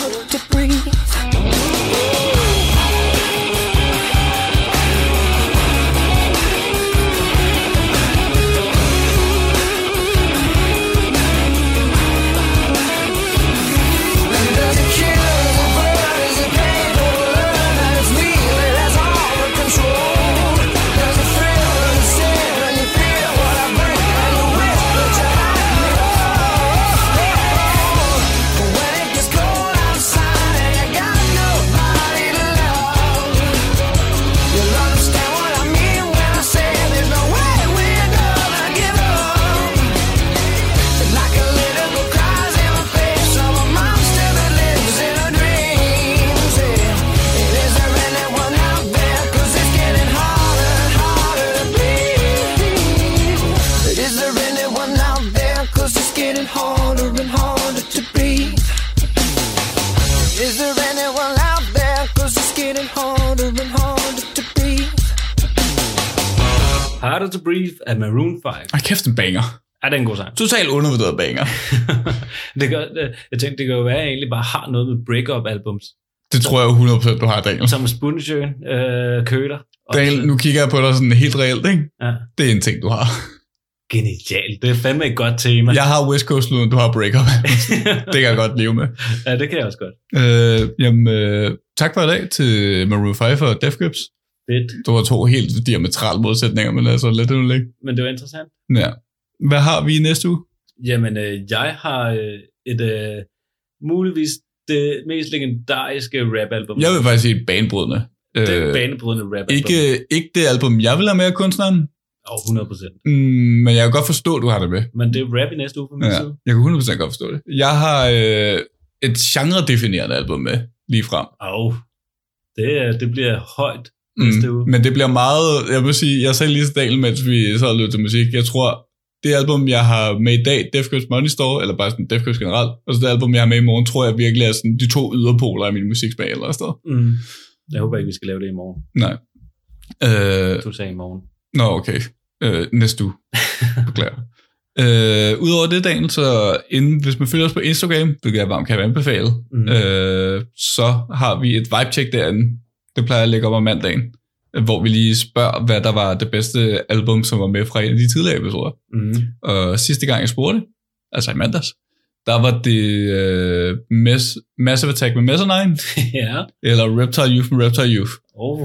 Harder to Breathe af Maroon 5. Kæft, en banger. Ja, det er en god sang. Totalt undervurderet banger. Jeg tænkte, det kan jo være, at jeg egentlig bare har noget med break-up-albums. Det tror jeg 100% du har, Daniel. Som Spunsjøen, Køler. Daniel, nu kigger jeg på dig sådan helt reelt, ikke? Ja. Det er en ting, du har. Genialt. Det er fandme et godt tema. Jeg har West Coast-lyden, du har break-up. Det kan jeg godt leve med. Ja, det kan jeg også godt. Tak for i dag til Maroon 5 og Death Grips. Fedt. Det var 2 helt diametrale modsætninger, men altså lad det nu ligge. Men det var interessant. Ja. Hvad har vi i næste uge? Jamen, jeg har et muligvis det mest legendariske rap-album. Jeg vil faktisk sige banebrydende. Det er banebrydende rap-album. Ikke det album, jeg vil have med af kunstneren. 100%. Men jeg kan godt forstå, at du har det med. Men det er rap i næste uge på min side. Jeg kan 100% godt forstå det. Jeg har et genre-definerende album med lige frem. Det bliver højt næste uge. Men det bliver meget, jeg vil sige, jeg sagde lige til Daniel, mens vi så lyttede til musik, jeg tror, det album, jeg har med i dag, Death Grips Money Store, eller bare sådan Death Grips generelt, og så det album, jeg har med i morgen, tror jeg virkelig er sådan de 2 yderpoler af min musiksmag eller sted. Jeg håber ikke, vi skal lave det i morgen. Nej. Du sagde i morgen. Nå, okay. Næste uge. Beklager. Udover det, Daniel, så hvis man følger os på Instagram, hvilket jeg varmt kan anbefale, så har vi et vibe-check derinde. Det plejer jeg at lægge op om mandagen, hvor vi lige spørger, hvad der var det bedste album, som var med fra en af de tidligere episoder. Og sidste gang jeg spurgte, altså i mandags, der var det Massive Attack med Mezzanine, eller Reptile Youth med Reptile Youth.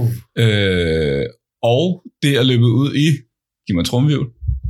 Og det er løbet ud i, giv mig trommevirvel,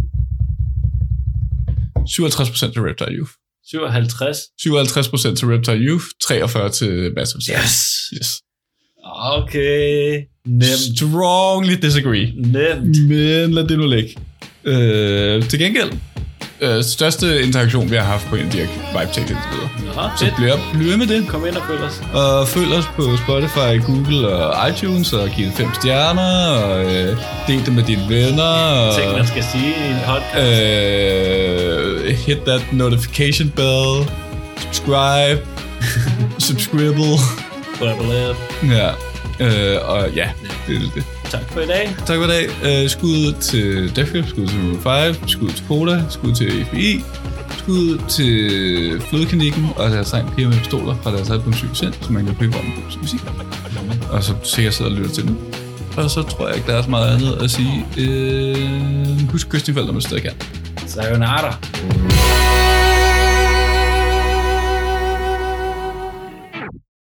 57% til Reptile Youth. 57% til Reptile Youth, 43% til Massive Attack. Yes. Okay. Nemt. Strongly disagree. Nemt. Men lad det nu ligge. Til gengæld, største interaktion, vi har haft på en af de her vibe-check indtil videre. Så bliv med det. Kom ind og følg os. Og følg os på Spotify, Google og iTunes, og giv 5 stjerner, og del det med dine venner. Ting, man skal sige i en podcast. Hit that notification bell. Subscribe. Subscribble. Ja. Og ja, det er det. Tak for i dag. Tak for i dag. Skud til Death Grips, skud til Maroon 5, skud til Koda, skud til FBI, skud til Flødeklinikken og deres sang Piger med Pistoler fra deres album 7%, som man kan købe om på musik. Og så sikkert sidder og lytter til den. Og så tror jeg ikke, der er så meget andet at sige. Husk at kysse dine forældre, hvis du stadig kan. Sayonara.